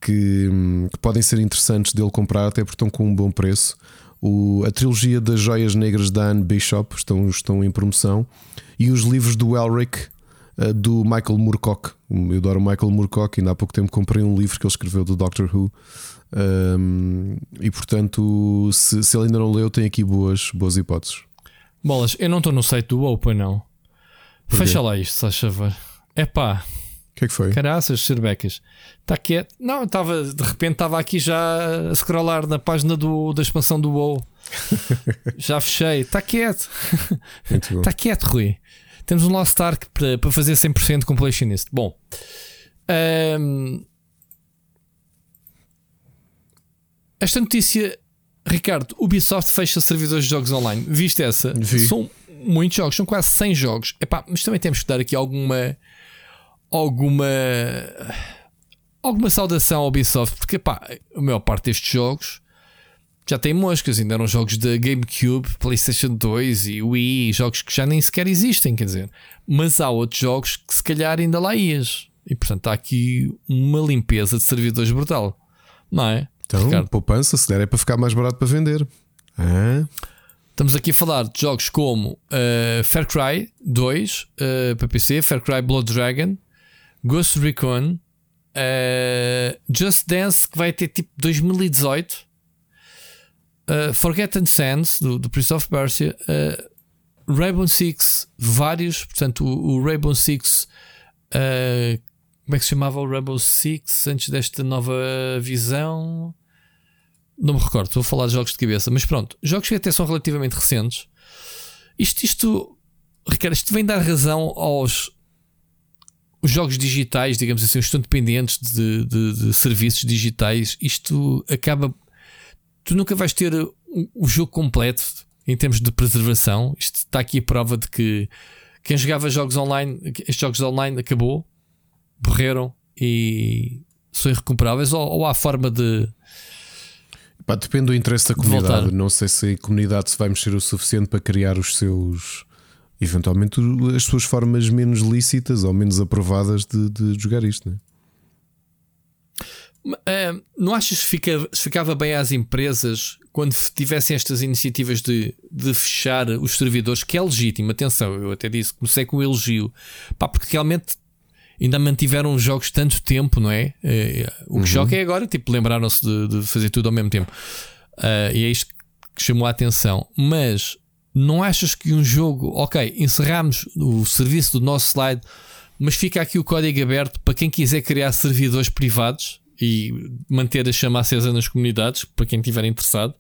que, que podem ser interessantes dele comprar, até porque estão com um bom preço. O, a trilogia das Joias Negras da Anne Bishop estão, estão em promoção, e os livros do Elric, uh, do Michael Moorcock. Eu adoro o Michael Moorcock, ainda há pouco tempo comprei um livro que ele escreveu do Doctor Who. Um, e portanto, se, se ele ainda não leu, tem aqui boas, boas hipóteses. Bolas, eu não estou no site do Open, não. Fecha lá isto, se faz favor. É pá, o que é que foi? Caraças, cerbecas. Está quieto. Não, estava, de repente estava aqui já a scrollar na página do, da expansão do WoW. Já fechei. Está quieto. Está quieto, Rui. Temos um Lost Ark para, para fazer cem por cento completionist. Bom, um, esta notícia, Ricardo, Ubisoft fecha servidores de jogos online. Viste essa? Vi. São muitos jogos, são quase cem jogos. Epá, mas também temos que dar aqui alguma alguma alguma saudação ao Ubisoft, porque epá, a maior parte destes jogos já tem moscas. Ainda eram jogos da GameCube, PlayStation dois e Wii, jogos que já nem sequer existem, quer dizer, mas há outros jogos que se calhar ainda lá ias, e portanto há aqui uma limpeza de servidores brutal, não é? Então, Ricardo, poupança, se der é para ficar mais barato para vender. Ah. estamos aqui a falar de jogos como uh, Far Cry dois uh, para P C, Far Cry Blood Dragon, Ghost Recon, uh, Just Dance, que vai ter tipo dois mil e dezoito, uh, Forgotten Sands do, do Prince of Persia, uh, Rainbow Six, vários. Portanto, o, o Rainbow Six, uh, como é que se chamava o Rainbow Six antes desta nova visão? Não me recordo, estou a falar de jogos de cabeça, mas pronto, jogos que até são relativamente recentes. Isto, isto, Ricardo, isto vem dar razão aos os jogos digitais, digamos assim, os que estão dependentes de, de, de serviços digitais. Isto acaba, tu nunca vais ter o, o jogo completo em termos de preservação. Isto está aqui a prova de que quem jogava jogos online, estes jogos online acabou, morreram e são irrecuperáveis, ou, ou há forma de... Pá, depende do interesse da voltar. comunidade. Não sei se a comunidade se vai mexer o suficiente para criar os seus, eventualmente, as suas formas menos lícitas ou menos aprovadas de, de jogar isto, não é? Uh, não achas que fica, ficava bem às empresas quando tivessem estas iniciativas de, de fechar os servidores, que é legítimo? Atenção, eu até disse, comecei com o elogio, pá, porque realmente ainda mantiveram os jogos tanto tempo, não é? Uh, o que uhum. choca é agora, tipo, lembraram-se de, de fazer tudo ao mesmo tempo, uh, e é isto que chamou a atenção. Mas não achas que um jogo, ok, encerramos o serviço do nosso slide, mas fica aqui o código aberto para quem quiser criar servidores privados e manter a chama acesa nas comunidades, para quem estiver interessado?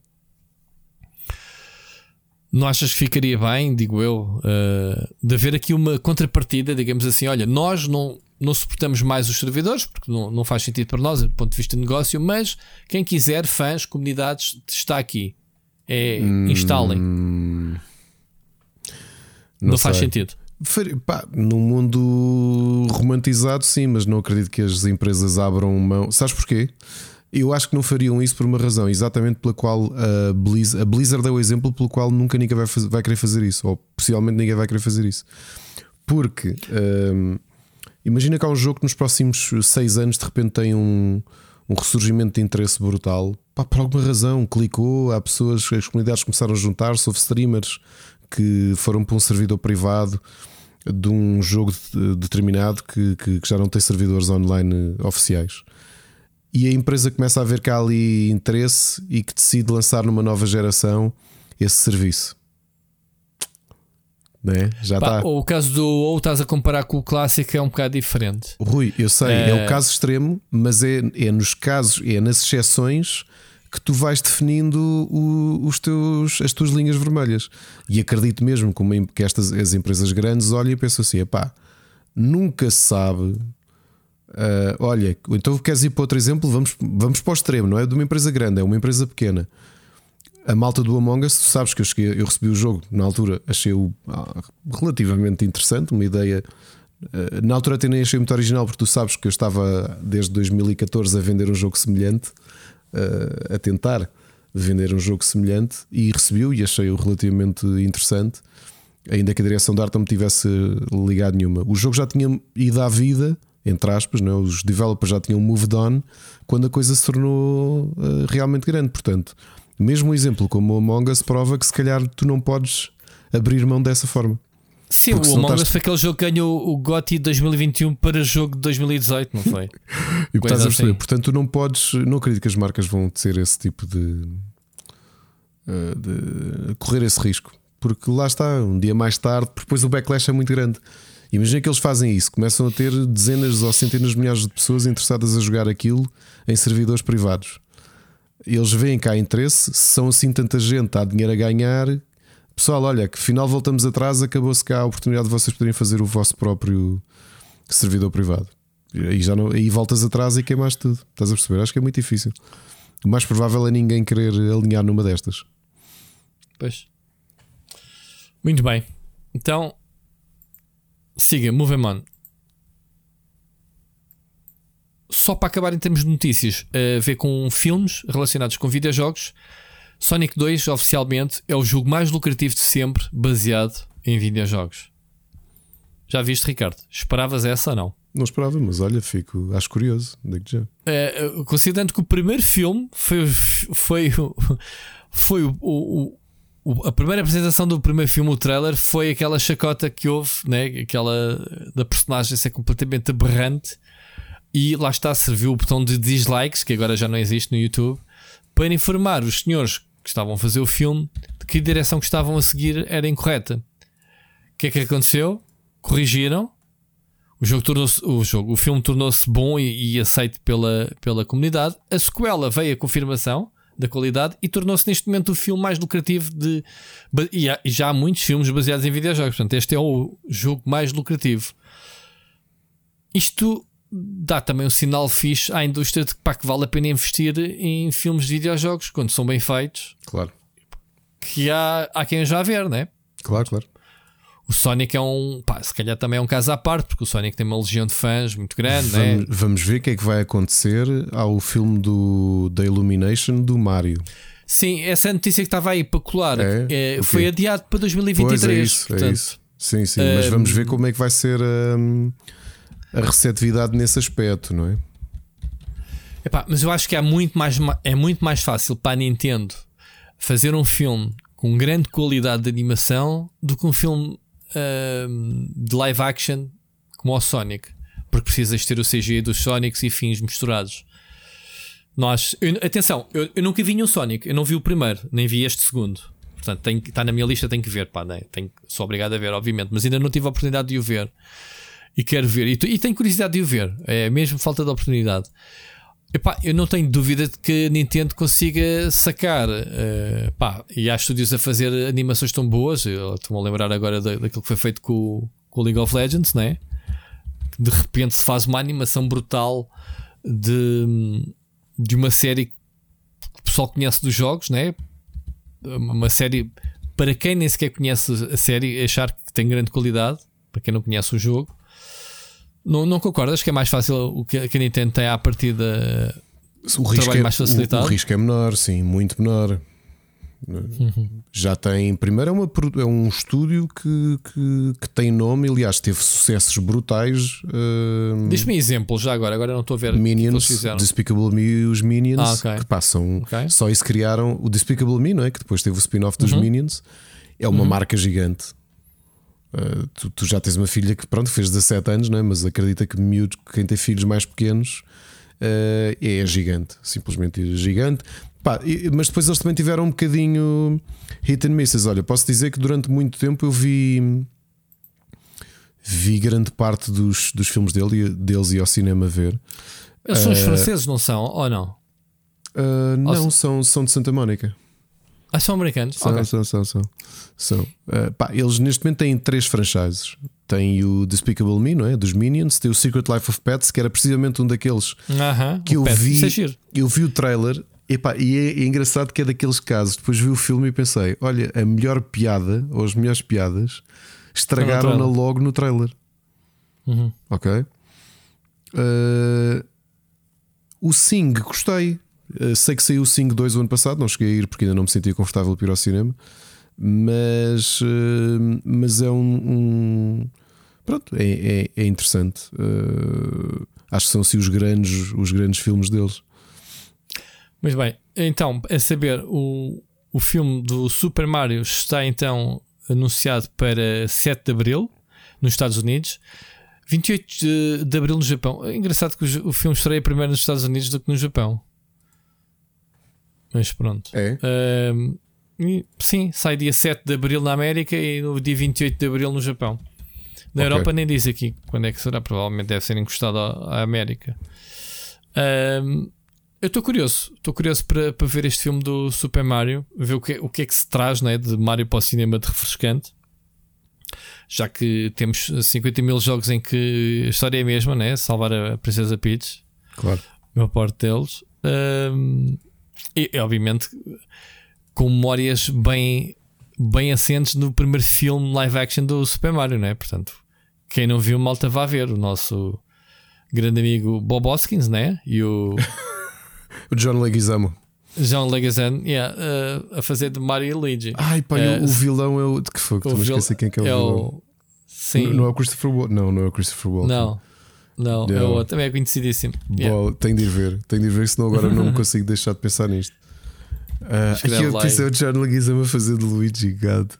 Não achas que ficaria bem, digo eu, uh, de haver aqui uma contrapartida, digamos assim, olha, nós não, não suportamos mais os servidores, porque não, não faz sentido para nós, do ponto de vista de negócio, mas quem quiser, fãs, comunidades, está aqui. É, instalem. Hum, não não faz sei. sentido. Pá, num mundo romantizado, sim, mas não acredito que as empresas abram mão. Sabes porquê? Eu acho que não fariam isso por uma razão, exatamente pela qual a Blizzard, a Blizzard é o exemplo pelo qual nunca ninguém vai, fazer, vai querer fazer isso, ou possivelmente ninguém vai querer fazer isso. Porque hum, imagina que há um jogo que nos próximos seis anos de repente tem um, um ressurgimento de interesse brutal. Pá, por alguma razão, clicou, há pessoas, as comunidades começaram a juntar-se, houve streamers que foram para um servidor privado de um jogo determinado que, que, que já não tem servidores online oficiais. E a empresa começa a ver que há ali interesse e que decide lançar numa nova geração esse serviço. Né? Já está. O caso do ou estás a comparar com o clássico é um bocado diferente. Rui, eu sei, é, é o caso extremo, mas é, é nos casos, é nas exceções que tu vais definindo o, os teus, as tuas linhas vermelhas. E acredito mesmo que, uma, que estas as empresas grandes olham e pensam assim: epá, nunca se sabe. Uh, olha, então queres ir para outro exemplo? Vamos, vamos para o extremo, não é de uma empresa grande, é uma empresa pequena. A malta do Among Us, tu sabes que eu, cheguei, eu recebi o jogo na altura, achei-o ah, relativamente interessante, uma ideia. Uh, na altura até nem achei muito original, porque tu sabes que eu estava desde dois mil e catorze a vender um jogo semelhante, uh, a tentar vender um jogo semelhante, e recebi-o e achei-o relativamente interessante, ainda que a direção de arte não me tivesse ligado nenhuma. O jogo já tinha ido à vida entre aspas, não é? Os developers já tinham moved on quando a coisa se tornou uh, realmente grande. Portanto, mesmo um exemplo como o Among Us prova que se calhar tu não podes abrir mão dessa forma. Sim, porque o Among Us estás... foi aquele jogo que ganhou o G O T Y dois mil e vinte e um para jogo de dois mil e dezoito, não foi? E estás a perceber, assim. Portanto, tu não podes, não acredito que as marcas vão ter esse tipo de, de correr esse risco, porque lá está, um dia mais tarde, depois o backlash é muito grande. Imagina que eles fazem isso, começam a ter dezenas ou centenas de milhares de pessoas interessadas a jogar aquilo em servidores privados. Eles veem que há interesse, se são assim tanta gente, há dinheiro a ganhar. Pessoal, olha, que final voltamos atrás, acabou-se cá a oportunidade de vocês poderem fazer o vosso próprio servidor privado. E já não, aí voltas atrás e queimaste tudo. Estás a perceber? Acho que é muito difícil. O mais provável é ninguém querer alinhar numa destas. Pois. Muito bem. Então, siga, moving on. Só para acabar em termos de notícias, a ver com filmes relacionados com videojogos, Sonic dois oficialmente é o jogo mais lucrativo de sempre baseado em videojogos. Já viste, Ricardo? Esperavas essa ou não? Não esperava, mas olha, fico, acho curioso. Digo-te já. É, considerando que o primeiro filme foi, foi, foi o, o, o, a primeira apresentação do primeiro filme, o trailer, foi aquela chacota que houve, né? Aquela da personagem ser completamente aberrante. E lá está, serviu o botão de dislikes, que agora já não existe no YouTube, para informar os senhores que estavam a fazer o filme de que a direção que estavam a seguir era incorreta. O que é que aconteceu? Corrigiram. O jogo tornou-se, o jogo, o filme tornou-se bom e, e aceito pela, pela comunidade. A sequela veio a confirmação da qualidade e tornou-se neste momento o filme mais lucrativo de. E, há, e já há muitos filmes baseados em videojogos. Portanto, este é o jogo mais lucrativo. Isto dá também um sinal fixe à indústria de que, pá, que vale a pena investir em filmes de videojogos quando são bem feitos. Claro. Que há, há quem já a ver, né? Claro, claro. O Sonic é um, pá, se calhar também é um caso à parte, porque o Sonic tem uma legião de fãs muito grande, vamos, né? Vamos ver o que é que vai acontecer ao filme do, da Illumination do Mario. Sim, essa é a notícia que estava aí para colar. É? É, foi adiado para dois mil e vinte e três. Pois é isso, portanto, é isso. Sim, sim, um... mas vamos ver como é que vai ser um, a receptividade nesse aspecto, não é? Epá, mas eu acho que é muito, mais, é muito mais fácil para a Nintendo fazer um filme com grande qualidade de animação do que um filme uh, de live action como o Sonic, porque precisas ter o C G I dos Sonics e fins misturados. Nós, eu, atenção, eu, eu nunca vi nenhum Sonic, eu não vi o primeiro, nem vi este segundo. Portanto, tem, está na minha lista, tenho que ver, pá, né? tenho, sou obrigado a ver, obviamente, mas ainda não tive a oportunidade de o ver. E quero ver, e, e tenho curiosidade de o ver, é mesmo falta de oportunidade. Epá, eu não tenho dúvida de que a Nintendo consiga sacar, uh, pá, e há estúdios a fazer animações tão boas. Eu estou-me a lembrar agora da, daquilo que foi feito com, com o League of Legends, né? De repente se faz uma animação brutal de, de uma série que o pessoal conhece dos jogos, né? Uma série para quem nem sequer conhece a série, achar que tem grande qualidade, para quem não conhece o jogo. Não, não concordas que é mais fácil o que a Nintendo tem à partida, o, o risco trabalho é, mais facilitado? O, o risco é menor, sim, muito menor. Uhum. Já tem. Primeiro é, uma, é um estúdio que, que, que tem nome, aliás, teve sucessos brutais. Uh, Diz-me exemplos já agora, agora não estou a ver. Minions, Despicable Me e os Minions, ah, okay. que passam. Okay. Só isso criaram o Despicable Me, não é? Que depois teve o spin-off dos uhum. Minions. É uma uhum. marca gigante. Uh, tu, tu já tens uma filha que pronto, fez dezassete anos, não é? Mas acredita que miúdo, quem tem filhos mais pequenos uh, é gigante, simplesmente gigante. Pá, e, mas depois eles também tiveram um bocadinho hit and misses. Olha, posso dizer que durante muito tempo eu vi vi grande parte dos, dos filmes dele, deles e ao cinema ver. Eles são uh, os franceses, não são? Ou não? Uh, não, ou são, são de Santa Mónica. Ah, são americanos? São, okay. são, são, são, são. Uh, pá, eles neste momento têm três franchises. Tem o Despicable Me, não é? Dos Minions. Tem o Secret Life of Pets, que era precisamente um daqueles uh-huh, que eu Pet. vi. É eu vi o trailer e, pá, e é, é engraçado que é daqueles casos. Depois vi o filme e pensei: olha, a melhor piada ou as melhores piadas estragaram-na logo no trailer. Uhum. Ok. Uh, o Sing, gostei. Uh, sei que saiu o Sing dois o ano passado, não cheguei a ir porque ainda não me sentia confortável para ir ao cinema. Mas, uh, mas é um, um pronto, é, é, é interessante. Uh, acho que são assim os grandes, os grandes filmes deles. Muito bem, então, a saber, o, o filme do Super Mario está então anunciado para sete de Abril nos Estados Unidos, vinte e oito de, de Abril no Japão. É engraçado que o, o filme estreia primeiro nos Estados Unidos do que no Japão. Mas pronto. É? Uh, e, sim, sai dia sete de Abril na América e no dia vinte e oito de Abril no Japão. Na Okay. Europa nem diz aqui quando é que será. Provavelmente deve ser encostado à, à América. Uh, eu estou curioso. Estou curioso para, para ver este filme do Super Mario, ver o que, o que é que se traz, né, de Mario para o cinema de refrescante. Já que temos cinquenta mil jogos em que a história é a mesma, né? Salvar a Princesa Peach, Claro. a maior parte deles. Um, e, obviamente, com memórias bem, bem assentes no primeiro filme live action do Super Mario, né? Portanto, quem não viu, malta vá ver. O nosso grande amigo Bob Hoskins, né? E o O John Leguizamo. John Leguizamo, yeah, uh, a fazer de Mario e Luigi. Ai, pá, Uh, o vilão é o. De que foi? Que o estou a vil- esquecer quem é que é o vilão. o- Sim. Não, não é o Christopher Walken. Não, não é o Christopher Walken. Não, não, Não. é o outro, também é conhecidíssimo. Yeah. Bom, tenho de ir ver, tenho de ir ver, senão agora não consigo deixar de pensar nisto. Uh, Escreve aqui eu lá pensei aí. o John Leguizamo a fazer de Luigi, God.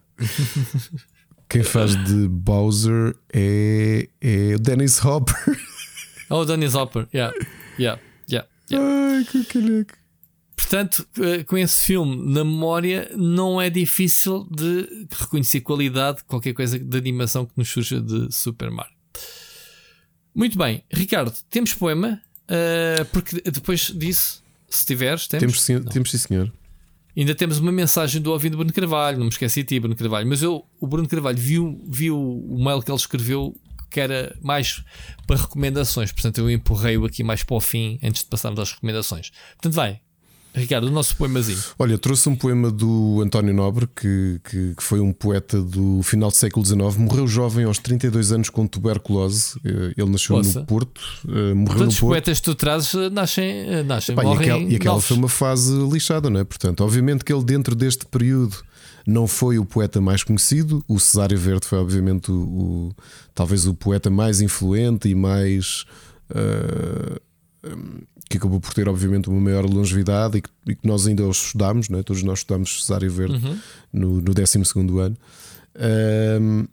Quem faz de Bowser é, é o Dennis Hopper. Oh, o Dennis Hopper, yeah, yeah, yeah, yeah. Ai, que caneco. Portanto, eh, com esse filme na memória, não é difícil de reconhecer qualidade de qualquer coisa de animação que nos surja de Super Mario. Muito bem, Ricardo, temos poema, eh, porque depois disso, se tiveres, temos, Temos, sim, temos sim, senhor. ainda temos uma mensagem do ouvido Bruno Carvalho. Não me esqueci de ti, Bruno Carvalho, mas eu, o Bruno Carvalho viu, viu o mail que ele escreveu, que era mais para recomendações. Portanto, eu empurrei-o aqui mais para o fim antes de passarmos às recomendações. Portanto, vai, Ricardo, o nosso poemazinho. Olha, trouxe um poema do António Nobre, que, que, que foi um poeta do final do século dezenove. Morreu jovem aos trinta e dois anos com tuberculose. Eh, Ele nasceu Poça. no Porto, eh, morreu Todos no os Porto. poetas que tu trazes eh, nascem, eh, nascem Pá, e morrem aquela, e aquela novos. foi uma fase lixada, não é? Portanto, obviamente que ele, dentro deste período, não foi o poeta mais conhecido. O Cesário Verde foi, obviamente, o, o- talvez o poeta mais influente e mais. ah, um, que acabou por ter, obviamente, uma maior longevidade e que, e que nós ainda os estudámos, não é? Todos nós estudámos Cesário Verde Uhum. no, no décimo segundo ano. Ahm,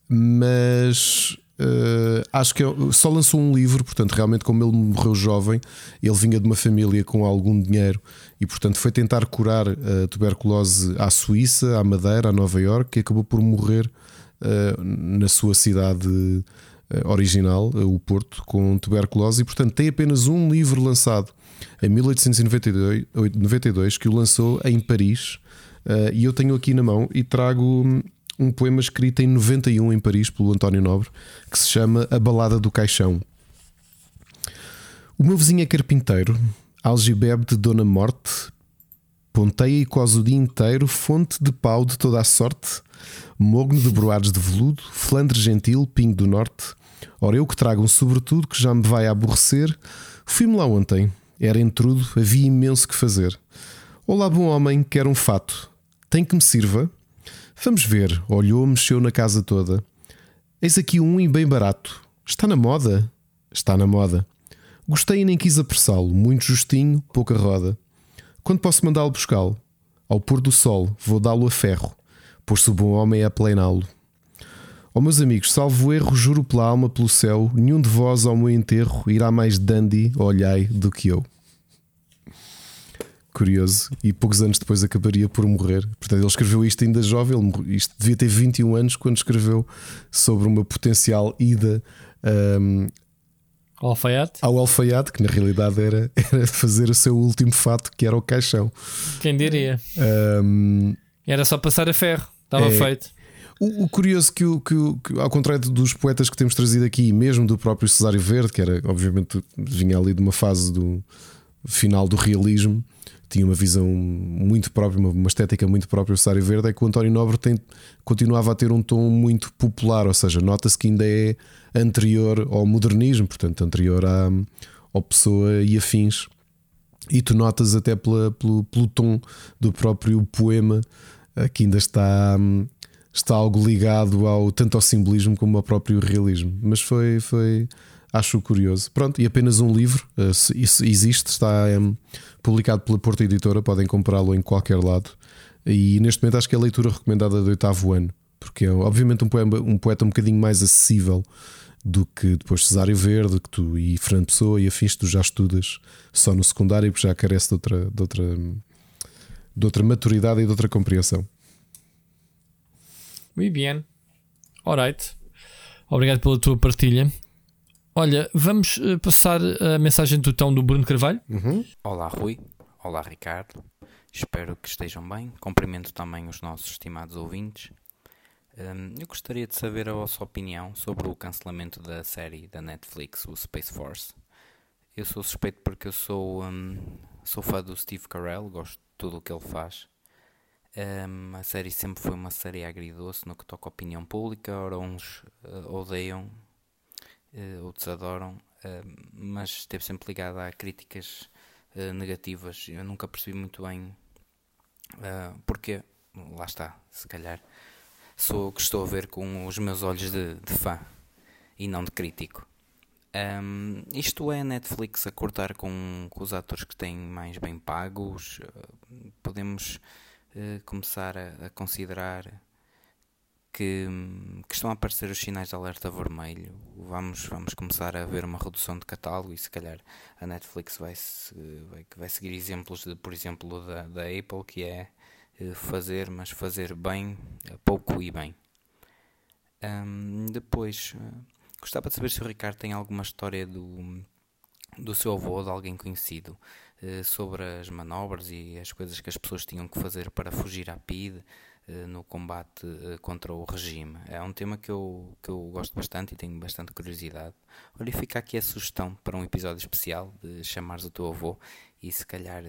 mas ah, acho que é- só lançou um livro, portanto, realmente, como ele morreu jovem, ele vinha de uma família com algum dinheiro e, portanto, foi tentar curar a tuberculose à Suíça, à Madeira, a Nova Iorque, e acabou por morrer ah, na sua cidade eh, original, eh, o Porto, com tuberculose, e portanto tem apenas um livro lançado em mil oitocentos e noventa e dois, noventa e dois que o lançou em Paris, eh, e eu tenho aqui na mão e trago hum, um poema escrito em noventa e um em Paris pelo António Nobre, que se chama A Balada do Caixão. O meu vizinho é carpinteiro, algibebe de Dona Morte, ponteia e cose o dia inteiro, fonte de pau de toda a sorte, mogno de broados de veludo, Flandre gentil, pingo do norte. Ora, eu que trago um sobretudo que já me vai a aborrecer. Fui-me lá ontem, era entrudo, havia imenso que fazer. Olá, bom homem, quero um fato. Tem que me sirva? Vamos ver. Olhou, mexeu na casa toda. Eis aqui um e bem barato. Está na moda? Está na moda. Gostei e nem quis apressá-lo. Muito justinho, pouca roda. Quando posso mandá-lo buscá-lo? Ao pôr do sol, vou dá-lo a ferro, pois se o bom homem é a pleiná-lo. Ó meus amigos, salvo erro, juro pela alma, pelo céu, nenhum de vós ao meu enterro irá mais dandy, olhai, do que eu. Curioso, e poucos anos depois acabaria por morrer. Portanto, ele escreveu isto ainda jovem. Ele morreu, isto devia ter vinte e um anos quando escreveu sobre uma potencial ida um, Alfaiate? ao alfaiate, que na realidade era, era fazer o seu último fato, que era o caixão. Quem diria? Um, Era só passar a ferro, estava É. feito. O, o curioso que, o, que, o- que, ao contrário dos poetas que temos trazido aqui, mesmo do próprio Cesário Verde, que era, obviamente, vinha ali de uma fase do final do realismo, tinha uma visão muito própria, uma, uma estética muito própria. O Cesário Verde é que o António Nobre tem, continuava a ter um tom muito popular, ou seja, nota-se que ainda é anterior ao modernismo, portanto, anterior à, ao Pessoa e afins. E tu notas até pela, pelo, pelo tom do próprio poema que ainda está, está algo ligado ao, tanto ao simbolismo como ao próprio realismo. Mas foi, foi acho curioso. Pronto, e apenas um livro, isso existe, está um, publicado pela Porta Editora, podem comprá-lo em qualquer lado. E neste momento acho que é a leitura recomendada do oitavo ano, porque é obviamente um poeta, um poeta um bocadinho mais acessível do que depois Cesário Verde, que tu e Fernando Pessoa e afins, tu já estudas só no secundário, porque já carece de outra, de outra, de outra maturidade e de outra compreensão. Muito bem. Alright. Obrigado pela tua partilha. Olha, vamos passar a mensagem do tom do Bruno Carvalho. Uhum. Olá, Rui. Olá, Ricardo. Espero que estejam bem. Cumprimento também os nossos estimados ouvintes. Um, eu gostaria de saber a vossa opinião sobre o cancelamento da série da Netflix, o Space Force. Eu sou suspeito porque eu sou, um, sou fã do Steve Carell, gosto de tudo o que ele faz. Um, a série sempre foi uma série agridoce no que toca à opinião pública. Ora, uns uh, odeiam, uh, outros adoram, uh, mas esteve sempre ligada a críticas uh, negativas. Eu nunca percebi muito bem uh, porquê. Lá está, se calhar sou o que estou a ver com os meus olhos de, de fã e não de crítico. Um, isto é a Netflix a cortar com, com os atores que têm mais bem pagos. Uh, podemos uh, começar a, a considerar que, que estão a aparecer os sinais de alerta vermelho. Vamos, vamos começar a ver uma redução de catálogo e se calhar a Netflix vai, vai, vai seguir exemplos de, por exemplo, da, da Apple, que é fazer, mas fazer bem, pouco e bem. Um, depois, uh, gostava de saber se o Ricardo tem alguma história do, do seu avô ou de alguém conhecido uh, sobre as manobras e as coisas que as pessoas tinham que fazer para fugir à P I D uh, no combate uh, contra o regime. É um tema que eu, que eu gosto bastante e tenho bastante curiosidade. Olha, fica aqui a sugestão para um episódio especial de chamares o teu avô e se calhar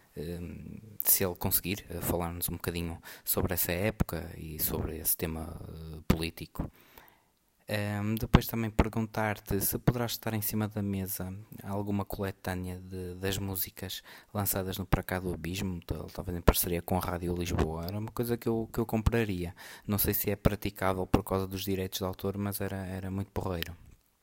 se ele conseguir falar-nos um bocadinho sobre essa época e sobre esse tema uh, político. Um, depois também perguntar-te se poderás estar em cima da mesa alguma coletânea de, das músicas lançadas no Para Cá do Abismo, talvez em parceria com a Rádio Lisboa. Era uma coisa que eu, que eu compraria. Não sei se é praticável por causa dos direitos de autor, mas era, era muito porreiro.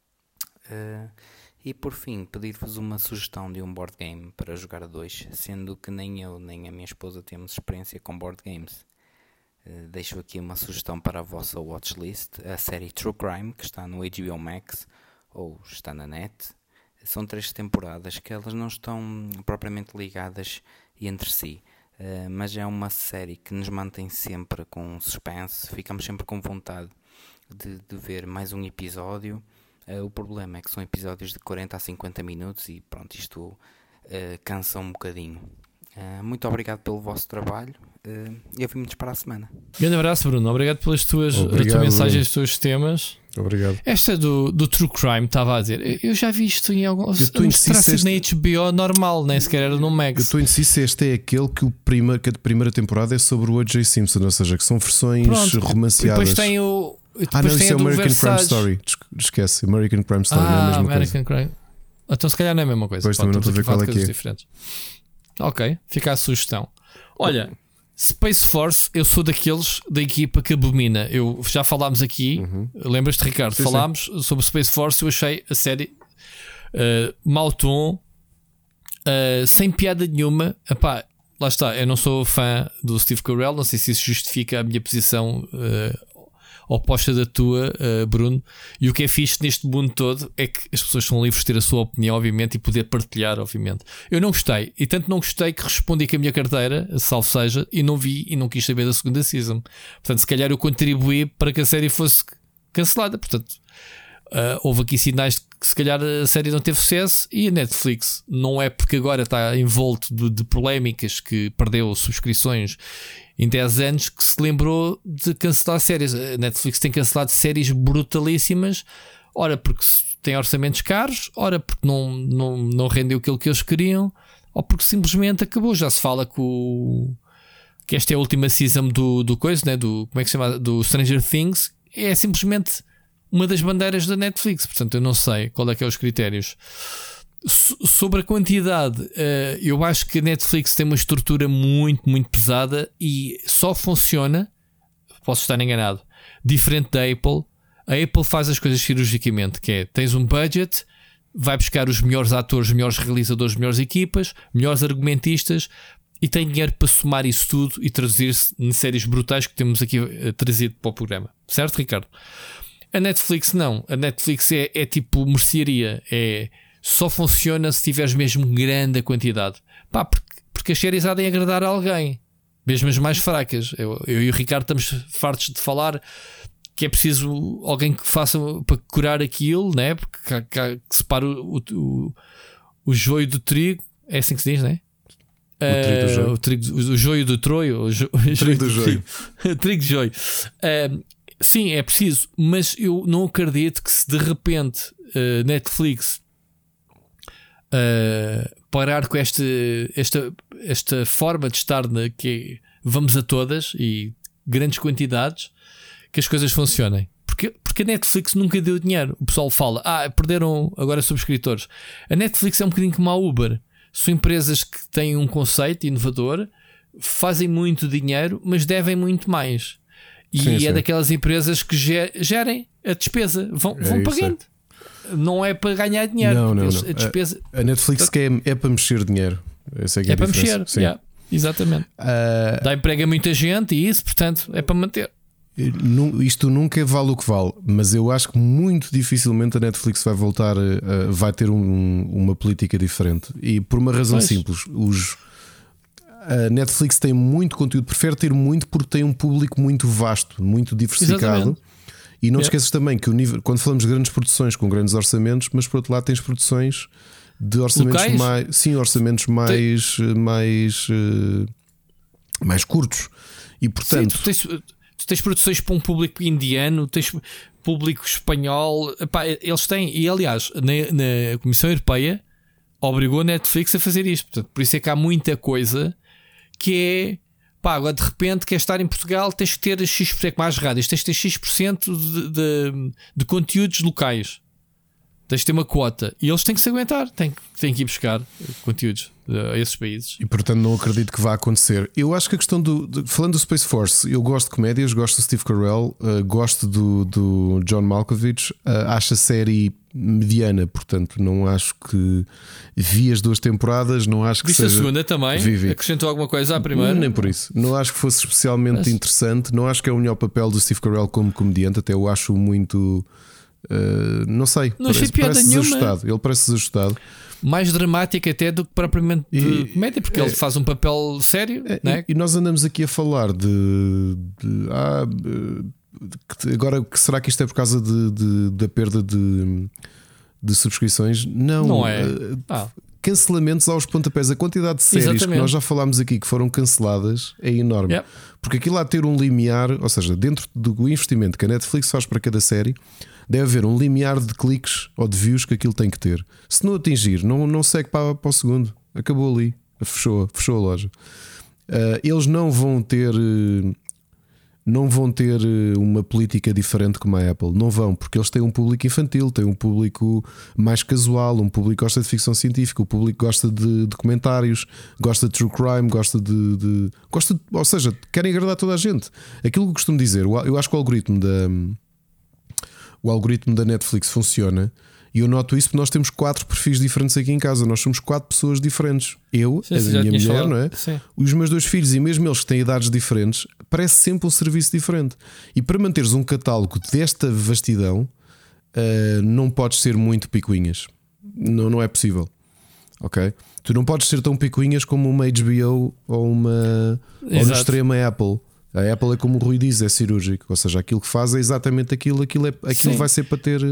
Uh, E por fim, pedir-vos uma sugestão de um board game para jogar a dois, sendo que nem eu nem a minha esposa temos experiência com board games. Uh, deixo aqui uma sugestão para a vossa watchlist, a série True Crime, que está no H B O Max, ou está na net. São três temporadas que elas não estão propriamente ligadas entre si, uh, mas é uma série que nos mantém sempre com suspense, ficamos sempre com vontade de, de ver mais um episódio. Uh, o problema é que são episódios de quarenta a cinquenta minutos e pronto, isto uh, cansa um bocadinho. Uh, muito obrigado pelo vosso trabalho uh, e ouvimos para a semana. Grande abraço, Bruno. Obrigado pelas tuas, obrigado, a tua mensagem, Bruno. os teus temas. Obrigado. Esta do, do True Crime, estava a dizer. Eu já vi isto em algum. Tu insistes na H B O normal, nem sequer era no Max. Eu tu insistes, este é aquele que, o prima, que a primeira temporada é sobre o O J Simpson, ou seja, que são versões Pronto. romanceadas. E depois tem o. Ah, não, tem isso é a do American Versace. Crime Story. Esquece, American Crime Story, ah, não é a mesma American coisa. Crime. Então, se calhar não é a mesma coisa. Pois, Pá, também não estou a ver qual é que é. Diferentes. Ok, fica a sugestão. Olha, Space Force, eu sou daqueles da equipa que abomina. Eu já falámos aqui, uhum. Lembras-te, Ricardo? Sim, falámos sim. sobre Space Force. Eu achei a série uh, mau tom, uh, sem piada nenhuma. Epá, lá está, eu não sou fã do Steve Carell, não sei se isso justifica a minha posição uh, oposta da tua, uh, Bruno. E o que é fixe neste mundo todo é que as pessoas são livres de ter a sua opinião, obviamente, e poder partilhar, obviamente. Eu não gostei, e tanto não gostei que respondi com a minha carteira, salvo seja, e não vi e não quis saber da segunda season. Portanto, se calhar eu contribuí para que a série fosse cancelada. Portanto, uh, houve aqui sinais de que se calhar a série não teve sucesso, e a Netflix não é porque agora está envolto de, de polémicas que perdeu subscrições em dez anos que se lembrou de cancelar séries. A Netflix tem cancelado séries brutalíssimas, ora porque tem orçamentos caros, ora porque não, não, não rendeu aquilo que eles queriam, ou porque simplesmente acabou. Já se fala que, o, que esta é a última season do, do coisa, né? do, como é que se chama? Do Stranger Things. É simplesmente uma das bandeiras da Netflix. Portanto, eu não sei qual é que é os critérios. Sobre a quantidade, eu acho que a Netflix tem uma estrutura muito, muito pesada e só funciona, posso estar enganado. Diferente da Apple, a Apple faz as coisas cirurgicamente, que é, tens um budget, vai buscar os melhores atores, os melhores realizadores, as melhores equipas, melhores argumentistas, e tem dinheiro para somar isso tudo e traduzir-se em séries brutais que temos aqui uh, trazido para o programa. Certo, Ricardo? A Netflix não. A Netflix é, é tipo mercearia. É, só funciona se tiveres mesmo grande a quantidade. Pá, porque, porque as séries há de agradar a alguém. Mesmo as mais fracas. Eu, eu e o Ricardo estamos fartos de falar que é preciso alguém que faça para curar aquilo, né? Porque que, que, que separe o, o, o joio do trigo. É assim que se diz, não é? O trigo do joio. Uh, o, trigo, o joio do troio. O, jo, o, o trigo do joio. O trigo do joio. Uh, sim, é preciso. Mas eu não acredito que se de repente uh, Netflix uh, parar com esta, esta, esta forma de estar na, que é, vamos a todas e grandes quantidades, que as coisas funcionem. Porque, porque a Netflix nunca deu dinheiro. O pessoal fala, ah, perderam agora subscritores. A Netflix é um bocadinho como a Uber. São empresas que têm um conceito inovador, fazem muito dinheiro, mas devem muito mais. E sim, é sim. daquelas empresas que gerem a despesa, vão, É vão isso, pagando. é. Não é para ganhar dinheiro. Não, não, Eles, não. A, despesa... a, a Netflix que é, é para mexer dinheiro. Essa é, que é, é a para diferença. mexer. Sim. Yeah, exatamente. Uh, Dá emprego a muita gente e isso, portanto, é para manter. Isto nunca vale o que vale, mas eu acho que muito dificilmente a Netflix vai voltar, a, vai ter um, uma política diferente. E por uma razão pois. simples: os, a Netflix tem muito conteúdo, prefere ter muito porque tem um público muito vasto, muito diversificado. Exatamente. E não te Yeah. esqueças também que o nível, quando falamos de grandes produções com grandes orçamentos, mas por outro lado tens produções de orçamentos Locais? mais, sim, orçamentos mais, mais, uh, mais curtos. E portanto. Sim, tu tens, tu tens produções para um público indiano, tens público espanhol. Epá, eles têm, e aliás, na, na Comissão Europeia obrigou a Netflix a fazer isto. Portanto, por isso é que há muita coisa que é pá, agora de repente queres estar em Portugal, tens que ter X por cento mais rádios, tens que ter X por cento de, de, de conteúdos locais. Tens de ter uma quota e eles têm que se aguentar, têm, têm que ir buscar conteúdos a esses países. E portanto não acredito que vá acontecer. Eu acho que a questão do, de, falando do Space Force, eu gosto de comédias, gosto do Steve Carell, uh, gosto do, do John Malkovich, uh, acho a série mediana, portanto não acho que vi as duas temporadas, não acho que Viste seja... a segunda também? Vivi. Acrescentou alguma coisa à primeira? Nem por isso. Não acho que fosse especialmente Mas... interessante. Não acho que é o melhor papel do Steve Carell como comediante. Até eu acho muito uh, não sei, não parece, parece desajustado. Ele parece desajustado. Mais dramático até do que propriamente de E, comédia, porque é, ele faz um papel sério, é, não é? E nós andamos aqui a falar de, de ah, de, agora que será que isto é por causa de, de, da perda de, de subscrições? Não, Não é. Uh, Ah. Cancelamentos aos pontapés. A quantidade de séries Exatamente. que nós já falámos aqui que foram canceladas é enorme. Yep. Porque aquilo há de ter um limiar, ou seja, dentro do investimento que a Netflix faz para cada série, deve haver um limiar de cliques ou de views que aquilo tem que ter. Se não atingir, não, não segue para, para o segundo. Acabou ali. Fechou, fechou a loja. Uh, eles não vão ter. Uh, não vão ter uma política diferente como a Apple. Não vão, porque eles têm um público infantil, têm um público mais casual, um público que gosta de ficção científica, o público gosta de documentários, gosta de true crime, gosta de, de, gosta de, ou seja, querem agradar toda a gente. Aquilo que eu costumo dizer, eu acho que o algoritmo da o algoritmo da Netflix funciona. E eu noto isso porque nós temos quatro perfis diferentes aqui em casa. Nós somos quatro pessoas diferentes. Eu, Sim, a sim, da minha mulher, falado. não é? Sim. Os meus dois filhos e mesmo eles que têm idades diferentes, parece sempre um serviço diferente. E para manteres um catálogo desta vastidão, uh, não podes ser muito picuinhas. Não, não é possível. Ok? Tu não podes ser tão picuinhas como uma H B O ou uma ou no extremo a Apple. A Apple é como o Rui diz, é cirúrgico. Ou seja, aquilo que faz é exatamente aquilo. Aquilo, é, aquilo vai ser para ter.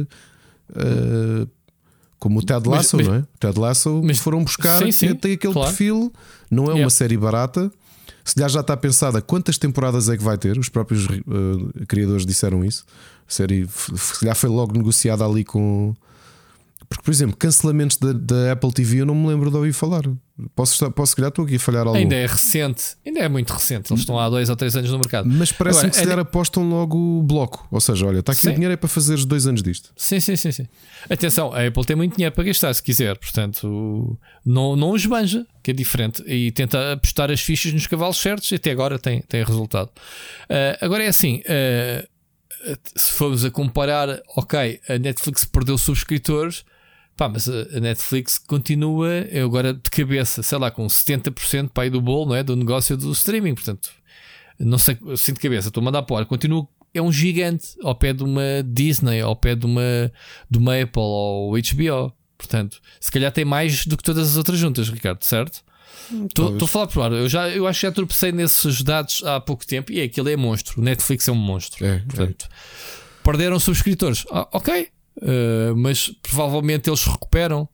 Uh, como o Ted Lasso, mas, não é? O Ted Lasso mas, foram buscar, sim, sim, tem aquele claro. perfil, não é uma Yep. série barata. Se calhar já está pensada quantas temporadas é que vai ter. Os próprios uh, criadores disseram isso. A série se calhar foi logo negociada ali com, Porque, por exemplo, cancelamentos da, da Apple T V eu não me lembro de ouvir falar. Posso, estar, posso se calhar estou aqui a falhar algo. Ainda é recente, ainda é muito recente. Eles estão há dois ou três anos no mercado. Mas parece-me Agora, que se calhar é... apostam logo o bloco. Ou seja, olha, está aqui sim. o dinheiro é para fazeres dois anos disto. Sim, sim, sim, sim. Atenção, a Apple tem muito dinheiro para gastar se quiser. Portanto, não, não os banja, que é diferente. E tenta apostar as fichas nos cavalos certos e até agora tem, tem resultado. Uh, agora é assim. Uh, se formos a comparar, ok, a Netflix perdeu subscritores, pá, mas a Netflix continua, eu agora de cabeça, sei lá, com setenta por cento para aí do bolo, não é? Do negócio do streaming, portanto, não sei, assim de cabeça, estou a mandar para, continua, é um gigante ao pé de uma Disney, ao pé de uma, de uma Apple ou H B O, portanto, se calhar tem mais do que todas as outras juntas, Ricardo, certo? Estou a falar por ar. Eu, já, eu acho que já tropecei nesses dados há pouco tempo e é aquilo é monstro. O Netflix é um monstro. É, portanto, é. Perderam subscritores. Ah, ok, uh, mas provavelmente eles recuperam.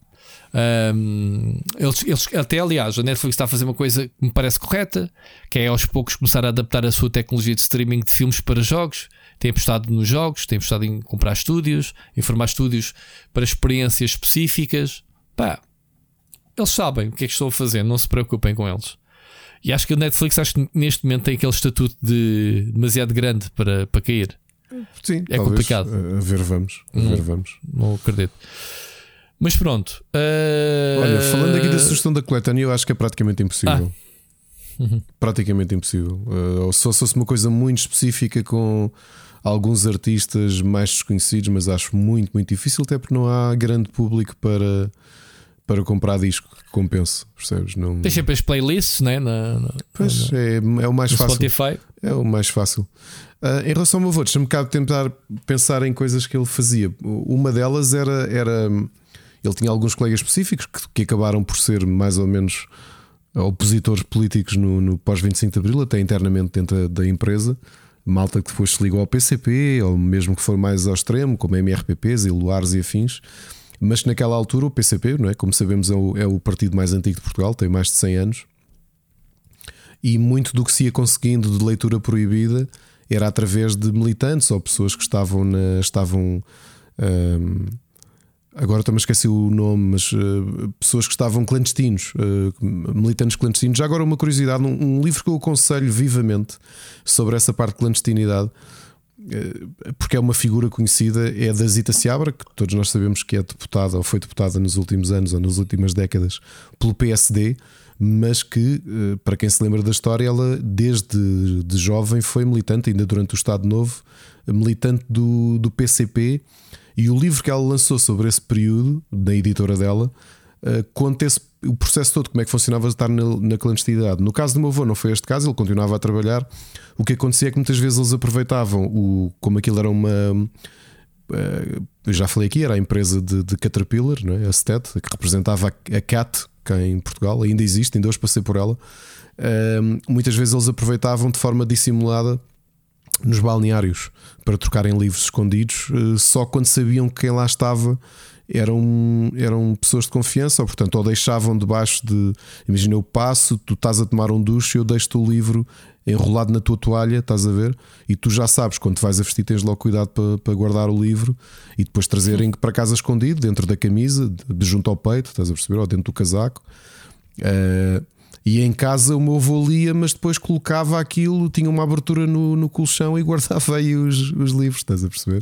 Um, eles, eles, até aliás, a Netflix está a fazer uma coisa que me parece correta, que é aos poucos começar a adaptar a sua tecnologia de streaming de filmes para jogos. Tem apostado nos jogos, tem apostado em comprar estúdios, em formar estúdios para experiências específicas. Pá. Eles sabem o que é que estou a fazer, não se preocupem com eles. E acho que a Netflix, acho que neste momento tem aquele estatuto de demasiado grande para, para cair. Sim, é talvez, complicado. A ver, vamos. A ver, vamos. Não acredito. Mas pronto. Uh... Olha, falando aqui da sugestão da coletânea, eu acho que é praticamente impossível. Ah. Uhum. Praticamente impossível. Uh, ou só se fosse uma coisa muito específica com alguns artistas mais desconhecidos, mas acho muito, muito difícil, até porque não há grande público para. Para comprar disco que compense, percebes? Não... Tem sempre as playlists, né? na, na, pois na, é, é o mais no fácil. Spotify. É o mais fácil. Uh, em relação ao meu avô, deixa-me cá tentar pensar em coisas que ele fazia. Uma delas era, era ele tinha alguns colegas específicos que, que acabaram por ser mais ou menos opositores políticos no, no pós vinte e cinco de Abril, até internamente dentro da empresa. Malta que depois se ligou ao P C P, ou mesmo que for mais ao extremo, como M R P Ps e Luares e afins. Mas naquela altura o P C P, não é? Como sabemos, é o, é o partido mais antigo de Portugal, tem mais de cem anos. E muito do que se ia conseguindo de leitura proibida era através de militantes ou pessoas que estavam na, estavam hum, agora estou-me a esquecer o nome, mas uh, pessoas que estavam clandestinos, uh, militantes clandestinos. Já agora uma curiosidade, um, um livro que eu aconselho vivamente sobre essa parte de clandestinidade, porque é uma figura conhecida, é da Zita Seabra, que todos nós sabemos que é deputada ou foi deputada nos últimos anos ou nas últimas décadas pelo P S D, mas que, para quem se lembra da história, ela desde de jovem foi militante, ainda durante o Estado Novo, militante do, do P C P, e o livro que ela lançou sobre esse período, da editora dela, conta esse, o processo todo, como é que funcionava estar na, na clandestinidade. No caso do meu avô não foi este caso, ele continuava a trabalhar. O que acontecia é que muitas vezes eles aproveitavam o, como aquilo era uma, eu já falei aqui, era a empresa de, de Caterpillar, não é? A Stet, que representava a, a CAT cá em Portugal, ainda existe, ainda hoje passei por ela. Muitas vezes eles aproveitavam de forma dissimulada nos balneários para trocarem livros escondidos, só quando sabiam que quem lá estava eram, eram pessoas de confiança, ou portanto, ou deixavam debaixo de, imagina, eu passo, tu estás a tomar um duche e eu deixo-te o livro enrolado na tua toalha, estás a ver? E tu já sabes, quando te vais a vestir, tens logo cuidado para, para guardar o livro e depois trazerem para casa escondido, dentro da camisa, de, de junto ao peito, estás a perceber? Ou dentro do casaco. Uh, e em casa o meu avô lia, mas depois colocava aquilo, tinha uma abertura no, no colchão e guardava aí os, os livros, estás a perceber?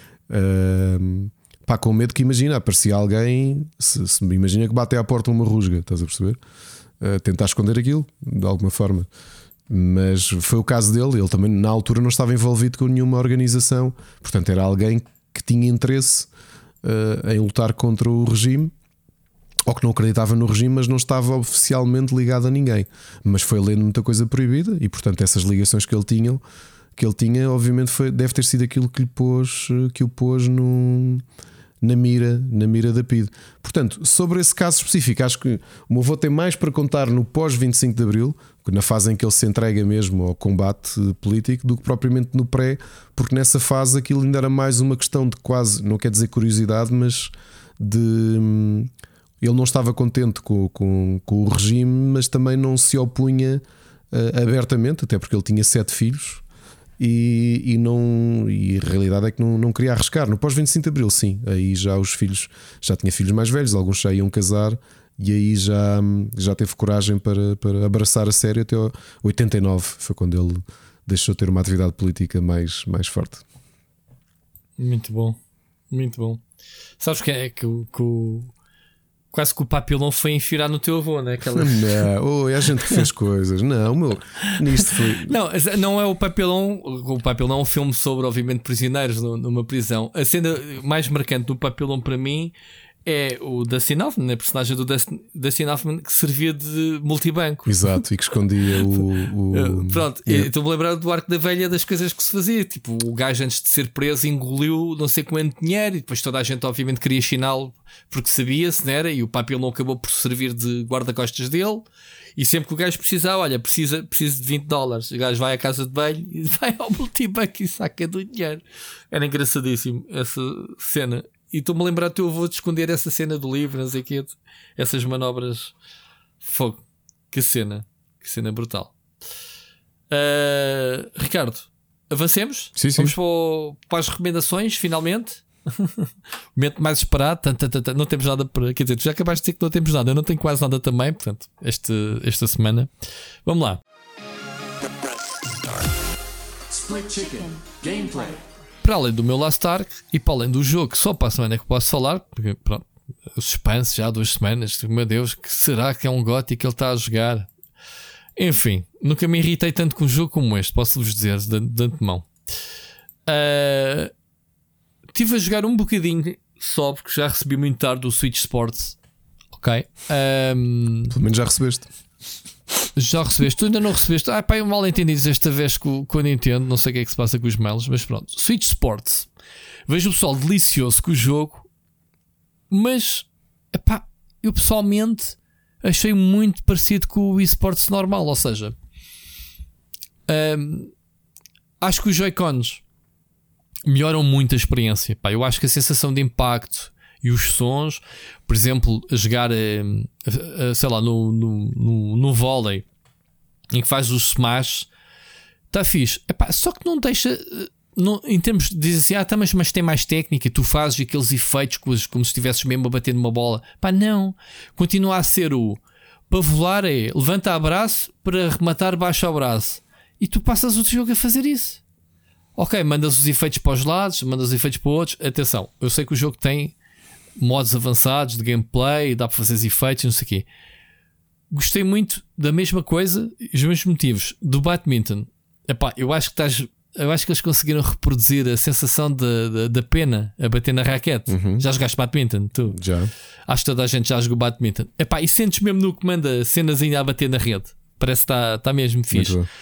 Uh, pá, com medo que, imagina, aparecia alguém, se, se imagina que bate à porta uma rusga, estás a perceber? Uh, tentar esconder aquilo de alguma forma. Mas foi o caso dele. Ele também na altura não estava envolvido com nenhuma organização, portanto era alguém que tinha interesse uh, em lutar contra o regime, ou que não acreditava no regime, mas não estava oficialmente ligado a ninguém, mas foi lendo muita coisa proibida. E portanto essas ligações que ele tinha, que ele tinha obviamente foi, deve ter sido aquilo que lhe pôs, que o pôs no, na mira, na mira da P I D. Portanto, sobre esse caso específico, acho que o meu avô tem mais para contar no pós vinte e cinco de Abril, na fase em que ele se entrega mesmo ao combate político, do que propriamente no pré, porque nessa fase aquilo ainda era mais uma questão de quase, não quer dizer curiosidade, mas de... Ele não estava contente com, com, com o regime, mas também não se opunha uh, abertamente, até porque ele tinha sete filhos, e, e, não, e a realidade é que não, não queria arriscar. No pós vinte e cinco de Abril, sim, aí já os filhos, já tinha filhos mais velhos, alguns já iam casar, e aí já, já teve coragem para, para abraçar a sério. Até oitenta e nove foi quando ele deixou de ter uma atividade política mais, mais forte. Muito bom, muito bom. Sabes que é que, que o quase que o papilão foi enfiar no teu avô, né? Aquela... Não, oh, é a gente que fez coisas. Não, meu, nisto foi. Não, não é o papilão. O papilão é um filme sobre, obviamente, prisioneiros numa prisão. A cena mais marcante do papilão para mim é o Dustin Hoffman, a personagem do Dustin, Dustin Hoffman, que servia de multibanco. Exato, e que escondia o. o... Pronto, yeah. Estou-me a lembrar do Arco da Velha, das coisas que se fazia. Tipo, o gajo antes de ser preso engoliu não sei quanto dinheiro, e depois toda a gente, obviamente, queria chiná-lo porque sabia-se, não era? E o papilão acabou por servir de guarda-costas dele. E sempre que o gajo precisava, olha, precisa, precisa de vinte dólares, o gajo vai à casa de banho e vai ao multibanco e saca do dinheiro. Era engraçadíssimo essa cena. E estou-me a lembrar do teu avô de esconder essa cena do livro, não sei o quê, essas manobras. Fogo. Que cena. Que cena brutal. Uh, Ricardo, avancemos? Sim, sim. Vamos para, o, para as recomendações, finalmente. O momento mais esperado. Tant, tant, tant, não temos nada para. Quer dizer, tu já acabaste de dizer que não temos nada. Eu não tenho quase nada também, portanto, este, esta semana. Vamos lá. Split Chicken Gameplay. Para além do meu Last Ark e para além do jogo que só para a semana é que posso falar, porque pronto, o suspense já há duas semanas, meu Deus, que será que é um gótico que ele está a jogar? Enfim, nunca me irritei tanto com um jogo como este, posso-vos dizer de, de antemão. Uh, estive a jogar um bocadinho só, porque já recebi muito tarde o Switch Sports. Ok? Um, Pelo menos já recebeste. Já recebeste, tu ainda não recebeste. Ah, pá, eu mal entendi esta vez com, com a Nintendo. Não sei o que é que se passa com os mails, mas pronto. Switch Sports, vejo o pessoal delicioso com o jogo, mas epá, eu pessoalmente achei muito parecido com o eSports normal. Ou seja, hum, acho que os Joy-Cons melhoram muito a experiência. Pá, eu acho que a sensação de impacto e os sons, por exemplo, a jogar a, a, sei lá, no, no, no, no vôlei em que faz os smash, está fixe. Epá, só que não deixa, não, em termos de dizer assim, ah, tá, mas, mas tem mais técnica, tu fazes aqueles efeitos como, como se estivesses mesmo a bater numa bola. Pá, não, continua a ser o para voar é levanta a braço, para rematar baixa o braço, e tu passas o teu jogo a fazer isso. Ok, mandas os efeitos para os lados, mandas os efeitos para outros. Atenção, eu sei que o jogo tem modos avançados de gameplay, dá para fazer os efeitos, não sei o quê. Gostei muito da mesma coisa, os mesmos motivos do badminton. Epá, eu acho que estás, eu acho que eles conseguiram reproduzir a sensação da pena a bater na raquete. Uhum. Já jogaste badminton? Tu? Já. Acho que toda a gente já jogou badminton. Epá, e sentes mesmo no que manda cenas ainda a bater na rede. Parece que está, está mesmo fixe. Uh,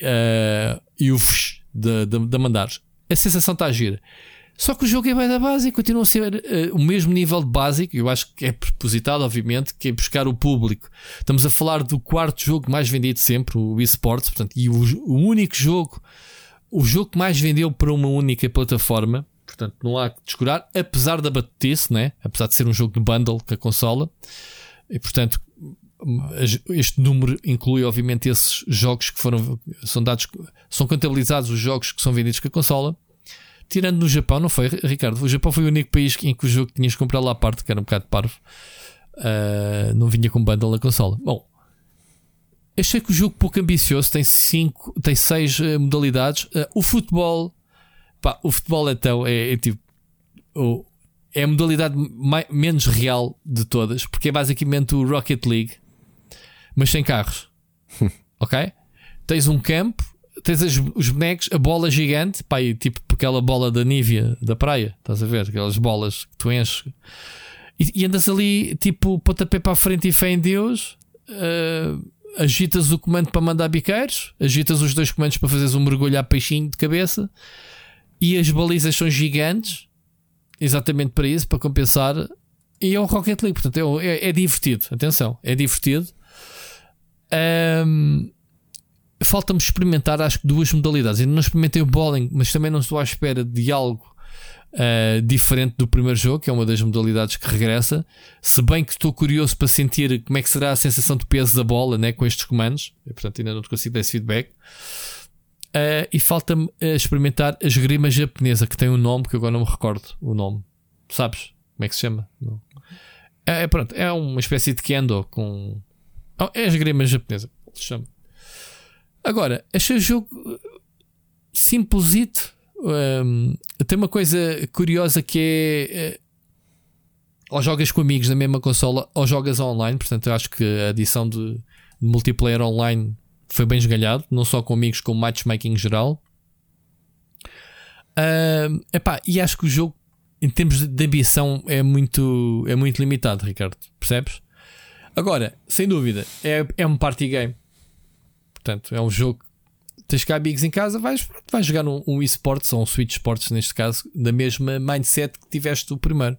e o fsh da mandares. A sensação está a gira. Só que o jogo é bem da base e continua a ser uh, o mesmo nível de básico. Eu acho que é propositado, obviamente, que é buscar o público. Estamos a falar do quarto jogo mais vendido sempre, o eSports, portanto, e o, o único jogo, o jogo que mais vendeu para uma única plataforma. Portanto, não há que descurar, apesar da batutice, né? Apesar de ser um jogo de bundle com a consola. E portanto, este número inclui, obviamente, esses jogos que foram são dados, são contabilizados os jogos que são vendidos com a consola. Tirando no Japão, não foi, Ricardo? O Japão foi o único país em que o jogo tinhas que comprar lá à parte, que era um bocado parvo. Uh, não vinha com bundle na consola. Bom, achei que o jogo pouco ambicioso, tem cinco, tem seis uh, modalidades. Uh, o futebol, pá, o futebol então é, é tipo o, é a modalidade mais, menos real de todas, porque é basicamente o Rocket League, mas sem carros. Ok? Tens um campo. Tens as, os bonecos, a bola gigante, pá, e tipo aquela bola da Nívea da praia, estás a ver? Aquelas bolas que tu enches e, e andas ali, tipo, pontapé para a frente e fé em Deus. Uh, agitas o comando para mandar biqueiros, agitas os dois comandos para fazeres um mergulho a peixinho de cabeça, e as balizas são gigantes, exatamente para isso, para compensar. E é um Rocket League, portanto, é, é, é divertido. Atenção, é divertido. Um, Falta-me experimentar, acho que duas modalidades. Ainda não experimentei o bowling, mas também não estou à espera de algo uh, diferente do primeiro jogo, que é uma das modalidades que regressa. Se bem que estou curioso para sentir como é que será a sensação de peso da bola, né, com estes comandos. E, portanto, ainda não te consigo dar esse feedback. Uh, e falta-me uh, experimentar a esgrima japonesa, que tem um nome que eu agora não me recordo o nome. Sabes como é que se chama? Não. É, pronto, é uma espécie de kendo com. Oh, é a esgrima japonesa. Se chama. Agora, achei o jogo simplesito. Um, tem uma coisa curiosa que é. Ou jogas com amigos na mesma consola ou jogas online. Portanto, eu acho que a adição de multiplayer online foi bem esgalhado, não só com amigos, como matchmaking em geral. Uh, epá, e acho que o jogo, em termos de, de ambição, é muito, é muito limitado, Ricardo. Percebes? Agora, sem dúvida, é, é um party game. Portanto, é um jogo. Tens cá amigos em casa, vais, vais jogar um, um eSports ou um Switch Sports, neste caso, da mesma mindset que tiveste o primeiro.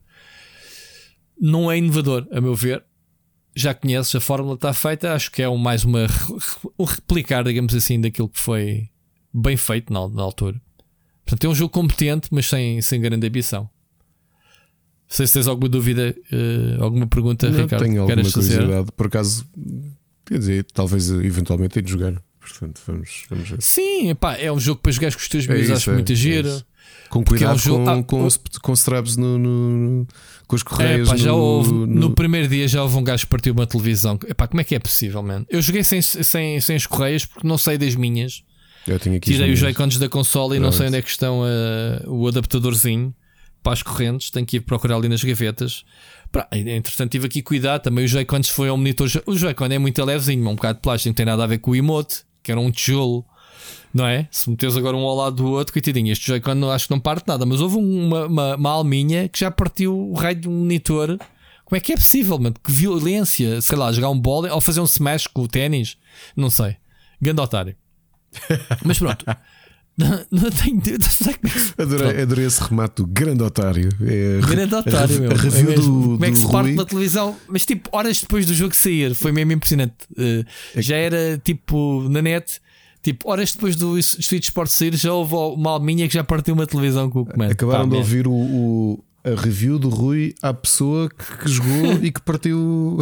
Não é inovador, a meu ver. Já conheces, a fórmula está feita. Acho que é um, mais uma um replicar, digamos assim, daquilo que foi bem feito na, na altura. Portanto, é um jogo competente, mas sem, sem grande ambição. Não sei se tens alguma dúvida, uh, alguma pergunta, não, Ricardo. Tenho alguma curiosidade, fazer? por acaso, quer dizer, talvez eventualmente tenho de jogar. Portanto, vamos, vamos ver. Sim, epá, é um jogo para jogar com os teus amigos, é acho é, muito giro. É com cuidado é um jogo... com, ah, com, o... com straps no, no, com os correios. É, pá, já no, houve, no... no primeiro dia já houve um gajo que partiu uma televisão. Epá, como é que é possível, mano? Eu joguei sem, sem, sem os correios porque não sei das minhas. Eu tenho aqui Tirei os Joy-Cons da consola e não sei onde é que estão uh, o adaptadorzinho para as correntes. Tenho que ir procurar ali nas gavetas. Pá, entretanto, tive aqui cuidado. Também os Joy-Cons foi ao monitor. O Joy-Con é muito levezinho, um bocado de plástico, não tem nada a ver com o emote, que era um tijolo. Não é? Se meteres agora um ao lado do outro, coitadinho, este Joy-Con acho que não parte nada. Mas houve uma, uma, uma alminha que já partiu o raio de um monitor. Como é que é possível, mano? Que violência, sei lá, jogar um bowling ou fazer um smash com o ténis, não sei. Grande otário. Mas pronto. Não, não tenho. Adorei, adorei esse remate do grande otário. É grande otário, a, meu. A review é do, Como é que se parte Rui. na televisão? Mas tipo, horas depois do jogo sair, foi mesmo impressionante. Uh, é já era tipo na net. Tipo, horas depois do Switch Sports sair, já houve uma alminha que já partiu uma televisão com o comando. Acabaram Pá, de man. ouvir o, o, a review do Rui à pessoa que, que jogou e que partiu.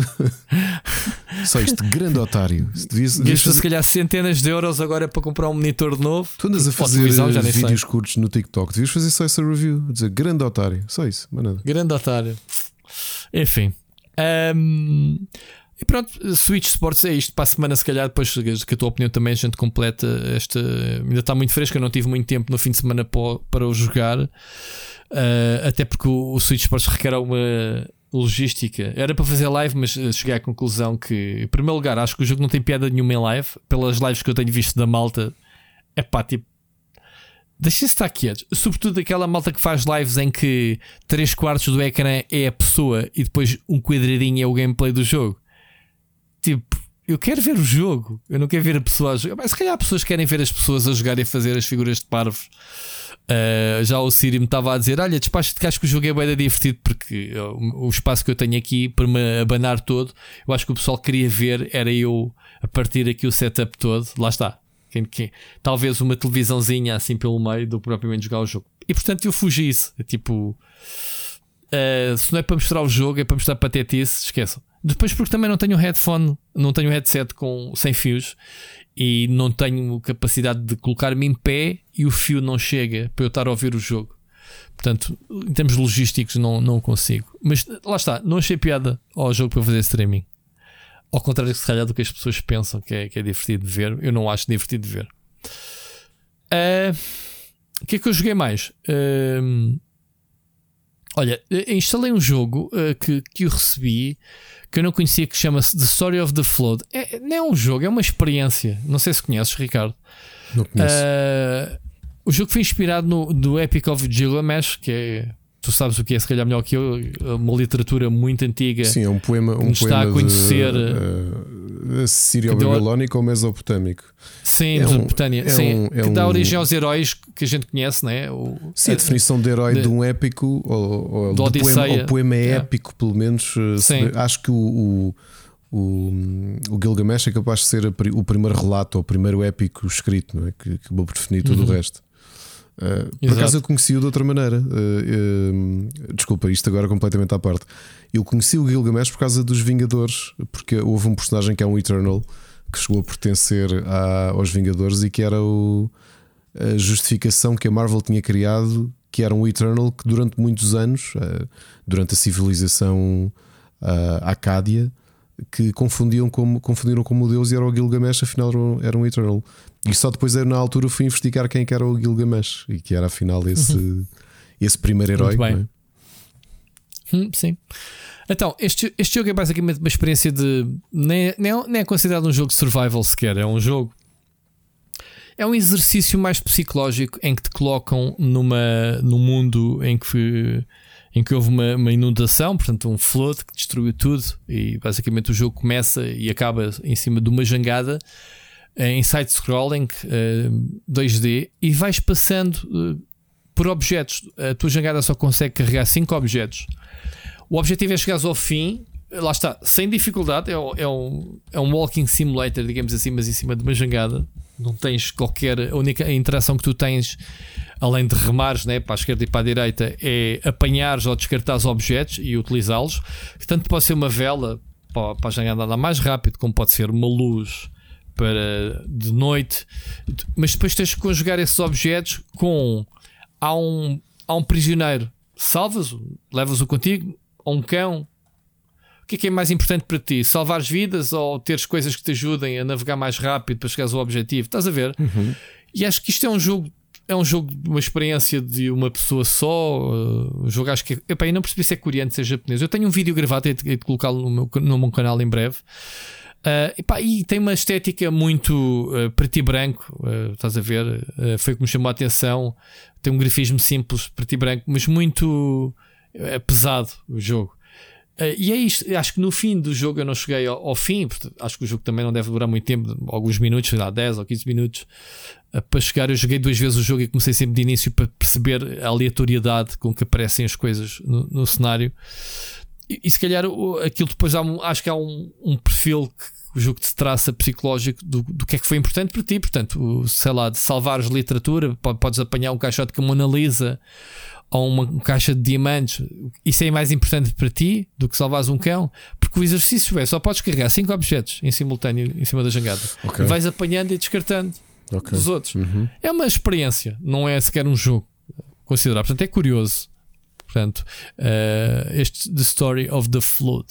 Só este grande otário. Gastou se calhar centenas de euros agora para comprar um monitor novo. Tu andas a fazer vídeos sei. curtos no TikTok. Devias fazer só essa review. Dizer grande otário. Só isso, mas nada. Grande otário. Enfim. Um... E pronto, Switch Sports é isto. Para a semana, se calhar, depois que a tua opinião também a gente completa esta. Ainda está muito fresca, eu não tive muito tempo no fim de semana para, para o jogar. Uh, até porque o, o Switch Sports requer uma logística. Era para fazer live, mas cheguei à conclusão que, em primeiro lugar, acho que o jogo não tem piada nenhuma em live. Pelas lives que eu tenho visto da malta, é pá, tipo. Deixem-se estar quietos. Sobretudo aquela malta que faz lives em que três quartos do ecrã é a pessoa e depois um quadradinho é o gameplay do jogo. Tipo, eu quero ver o jogo, eu não quero ver a pessoa a jogar. Mas se calhar pessoas querem ver as pessoas a jogar e a fazer as figuras de parvos. Uh, já o Siri me estava a dizer: olha, despacha-te que acho que o jogo é bem divertido. Porque o, o espaço que eu tenho aqui para me abanar todo, eu acho que o pessoal queria ver era eu a partir aqui o setup todo. Lá está, quem, quem, talvez uma televisãozinha assim pelo meio do propriamente jogar o jogo. E portanto eu fugi isso. É tipo, uh, se não é para mostrar o jogo, é para mostrar patetice, esqueçam. Depois porque também não tenho headphone, não tenho headset com, sem fios e não tenho capacidade de colocar-me em pé e o fio não chega para eu estar a ouvir o jogo. Portanto, em termos logísticos não, não consigo. Mas lá está, não achei piada ao jogo para fazer streaming. Ao contrário, se calhar, do que as pessoas pensam que é, que é divertido de ver, eu não acho divertido de ver. Uh, o que é que eu joguei mais? Uh, olha, instalei um jogo uh, que, que eu recebi que eu não conhecia, que chama-se The Story of the Flood. É, não é um jogo, é uma experiência. Não sei se conheces, Ricardo. Não conheço. Uh, o jogo foi inspirado no do Epic of Gilgamesh, que é, tu sabes o que é, se calhar melhor que eu, uma literatura muito antiga. Sim, é um poema, um está poema a conhecer de, uh, sírio-babilónico ou mesopotâmico. Sim, é Mesopotâmia. Um, é sim, um, é que dá um... origem aos heróis que a gente conhece, não é? O, Sim, a, a definição de herói de, de um épico ou, ou, de poema, ou poema yeah. épico, pelo menos. Sim. Acho que o, o, o, o Gilgamesh é capaz de ser a, o primeiro relato ou o primeiro épico escrito, não é? Que acabou por definir tudo uhum. o resto. Uh, por acaso eu conheci-o de outra maneira. Uh, uh, desculpa, isto agora completamente à parte. Eu conheci o Gilgamesh por causa dos Vingadores, porque houve um personagem que é um Eternal que chegou a pertencer a, aos Vingadores e que era o, a justificação que a Marvel tinha criado, que era um Eternal que durante muitos anos, durante a civilização Acádia, que confundiam como, confundiram como Deus e era o Gilgamesh, afinal era um, era um Eternal. E só depois, na altura, fui investigar quem que era o Gilgamesh e que era afinal esse, uhum. esse primeiro herói. Muito bem. Não é? hum, sim. Então, este, este jogo é basicamente uma experiência de. Nem, nem, nem é considerado um jogo de survival sequer, é um jogo. É um exercício mais psicológico em que te colocam numa, num mundo em que, em que houve uma, uma inundação, portanto, um flood que destruiu tudo. E basicamente o jogo começa e acaba em cima de uma jangada em side-scrolling uh, dois D e vais passando uh, por objetos. A tua jangada só consegue carregar cinco objetos. O objetivo é chegares ao fim, lá está, sem dificuldade. É, é, um, é um walking simulator, digamos assim, mas em cima de uma jangada. Não tens qualquer. A única interação que tu tens, além de remares, né, para a esquerda e para a direita, é apanhares ou descartares objetos e utilizá-los. Tanto pode ser uma vela para, para a jangada andar mais rápido, como pode ser uma luz para de noite. Mas depois tens que conjugar esses objetos com. Há um, há um prisioneiro, salvas-o, levas-o contigo, ou um cão. O que é que é mais importante para ti? Salvares vidas ou teres coisas que te ajudem a navegar mais rápido para chegares ao objetivo? Estás a ver? Uhum. E acho que isto é um jogo, é um jogo de uma experiência de uma pessoa só. Uh, um jogo, acho que é. Epá, eu não percebi se é coreano, se é japonês. Eu tenho um vídeo gravado e de, de colocá-lo no meu, no meu canal em breve. Uh, epá, e tem uma estética muito uh, preto e branco. Uh, estás a ver? Uh, foi o que me chamou a atenção. Tem um grafismo simples, preto e branco, mas muito uh, pesado o jogo. Uh, e é isto, acho que no fim do jogo eu não cheguei ao, ao fim, porque acho que o jogo também não deve durar muito tempo, alguns minutos, sei lá, dez ou quinze minutos uh, para chegar. Eu joguei duas vezes o jogo e comecei sempre de início para perceber a aleatoriedade com que aparecem as coisas no, no cenário. E, e se calhar o, aquilo depois há um, acho que há um, um perfil que o jogo te traça psicológico do, do que é que foi importante para ti. Portanto, o, sei lá, de salvares literatura, podes apanhar um caixote com a Mona Lisa ou uma, uma caixa de diamantes. Isso é mais importante para ti do que salvares um cão, porque o exercício é só podes carregar cinco objetos em simultâneo em cima da jangada, okay. E vais apanhando e descartando, okay. Os outros. Uhum. É uma experiência, não é sequer um jogo considerável. Portanto, é curioso. Portanto, uh, este The Story of the Flood.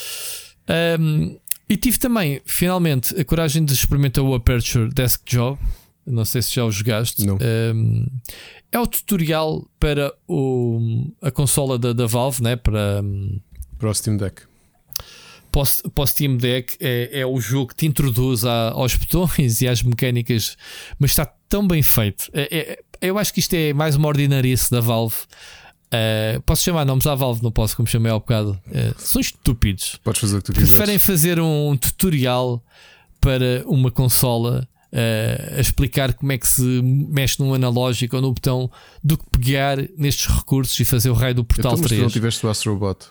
Um, e tive também, finalmente, a coragem de experimentar o Aperture Desk Job. Não sei se já o jogaste. Não. Um, é o tutorial para o, a consola da, da Valve, né? para, para o Steam Deck. Para o, para o Steam Deck é, é o jogo que te introduz a, aos botões e às mecânicas, mas está tão bem feito. É, é, eu acho que isto é mais uma ordinarice da Valve. Uh, posso chamar nomes à Valve, não posso, como chamei há bocado. Uh, são estúpidos. Podes fazer o que tu quiseres. Preferem fazer um tutorial para uma consola uh, a explicar como é que se mexe num analógico ou no botão do que pegar nestes recursos e fazer o raio do Portal então, mas três. Mas tu não tiveste o Astrobot?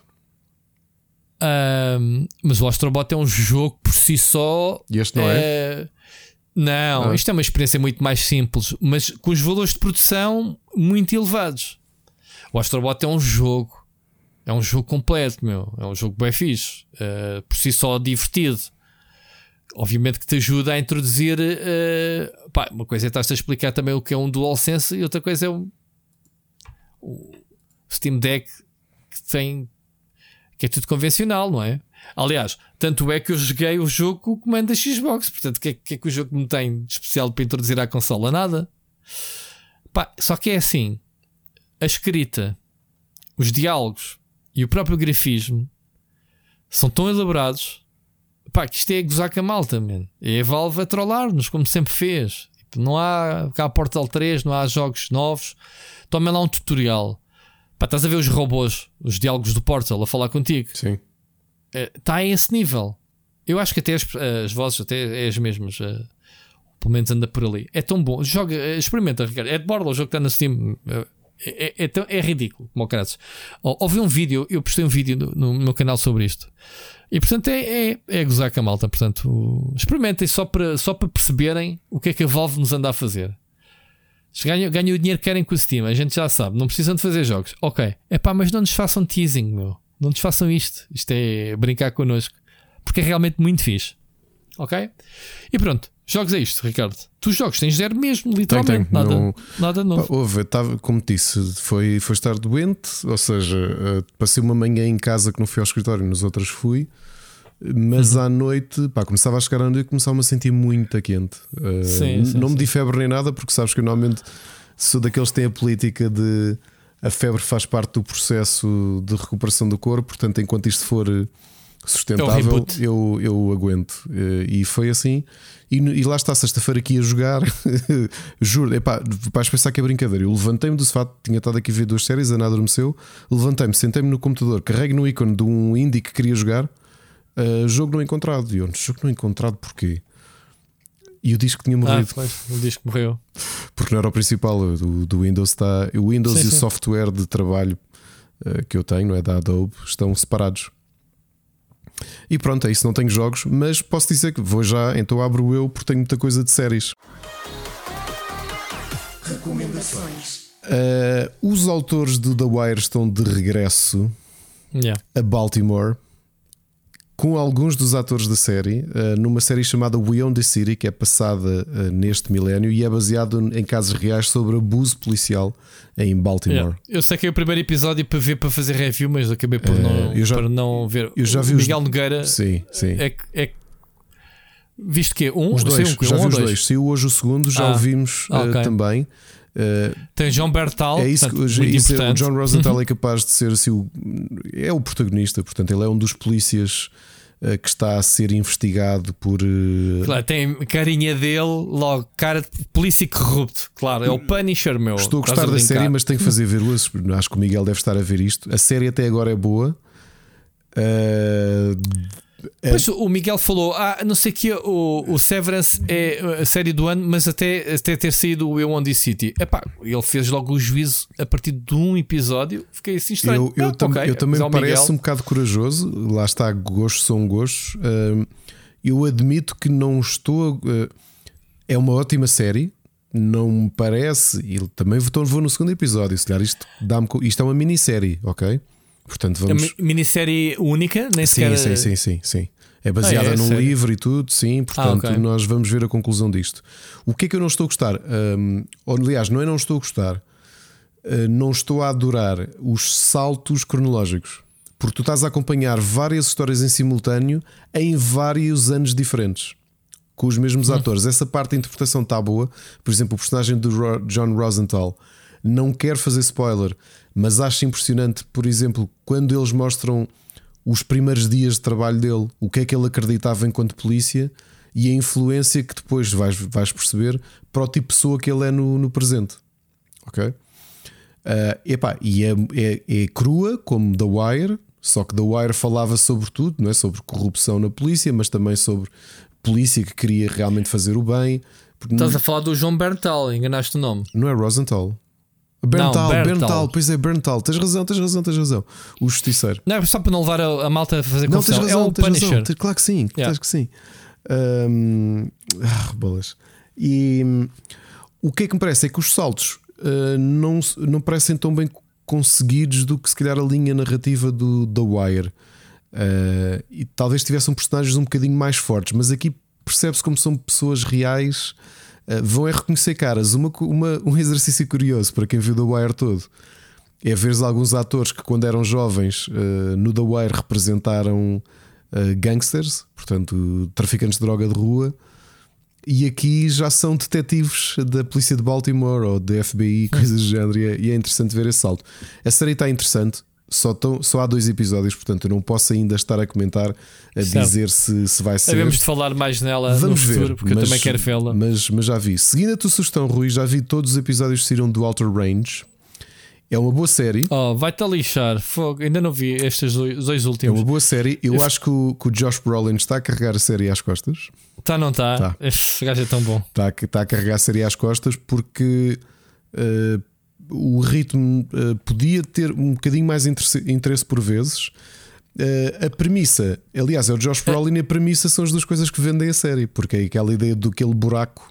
Uh, mas o Astrobot é um jogo por si só. E este não uh, é? Não, ah. Isto é uma experiência muito mais simples, mas com os valores de produção muito elevados. O Astrobot é um jogo, é um jogo completo, meu. É um jogo bem fixe, uh, por si só divertido. Obviamente que te ajuda a introduzir. Uh, pá, uma coisa é estar-te a explicar também o que é um DualSense e outra coisa é o, o Steam Deck que tem, que é tudo convencional, não é? Aliás, tanto é que eu joguei o jogo com o comando da Xbox. Portanto, o que é, que é que o jogo me tem de especial para introduzir à consola? Nada. Pá, só que é assim. A escrita, os diálogos e o próprio grafismo são tão elaborados, pá, que isto é gozar com a malta, man. É a Valve a trollar-nos, como sempre fez. Não há cá a Portal três, não há jogos novos. Toma lá um tutorial. Pá, estás a ver os robôs, os diálogos do Portal a falar contigo. Sim. Está a esse nível. Eu acho que até as, as vozes até é as mesmas. Uh, pelo menos anda por ali. É tão bom. Joga, experimenta, Ricardo. É de borla, o jogo que está na Steam. Uh, É, é, é, é ridículo, como o caras. Ouvi um vídeo, eu postei um vídeo no, no meu canal sobre isto. E portanto é, é, é gozar com a malta. Portanto, experimentem só para, só para perceberem o que é que a Valve nos anda a fazer. Ganham, ganham o dinheiro que querem com o Steam, a gente já sabe, não precisam de fazer jogos. Ok, é pá, mas não nos façam teasing, meu. Não nos façam isto. Isto é brincar connosco, porque é realmente muito fixe. Ok? E pronto, jogos é isto, Ricardo. Tu jogos tens zero mesmo, literalmente. Tem, tem. Nada, Não... nada novo. Pá, houve, tava, como te disse, foi, foi estar doente, ou seja, uh, passei uma manhã em casa que não fui ao escritório, nos outros fui. Mas uhum. à noite, pá, começava a chegar à noite e começava-me a sentir muito quente. Uh, sim, sim, não sim. me di febre nem nada, porque sabes que eu normalmente sou daqueles que têm a política de a febre faz parte do processo de recuperação do corpo, portanto, enquanto isto for sustentável, é eu, eu aguento. Uh, e foi assim. E, e lá está, sexta-feira aqui a jogar. Juro, epá, vais pensar que é brincadeira. Eu levantei-me do sofá, tinha estado aqui a ver duas séries, a Ana adormeceu. Levantei-me, sentei-me no computador, carrego no ícone de um indie que queria jogar. Uh, jogo não encontrado. E eu, jogo não encontrado porquê? E o disco tinha morrido. Ah, pois, o disco morreu. Porque não era o principal. Do, do Windows está. O Windows sim, e sim. o software de trabalho uh, que eu tenho, não é da Adobe, estão separados. E pronto, é isso. Não tenho jogos, mas posso dizer que vou já, então abro eu, porque tenho muita coisa de séries. Recomendações. Uh, os autores do The Wire estão de regresso yeah. a Baltimore, com alguns dos atores da série, uh, numa série chamada We Own the City, que é passada uh, neste milénio e é baseado em casos reais sobre abuso policial em Baltimore. Yeah. Eu saquei o primeiro episódio para ver, para fazer review, mas acabei por, uh, não, eu já, por não ver. Eu já o vi Miguel os... Nogueira. Sim, sim. É, é... Visto que um, os dois, um, já um vi os dois. dois. Saiu hoje o segundo, já ah, o vimos uh, okay. também. Uh, Tem John Bertal, é isso, portanto, que, muito isso importante. O John Rosenthal é capaz de ser assim, o, é o protagonista, portanto, ele é um dos polícias uh, que está a ser investigado por. Uh... Claro, tem carinha dele, logo, cara de polícia corrupto. Claro, é o Punisher, meu. Estou a gostar a da série, mas tenho que fazer ver luas. Acho que o Miguel deve estar a ver isto. A série até agora é boa. Uh... Pois o Miguel falou, ah, não sei que o, o Severance é a série do ano, mas até, até ter saído o We Own the City. Epá, ele fez logo o juízo a partir de um episódio. Fiquei assim estranho. Eu, eu, ah, tam, okay. eu também me parece Miguel. um bocado corajoso. Lá está, gostos são gostos. Uh, eu admito que não estou. Uh, é uma ótima série. Não me parece. E também vou, vou no segundo episódio. Se calhar isto dá-me. Isto é uma minissérie, ok? Portanto, vamos... É uma minissérie única, nem sim, sequer. Sim, sim, sim, sim. É baseada ah, é, num sério? livro e tudo, sim. Portanto, ah, okay. nós vamos ver a conclusão disto. O que é que eu não estou a gostar? Um, ou, aliás, não é não estou a gostar, uh, não estou a adorar os saltos cronológicos, porque tu estás a acompanhar várias histórias em simultâneo em vários anos diferentes, com os mesmos hum. atores. Essa parte da interpretação está boa. Por exemplo, o personagem do Ro- John Rosenthal. Não quero fazer spoiler, mas acho impressionante, por exemplo, quando eles mostram os primeiros dias de trabalho dele, o que é que ele acreditava enquanto polícia e a influência que depois vais, vais perceber para o tipo de pessoa que ele é no, no presente. Ok? Uh, epá, e é, é, é crua, como The Wire, só que The Wire falava sobre tudo, não é? Sobre corrupção na polícia, mas também sobre polícia que queria realmente fazer o bem. Estás a falar do João Berntal, enganaste o nome. Não é Rosenthal? Berntal, não, Berntal, pois é, Berntal. Tens razão, tens razão, tens razão. O justiceiro. Não é só para não levar a, a malta a fazer não, confusão. Tens razão, é o tens Punisher. Razão. Claro que sim, yeah. Claro que sim. Um... Ah, bolas. E um, o que é que me parece é que os saltos uh, não, não parecem tão bem conseguidos do que se calhar a linha narrativa do The Wire. Uh, e talvez tivessem personagens um bocadinho mais fortes, mas aqui percebe-se como são pessoas reais. Uh, vão é reconhecer caras. Uma, uma, um exercício curioso para quem viu The Wire todo é ver alguns atores que, quando eram jovens, uh, no The Wire representaram uh, gangsters, portanto, traficantes de droga de rua, e aqui já são detetives da polícia de Baltimore ou da F B I, coisas do género. E é interessante ver esse salto. A série está interessante. Só, tão, só há dois episódios, portanto eu não posso ainda estar a comentar, a certo. dizer se, se vai ser. Devemos de falar mais nela Vamos no futuro, ver, porque mas, eu também quero vê-la. Mas, mas já vi. Seguindo a tua sugestão, Rui, já vi todos os episódios que saíram do Outer Range. É uma boa série. Oh, vai-te a lixar. Fogo. Ainda não vi estes dois, dois últimos. É uma boa série. Eu, eu acho que o, que o Josh Brolin está a carregar a série às costas. Está, não está? Tá. Este gajo é tão bom. Está, está a carregar a série às costas porque. Uh, o ritmo uh, podia ter um bocadinho mais interesse, interesse por vezes. Uh, a premissa, aliás, é o Josh Brolin e a premissa são as duas coisas que vendem a série, porque é aquela ideia do aquele buraco.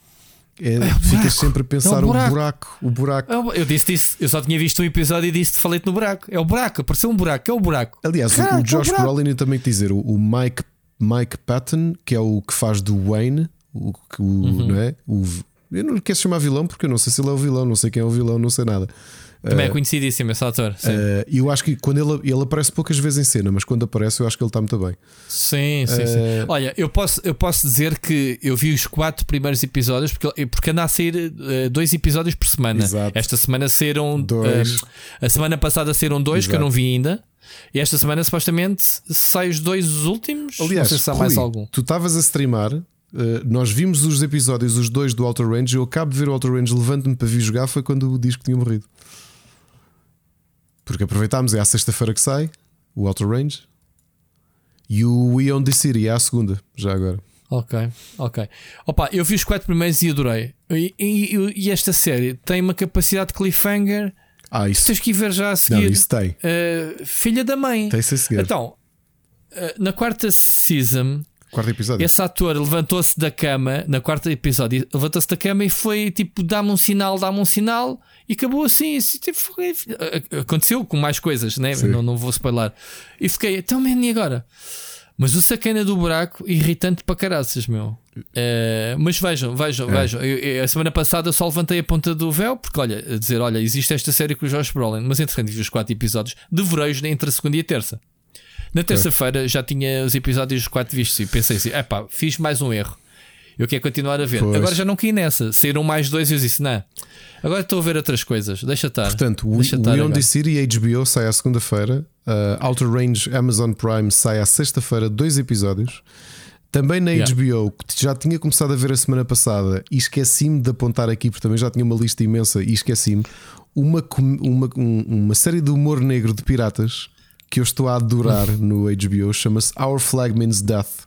É, é ficas sempre a pensar é o buraco. buraco, o buraco. É, eu disse isso, eu só tinha visto um episódio e disse, falei-te no buraco. É o buraco, apareceu um buraco, é o buraco. Aliás, Caraca, o, o Josh é o Brolin, eu também te dizer, o, o Mike Mike Patton, que é o que faz do Wayne, o, o, Uhum. não é? O, eu não lhe quero chamar vilão porque eu não sei se ele é o vilão, não sei quem é o vilão, não sei nada. Também é Uh, conhecidíssimo esse ator. Sim, uh, eu acho que quando ele, ele aparece poucas vezes em cena, mas quando aparece, eu acho que ele está muito bem. sim, sim, sim. Uh, Olha, eu posso, eu posso dizer que eu vi os quatro primeiros episódios porque, porque anda a sair uh, dois episódios por semana. Exato. Esta semana saíram Dois. uh, a semana passada saíram dois que eu Exato. não vi ainda. E esta semana supostamente sai os dois últimos. Aliás, não sei se há Rui, mais algum. tu estavas a streamar, uh, nós vimos os episódios, os dois do Outer Range. Eu acabo de ver o Outer Range, levanto-me para vir jogar. Foi quando o disco tinha morrido. Porque aproveitámos, é à sexta-feira que sai o Outer Range. E o We Own the City é à segunda, já agora. Ok, ok. Opa, eu vi os quatro primeiros e adorei. E, e- e esta série tem uma capacidade de cliffhanger. Ah, Tu isso, tens que ir ver já a não, seguir. isso tem. Uh, filha da mãe. Tem-se a seguir. Então, uh, na quarta season, Quarto episódio. esse ator levantou-se da cama. Na quarta episódio, levantou-se da cama e foi tipo: dá-me um sinal, dá-me um sinal. E acabou assim. assim tipo, foi- aconteceu com mais coisas, né? Sim. Não, não vou spoiler. E fiquei, então, man, e agora? Mas o sacana do buraco, irritante para caraças, meu. Eh, mas vejam, vejam, É. vejam. Eu- eu- a semana passada eu só levantei a ponta do véu, porque olha, a dizer, olha, existe esta série com o Josh Brolin, mas entretanto vi os quatro episódios de vereios entre a segunda e a terça. Na terça-feira já tinha os episódios quatro vistos e pensei assim: epá, fiz mais um erro. Eu quero continuar a ver. Pois. Agora já não caí nessa. Saíram mais dois e eu disse: não, agora estou a ver outras coisas. Deixa estar. Portanto, o Deixa We estar Own agora. the City H B O sai à segunda-feira. uh, Outer Range Amazon Prime sai à sexta-feira, dois episódios. Também na Yeah. H B O, que já tinha começado a ver a semana passada e esqueci-me de apontar aqui, porque também já tinha uma lista imensa e esqueci-me. Uma, com- uma, um- uma série de humor negro de piratas que eu estou a adorar no H B O, chama-se Our Flag Means Death.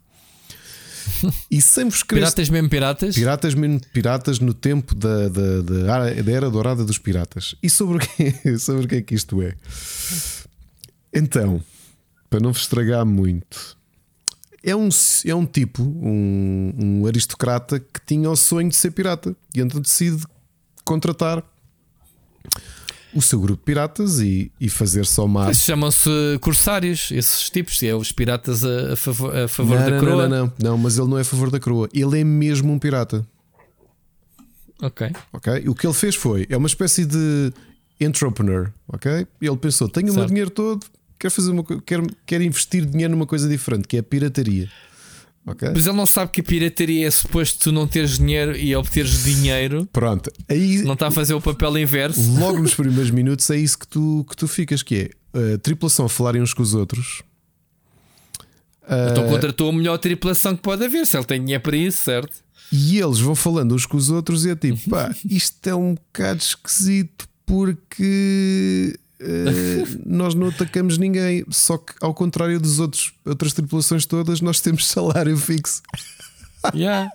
E sem vos querer. Piratas mesmo piratas? Piratas mesmo piratas no tempo da, da, da, da era dourada dos piratas. E sobre o que, sobre o que é que isto é? Então, para não vos estragar muito, é um, é um tipo, um, um aristocrata que tinha o sonho de ser pirata e então decide contratar o seu grupo de piratas e, e fazer só uma. Esses chamam-se corsários, esses tipos, é os piratas a, a favor, a favor não, da não, coroa. não, não, não, mas ele não é a favor da coroa, ele é mesmo um pirata. Ok. Ok? O que ele fez foi, é uma espécie de entrepreneur, ok? Ele pensou, tenho o meu Certo. dinheiro todo, quero fazer uma co- quero, quero investir dinheiro numa coisa diferente, que é a pirataria. Ok? Mas ele não sabe que a pirataria é suposto tu não teres dinheiro e obteres dinheiro. Pronto, aí Não está a fazer o papel inverso. logo nos primeiros minutos é isso que tu, que tu ficas, que é a tripulação a falarem uns com os outros. Então Ah, contratou a melhor tripulação que pode haver, se ele tem dinheiro para isso, certo? E eles vão falando uns com os outros e é tipo, pá, isto é um bocado esquisito porque eh, nós não atacamos ninguém. Só que ao contrário das outros, outras tripulações todas, nós temos salário fixo. Yeah.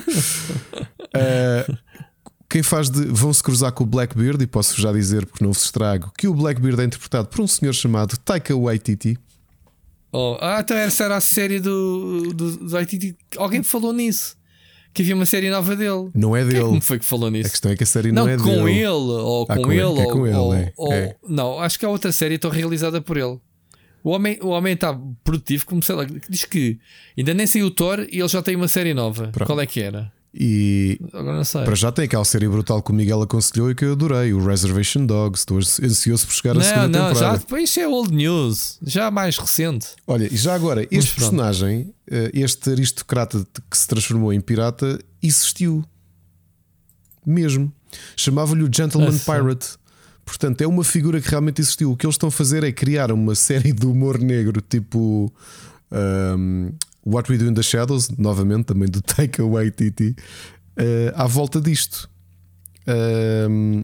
Eh, quem faz de. Vão-se cruzar com o Blackbeard, e posso já dizer, porque não vos estrago, que o Blackbeard é interpretado por um senhor chamado Taika Waititi. Oh, ah, então essa era a série do, do, do I T T. Alguém falou nisso. Que havia uma série nova dele. Não é Quem é que dele. me foi que falou A nisso? questão é que a série Não, não, é com dele. ele, ou Ah, com, com ele, ele, é ou, com ele, ou- é, ou- é. Não, acho que há outra série então realizada por ele. O homem, o homem está produtivo, como sei lá, diz que ainda nem saiu o Thor e ele já tem uma série nova. Pronto. Qual é que era? E Agora não sei. para já tem aquela série brutal que o Miguel aconselhou e que eu adorei, o Reservation Dogs. Estou ansioso por chegar à Não, segunda não, já temporada. depois é old news, já mais recente. Olha, e já agora, este pronto. personagem, eh, este aristocrata que se transformou em pirata, existiu mesmo. Chamava-lhe o Gentleman Ah, sim. Pirate. Portanto, é uma figura que realmente existiu. O que eles estão a fazer é criar uma série de humor negro, tipo um, What We Do in the Shadows, novamente, também do Taika Waititi, uh, à volta disto. Um,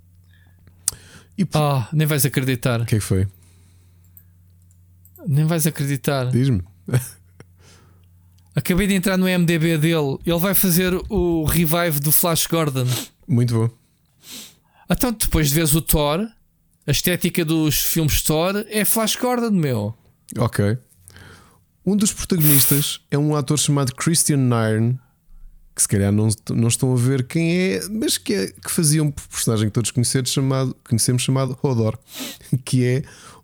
e p- Ah, nem vais acreditar. o que é que foi? Nem vais acreditar. Diz-me. Acabei de entrar no I M D B dele. Ele vai fazer o revive do Flash Gordon. Muito bom. Então, depois de veres o Thor, a estética dos filmes Thor é Flash Gordon, meu. Ok. Um dos protagonistas é um ator chamado Christian Nairn, que se calhar não, não estão a ver quem é, mas que, é, que fazia um personagem que todos conhecemos chamado, conhecemos chamado Hodor, que é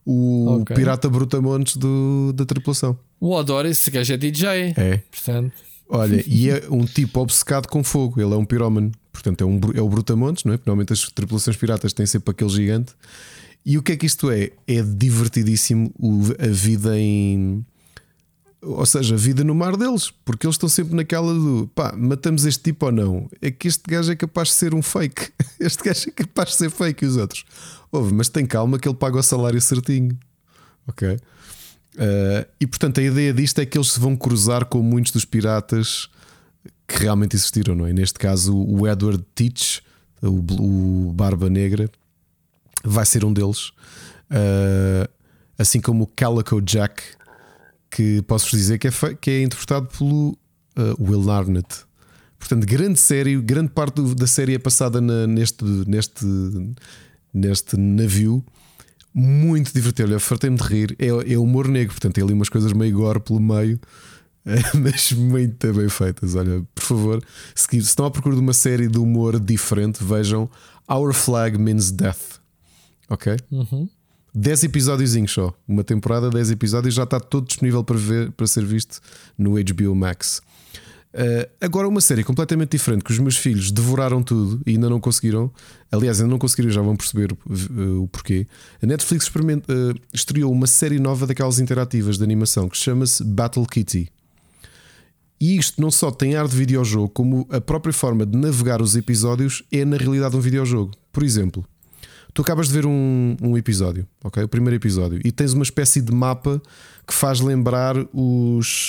o Ok. pirata brutamontes do, da tripulação. O Odor, esse gajo é D J. É. Portanto, Olha, e é um tipo obcecado com fogo. Ele é um pirómano. Portanto, é, um, é o brutamontes, não é? Porque normalmente as tripulações piratas têm sempre aquele gigante. E o que é que isto é? É divertidíssimo o, a vida em. Ou seja, a vida no mar deles, porque eles estão sempre naquela do pá, matamos este tipo ou não? É que este gajo é capaz de ser um fake. Este gajo é capaz de ser fake e os outros. Ouve, mas tem calma que ele paga o salário certinho. Ok? Uh, e portanto, a ideia disto é que eles se vão cruzar com muitos dos piratas que realmente existiram, não é? Neste caso, o Edward Teach, o, o Barba Negra, vai ser um deles. Uh, assim como o Calico Jack, que posso-vos dizer que é, que é interpretado pelo uh, Will Arnett. Portanto, grande série, grande parte do, da série é passada na, neste, neste, neste navio. Muito divertido. Eu fartei-me de rir. É, é humor negro, portanto, tem ali umas coisas meio gore pelo meio, mas muito bem feitas. Olha, por favor, se, se estão à procura de uma série de humor diferente, vejam Our Flag Means Death. Ok? uhum. dez episódiozinhos só, uma temporada, dez episódios, já está todo disponível para ver, para ser visto no H B O Max. Uh, agora uma série completamente diferente, que os meus filhos devoraram tudo e ainda não conseguiram. Aliás, ainda não conseguiram, já vão perceber uh, o porquê. A Netflix uh, estreou uma série nova daquelas interativas de animação que chama-se Battle Kitty. E isto não só tem ar de videojogo, como a própria forma de navegar os episódios é na realidade um videojogo. Por exemplo, tu acabas de ver um, um episódio, ok? O primeiro episódio, e tens uma espécie de mapa que faz lembrar os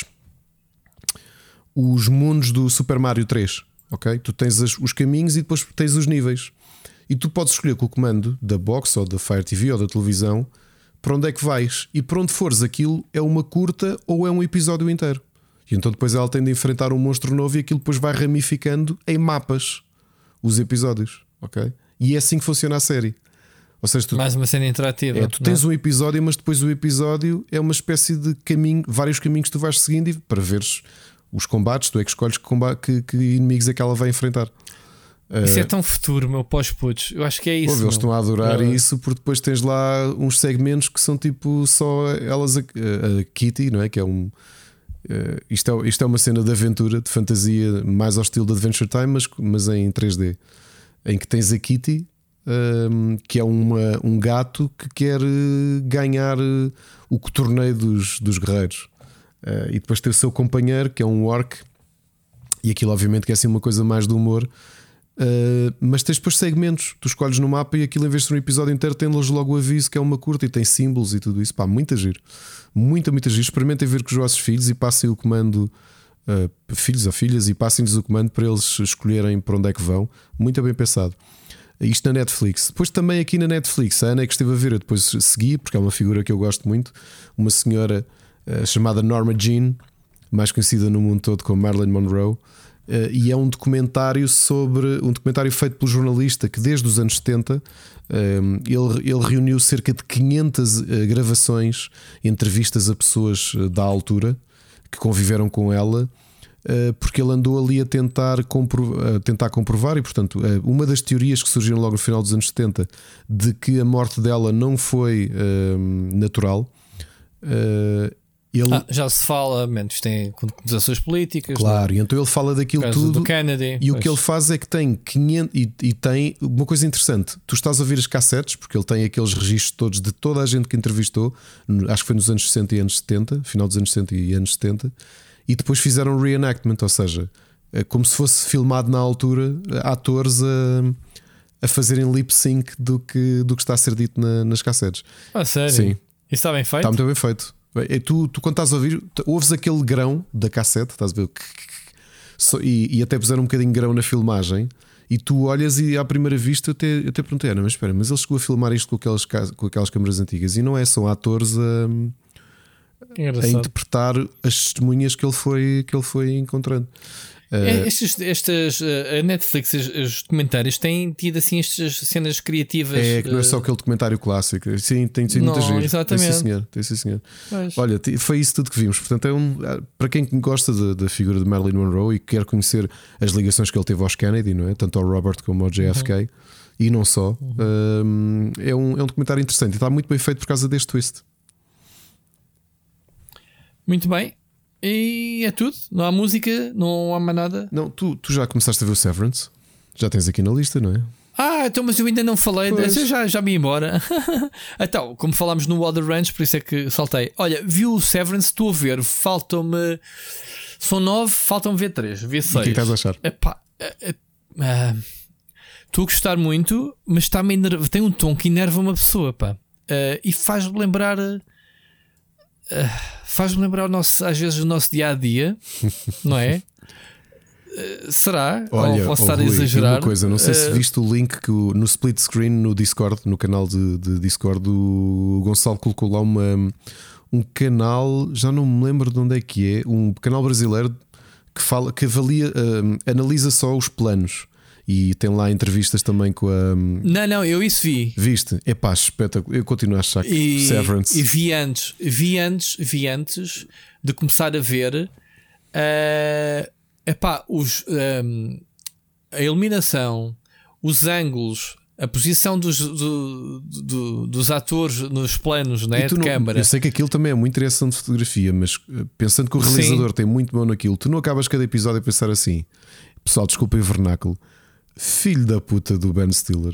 os mundos do Super Mario três, ok? Tu tens as, os caminhos e depois tens os níveis, e tu podes escolher com o comando da box ou da Fire T V ou da televisão para onde é que vais, e para onde fores aquilo é uma curta ou é um episódio inteiro. E então depois ela tem de enfrentar um monstro novo e aquilo depois vai ramificando em mapas os episódios, ok? E é assim que funciona a série. Ou seja, tu, Mais uma cena interativa. é, tu tens não é? um episódio, mas depois o episódio é uma espécie de caminho, vários caminhos que tu vais seguindo e para veres os combates, tu é que escolhes que, combate, que, que inimigos é que ela vai enfrentar. Isso Uh, é tão futuro, meu, pós-putos. Eu acho que é isso. Ouve, eles meu. estão a adorar É. isso porque depois tens lá uns segmentos que são tipo só elas, a, a Kitty, não é? Que é um. Uh, isto, é, isto é uma cena de aventura, de fantasia, mais ao estilo de Adventure Time, mas, mas em três D, em que tens a Kitty, um, que é uma, um gato que quer uh, ganhar uh, o torneio dos, dos guerreiros. Uh, e depois tem o seu companheiro, que é um orc, e aquilo, obviamente, que é assim uma coisa mais do humor. Uh, mas tens depois segmentos, tu escolhes no mapa e aquilo, em vez de ser um episódio inteiro, tem-lhes logo o aviso que é uma curta e tem símbolos e tudo isso. Pá, muita giro, muita, muita giro. Experimentem ver com os vossos filhos e passem o comando, uh, filhos ou filhas, e passem-lhes o comando para eles escolherem para onde é que vão. Muito bem pensado. Isto na Netflix. Depois também aqui na Netflix, a Ana é que esteve a ver, eu depois segui, porque é uma figura que eu gosto muito, uma senhora uh, chamada Norma Jean, mais conhecida no mundo todo como Marilyn Monroe. Uh, e é um documentário sobre um documentário feito pelo jornalista que desde os anos setenta um, ele, ele reuniu cerca de quinhentas uh, gravações, entrevistas a pessoas uh, da altura que conviveram com ela, uh, porque ele andou ali a tentar, compro, a tentar comprovar. E portanto, uh, uma das teorias que surgiram logo no final dos anos setenta de que a morte dela não foi uh, natural. Uh, Ele, Ah, já se fala, menos tem conotações políticas. claro, e então ele fala daquilo Por causa tudo do Kennedy, e o pois. que ele faz é que tem quinhentos e, e tem uma coisa interessante. Tu estás a ouvir as cassetes, porque ele tem aqueles registros todos de toda a gente que entrevistou, acho que foi nos anos sessenta e anos setenta, final dos anos sessenta e anos setenta, e depois fizeram um reenactment, ou seja, é como se fosse filmado na altura, atores a, a fazerem lip sync do que, do que está a ser dito na, nas cassetes. Ah, sério? Sim. Isso está bem feito? Está muito bem feito. E tu, tu quando estás a ouvir, ouves aquele grão da cassete, estás a ver? E, e até puseram um bocadinho de grão na filmagem. E tu olhas e à primeira vista eu até, eu até perguntei, Ana, mas espera, mas ele chegou a filmar isto com aquelas, com aquelas câmaras antigas. E não é, são atores a, a interpretar as testemunhas que ele foi, que ele foi encontrando. Uh, estes, estas, a Netflix, os, os documentários têm tido assim estas cenas criativas. É que não é só uh, aquele documentário clássico. Sim, tem sido muita giro. Exatamente. Tem sim, senhor. Tem, sim, senhor. Mas... Olha, foi isso tudo que vimos. Portanto, é um, para quem gosta da, da figura de Marilyn Monroe e quer conhecer as ligações que ele teve aos Kennedy, não é? Tanto ao Robert como ao J F K, uhum. e não só. Uhum. Uh, é, um, é um documentário interessante e está muito bem feito por causa deste twist. Muito bem. E é tudo? Não há música? Não há mais nada? Não, tu, tu já começaste a ver o Severance? Já tens aqui na lista, não é? Ah, então, mas eu ainda não falei. Eu já, já me ia embora. Então, como falámos no Water Ranch, por isso é que saltei. Olha, vi o Severance, estou a ver. Faltam-me. São nove, faltam-me ver três. Vi seis. O que é que estás a achar? Epá, é, é, estou a gostar muito, mas está-me enerv... tem um tom que enerva uma pessoa, pá. Uh, e faz-me lembrar. Uh, faz-me lembrar o nosso, às vezes o nosso dia a dia, não é? Uh, será? Olha, ou posso oh, estar Rui, a exagerar? Uma coisa, não sei uh, se viste o link que o, no split screen no Discord, no canal de, de Discord, o Gonçalo colocou lá uma, um canal, já não me lembro de onde é que é, um canal brasileiro que fala, que avalia, uh, analisa só os planos. E tem lá entrevistas também com a. Não, não, eu isso vi. Viste? É pá, espetáculo. Eu continuo a achar que e, Severance. E vi antes, vi antes, vi antes de começar a ver uh, epá, os, um, a iluminação, os ângulos, a posição dos, do, do, dos atores nos planos, né, de não, câmara. Eu sei que aquilo também é muito direção de fotografia, mas pensando que o realizador Sim. tem muito bom naquilo, tu não acabas cada episódio a pensar assim. Pessoal, desculpem o vernáculo. Filho da puta do Ben Stiller.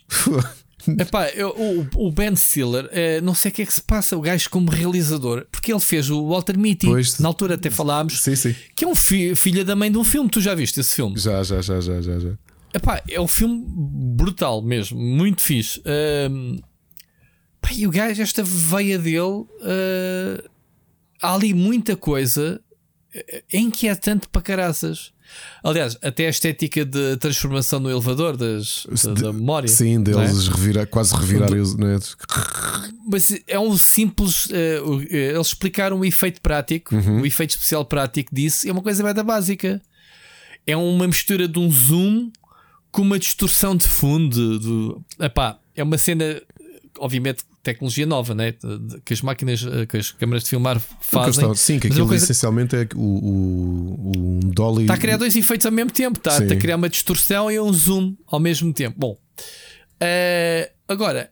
Epá, eu, o, o Ben Stiller, eh, não sei o que é que se passa, o gajo como realizador, porque ele fez o Walter Mitty, pois, na altura até falámos, sim, sim. que é um fi, filha da mãe de um filme. Tu já viste esse filme? Já, já, já, já, já, já. Epá, é um filme brutal mesmo, muito fixe. Um, pá, e o gajo, esta veia dele, uh, há ali muita coisa, é inquietante para caraças. Aliás, até a estética de transformação no elevador das, da, da memória. Sim, deles é? revirar, quase revirarem os. Não é? Mas é um simples. Uh, eles explicaram o efeito prático, uhum. o efeito especial prático disso. É uma coisa bem da básica. É uma mistura de um zoom com uma distorção de fundo. De, epá, é uma cena, obviamente, tecnologia nova, né? Que as máquinas, que as câmaras de filmar fazem. Estava, sim, que aquilo coisa... essencialmente é o, o, o dolly. Está a criar dois efeitos ao mesmo tempo, está, está a criar uma distorção e um zoom ao mesmo tempo. Bom, uh, agora,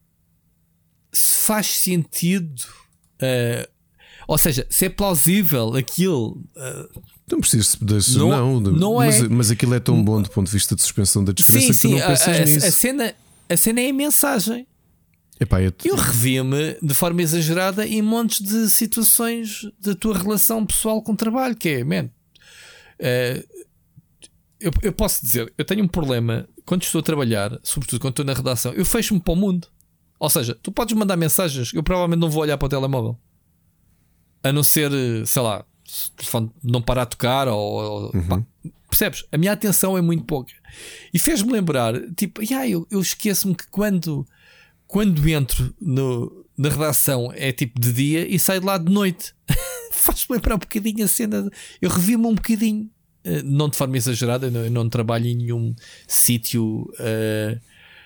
se faz sentido, uh, ou seja, se é plausível aquilo. Uh, não precisas de não, não, não mas, é. Mas aquilo é tão bom do ponto de vista de suspensão da descrença sim, que tu sim, não pensas a, nisso. A cena, a cena é a mensagem. Epá, eu eu revi-me de forma exagerada em montes de situações da tua relação pessoal com o trabalho, que é, man, uh, eu, eu posso dizer, eu tenho um problema quando estou a trabalhar, sobretudo quando estou na redação, eu fecho-me para o mundo. Ou seja, tu podes mandar mensagens, eu provavelmente não vou olhar para o telemóvel, a não ser, sei lá, se o telefone não parar a tocar ou, uhum. pá, percebes? A minha atenção é muito pouca e fez-me lembrar, tipo, yeah, eu, eu esqueço-me que quando Quando entro no, na redação é tipo de dia e saio de lá de noite. Faz-me lembrar um bocadinho a cena. De, eu revi-me um bocadinho, uh, não de forma exagerada, eu não, eu não trabalho em nenhum sítio uh,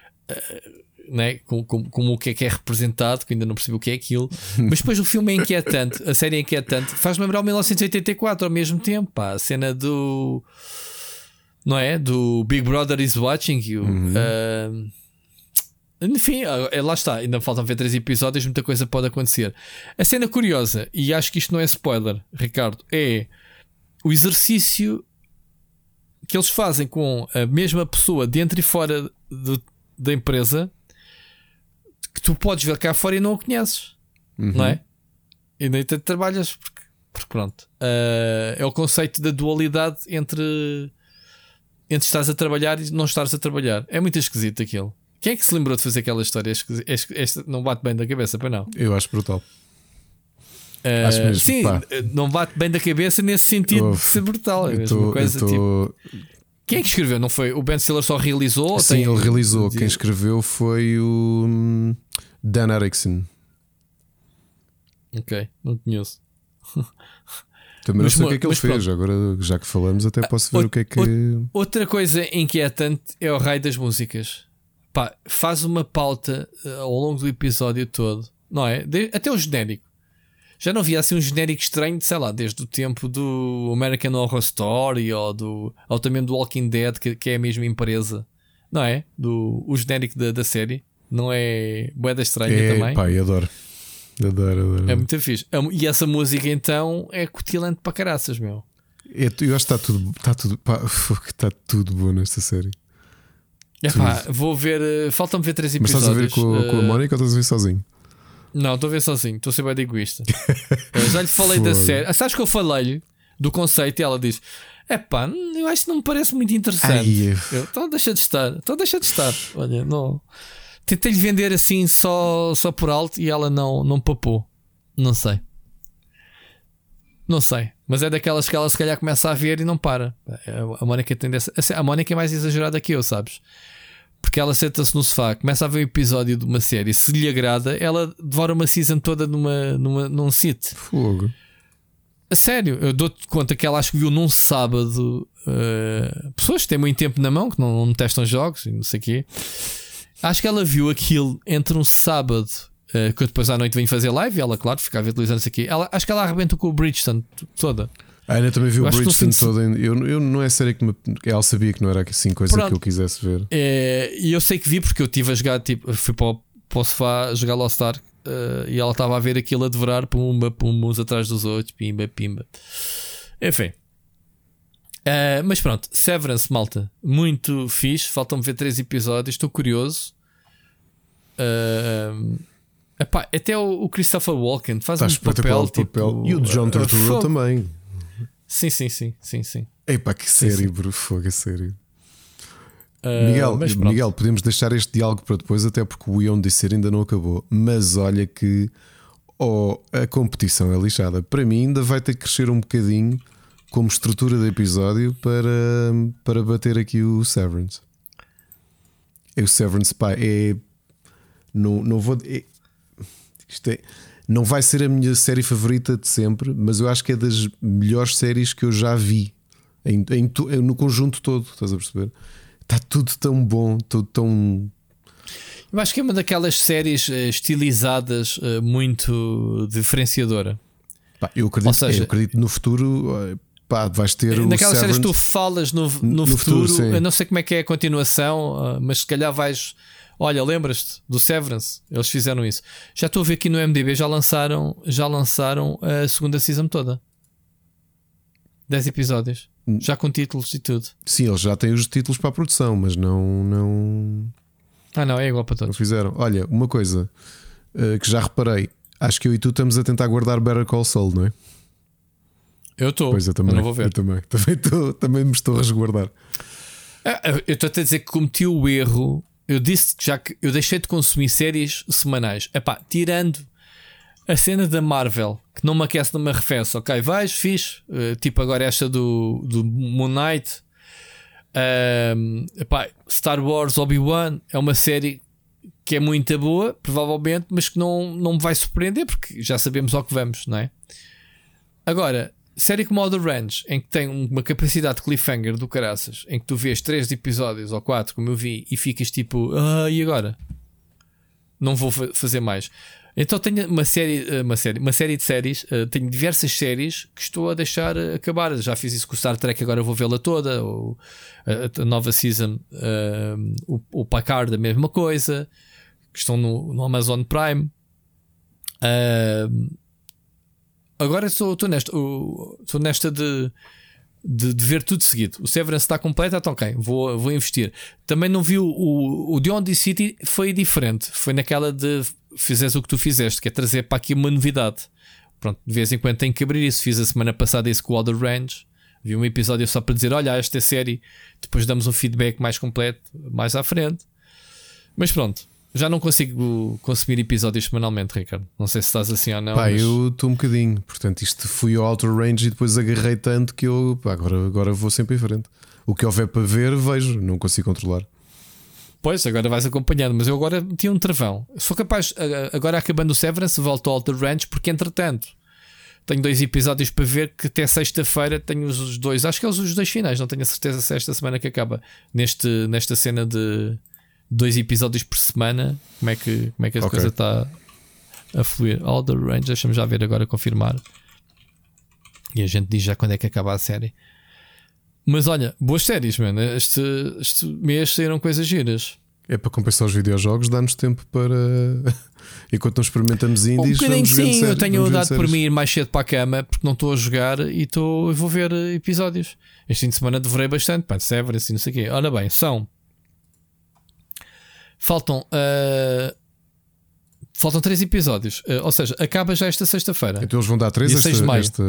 uh, né, como, como, como o que é que é representado, que ainda não percebi o que é aquilo. Mas depois o filme é inquietante, a série é inquietante. Faz-me lembrar o mil novecentos e oitenta e quatro ao mesmo tempo, pá, a cena do. Não é? Do Big Brother is Watching You. Uhum. Uh, Enfim, lá está, ainda faltam ver três episódios, muita coisa pode acontecer. A cena curiosa, e acho que isto não é spoiler, Ricardo, é o exercício que eles fazem com a mesma pessoa dentro e fora do, da empresa, que tu podes ver cá fora e não o conheces, uhum. não é? E nem te trabalhas, porque, porque pronto, uh, é o conceito da dualidade entre, entre estás a trabalhar e não estás a trabalhar. É muito esquisito aquilo. Quem é que se lembrou de fazer aquela história? Este, este, este não bate bem da cabeça, para não? Eu acho brutal. Uh, acho mesmo, sim, pá. Não bate bem da cabeça nesse sentido oh, de ser brutal. É a mesma tô, coisa. Tô... Tipo... Quem é que escreveu? Não foi? O Ben Stiller só realizou? Sim, tem... ele realizou. Quem escreveu foi o Dan Erickson. Ok, não conheço. Também mas, não sei o que é que ele fez. Pronto. Agora, já que falamos, até posso ver o, o que é que. Outra coisa inquietante é o raio das músicas. Pá, faz uma pauta uh, ao longo do episódio todo, não é? De, até o genérico. Já não havia assim um genérico estranho, sei lá, desde o tempo do American Horror Story ou, do, ou também do Walking Dead, que, que é a mesma empresa não é? Do, o genérico da, da série. Não é boeda estranha é, também? Pá, eu adoro. Adoro, adoro. É muito fixe. E essa música então é cutilante para caraças, meu. É, eu acho que está tudo, está tudo, pá, está tudo bom nesta série. É pá, vou ver. Faltam-me ver três episódios. Mas estás a ver com, uh... com a Mónica ou estás a ver sozinho? Não, estou a ver sozinho, estou a ser bem de egoísta. Já lhe falei da série. Ah, sabes que eu falei-lhe do conceito e ela diz: é pá, eu acho que não me parece muito interessante. Eu, então deixa de estar, então deixa de estar. Olha, não. Tentei-lhe vender assim só, só por alto e ela não, não papou. Não sei. Não sei. Mas é daquelas que ela se calhar começa a ver e não para. A Mónica tem dessa. A Mónica é mais exagerada que eu, sabes? Porque ela senta-se no sofá, começa a ver um episódio de uma série, se lhe agrada, ela devora uma season toda numa, numa, num sit. Fogo. A sério, eu dou-te conta que ela acho que viu num sábado uh, pessoas que têm muito tempo na mão, que não, não testam jogos e não sei o quê. Acho que ela viu aquilo entre um sábado, uh, que eu depois à noite venho fazer live, e ela, claro, fica a ver televisão, não sei o quê. Ela, acho que ela arrebenta com o Bridgerton toda. A Ana também viu o Bridgerton de... toda. Eu, eu não é série que me... ela sabia que não era assim coisa Pronto. que eu quisesse ver. É, e eu sei que vi porque eu estive a jogar, tipo, fui para o, para o sofá jogar Lost Star uh, e ela estava a ver aquilo a devorar, pumba, pumba, uns atrás dos outros, pimba, pimba. Enfim. Uh, mas pronto, Severance, malta, muito fixe. Faltam-me ver três episódios, estou curioso. Uh, epá, até o, o Christopher Walken faz Está um papel, tipo, papel. E o John Turturro uh, também. Sim, sim, sim, sim, sim. Epá, que série, bro, fogo, a sério. Uh, Miguel, Miguel, podemos deixar este diálogo para depois, até porque o Ion Disser ainda não acabou. Mas olha que oh, a competição é lixada. Para mim, ainda vai ter que crescer um bocadinho como estrutura de episódio para, para bater aqui o Severance. É o Severance, pá, é. Não, não vou. É, isto é. Não vai ser a minha série favorita de sempre, mas eu acho que é das melhores séries que eu já vi em, em, no conjunto todo. Estás a perceber? Está tudo tão bom, tudo tão. Eu acho que é uma daquelas séries estilizadas muito diferenciadora. Pá, eu, acredito, seja, eu acredito no futuro. Pá, vais ter naquelas o séries que tu falas no, no, no futuro, futuro eu não sei como é que é a continuação, mas se calhar vais. Olha, lembras-te do Severance? Eles fizeram isso. Já estou a ver aqui no M D B, já lançaram, já lançaram a segunda season toda. dez episódios. Já com títulos e tudo. Sim, eles já têm os títulos para a produção, mas não. não... Ah, não, é igual para todos. Não fizeram. Olha, uma coisa uh, que já reparei. Acho que eu e tu estamos a tentar guardar Better Call Saul, não é? Eu estou. Pois eu também. Eu não vou ver. Eu também. Também, tô, também me estou a resguardar. Eu estou a dizer que cometi o erro. Eu disse que já que eu deixei de consumir séries semanais. Epá, tirando a cena da Marvel, que não me aquece, não me arrefece. Ok, vais, fixe. Uh, tipo agora esta do, do Moon Knight. Um, epá, Star Wars Obi-Wan é uma série que é muito boa, provavelmente, mas que não, não me vai surpreender porque já sabemos ao que vamos, não é? Agora, série como The Ranch, em que tem uma capacidade de cliffhanger do caraças, em que tu vês três episódios ou quatro, como eu vi, e ficas tipo, ah, e agora? Não vou fa- fazer mais. Então tenho uma série, uma série, uma série de séries, uh, tenho diversas séries que estou a deixar acabar. Já fiz isso com o Star Trek, agora vou vê-la toda. Ou a, a nova season, uh, o, o Picard, a mesma coisa, que estão no, no Amazon Prime. Uh, Agora estou, estou nesta, estou nesta de, de, de ver tudo seguido. O Severance está completo, então ok, vou, vou investir. Também não vi o, o, o The Only City, foi diferente. Foi naquela de fizeres o que tu fizeste, que é trazer para aqui uma novidade. Pronto, de vez em quando tenho que abrir isso. Fiz a semana passada isso com o Other Range. Vi um episódio só para dizer: olha, esta série. Depois damos um feedback mais completo mais à frente. Mas pronto. Já não consigo consumir episódios semanalmente, Ricardo. Não sei se estás assim ou não. Pá, mas... eu estou um bocadinho. Portanto, isto fui ao Outer Range e depois agarrei tanto que eu pá, agora, agora vou sempre em frente. O que houver para ver, vejo. Não consigo controlar. Pois, agora vais acompanhando. Mas eu agora tinha um travão. Sou capaz, agora acabando o Severance, volto ao Outer Range, porque entretanto tenho dois episódios para ver. Que até sexta-feira tenho os dois. Acho que é os dois finais. Não tenho a certeza se é esta semana que acaba. Neste, nesta cena de dois episódios por semana. Como é que, como é que a okay. coisa está a fluir? All the Range, deixa-me já ver agora, confirmar. E a gente diz já quando é que acaba a série. Mas olha, boas séries, mano. Este, este mês saíram coisas giras. É para compensar os videojogos, dá-nos tempo para. Enquanto não experimentamos indies, Um bocadinho vamos sim, vendo eu séries, tenho vamos dado vendo por séries. mim ir mais cedo para a cama porque não estou a jogar e estou, vou ver episódios. Este fim de semana devorei bastante, pá, Severance e não sei o quê. Ora bem, são. Faltam. Uh... Faltam três episódios. Uh, ou seja, acaba já esta sexta-feira. Então eles vão dar três Dia esta, seis de maio. esta...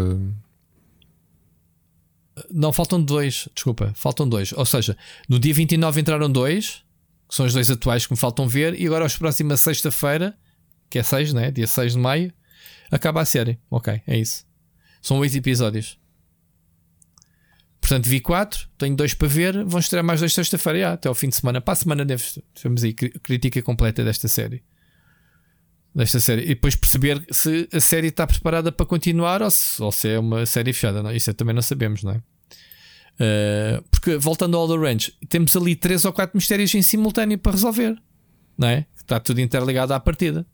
Não, faltam dois. Desculpa, faltam dois. Ou seja, no dia vinte e nove entraram dois, que são os dois atuais que me faltam ver, e agora, aos próxima sexta-feira, que é seis, né? Dia seis de maio, acaba a série. Ok, é isso. São oito episódios. Portanto, vi quatro, tenho dois para ver, vão estrear mais dois sexta-feira, já, até ao fim de semana. Para a semana, deves, temos aí crítica completa desta série. Desta série. E depois perceber se a série está preparada para continuar ou se, ou se é uma série fechada. Não? Isso é, também não sabemos, não é? Uh, porque, voltando ao The Ranch, temos ali três ou quatro mistérios em simultâneo para resolver, não é? Está tudo interligado à partida.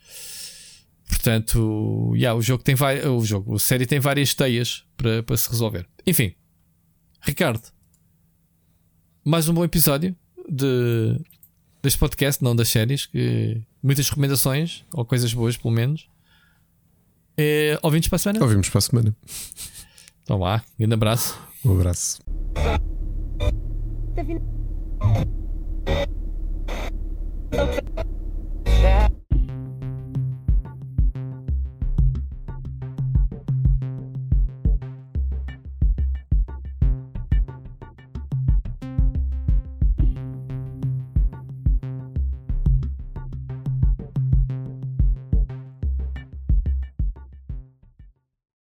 Portanto, yeah, o jogo tem vai... o jogo, a série tem várias teias para, para se resolver. Enfim, Ricardo, mais um bom episódio de, deste podcast, não das séries, que muitas recomendações, ou coisas boas pelo menos. É, ouvimos para a semana? Ouvimos para a semana. Então lá, grande abraço. Um abraço. Tá vindo.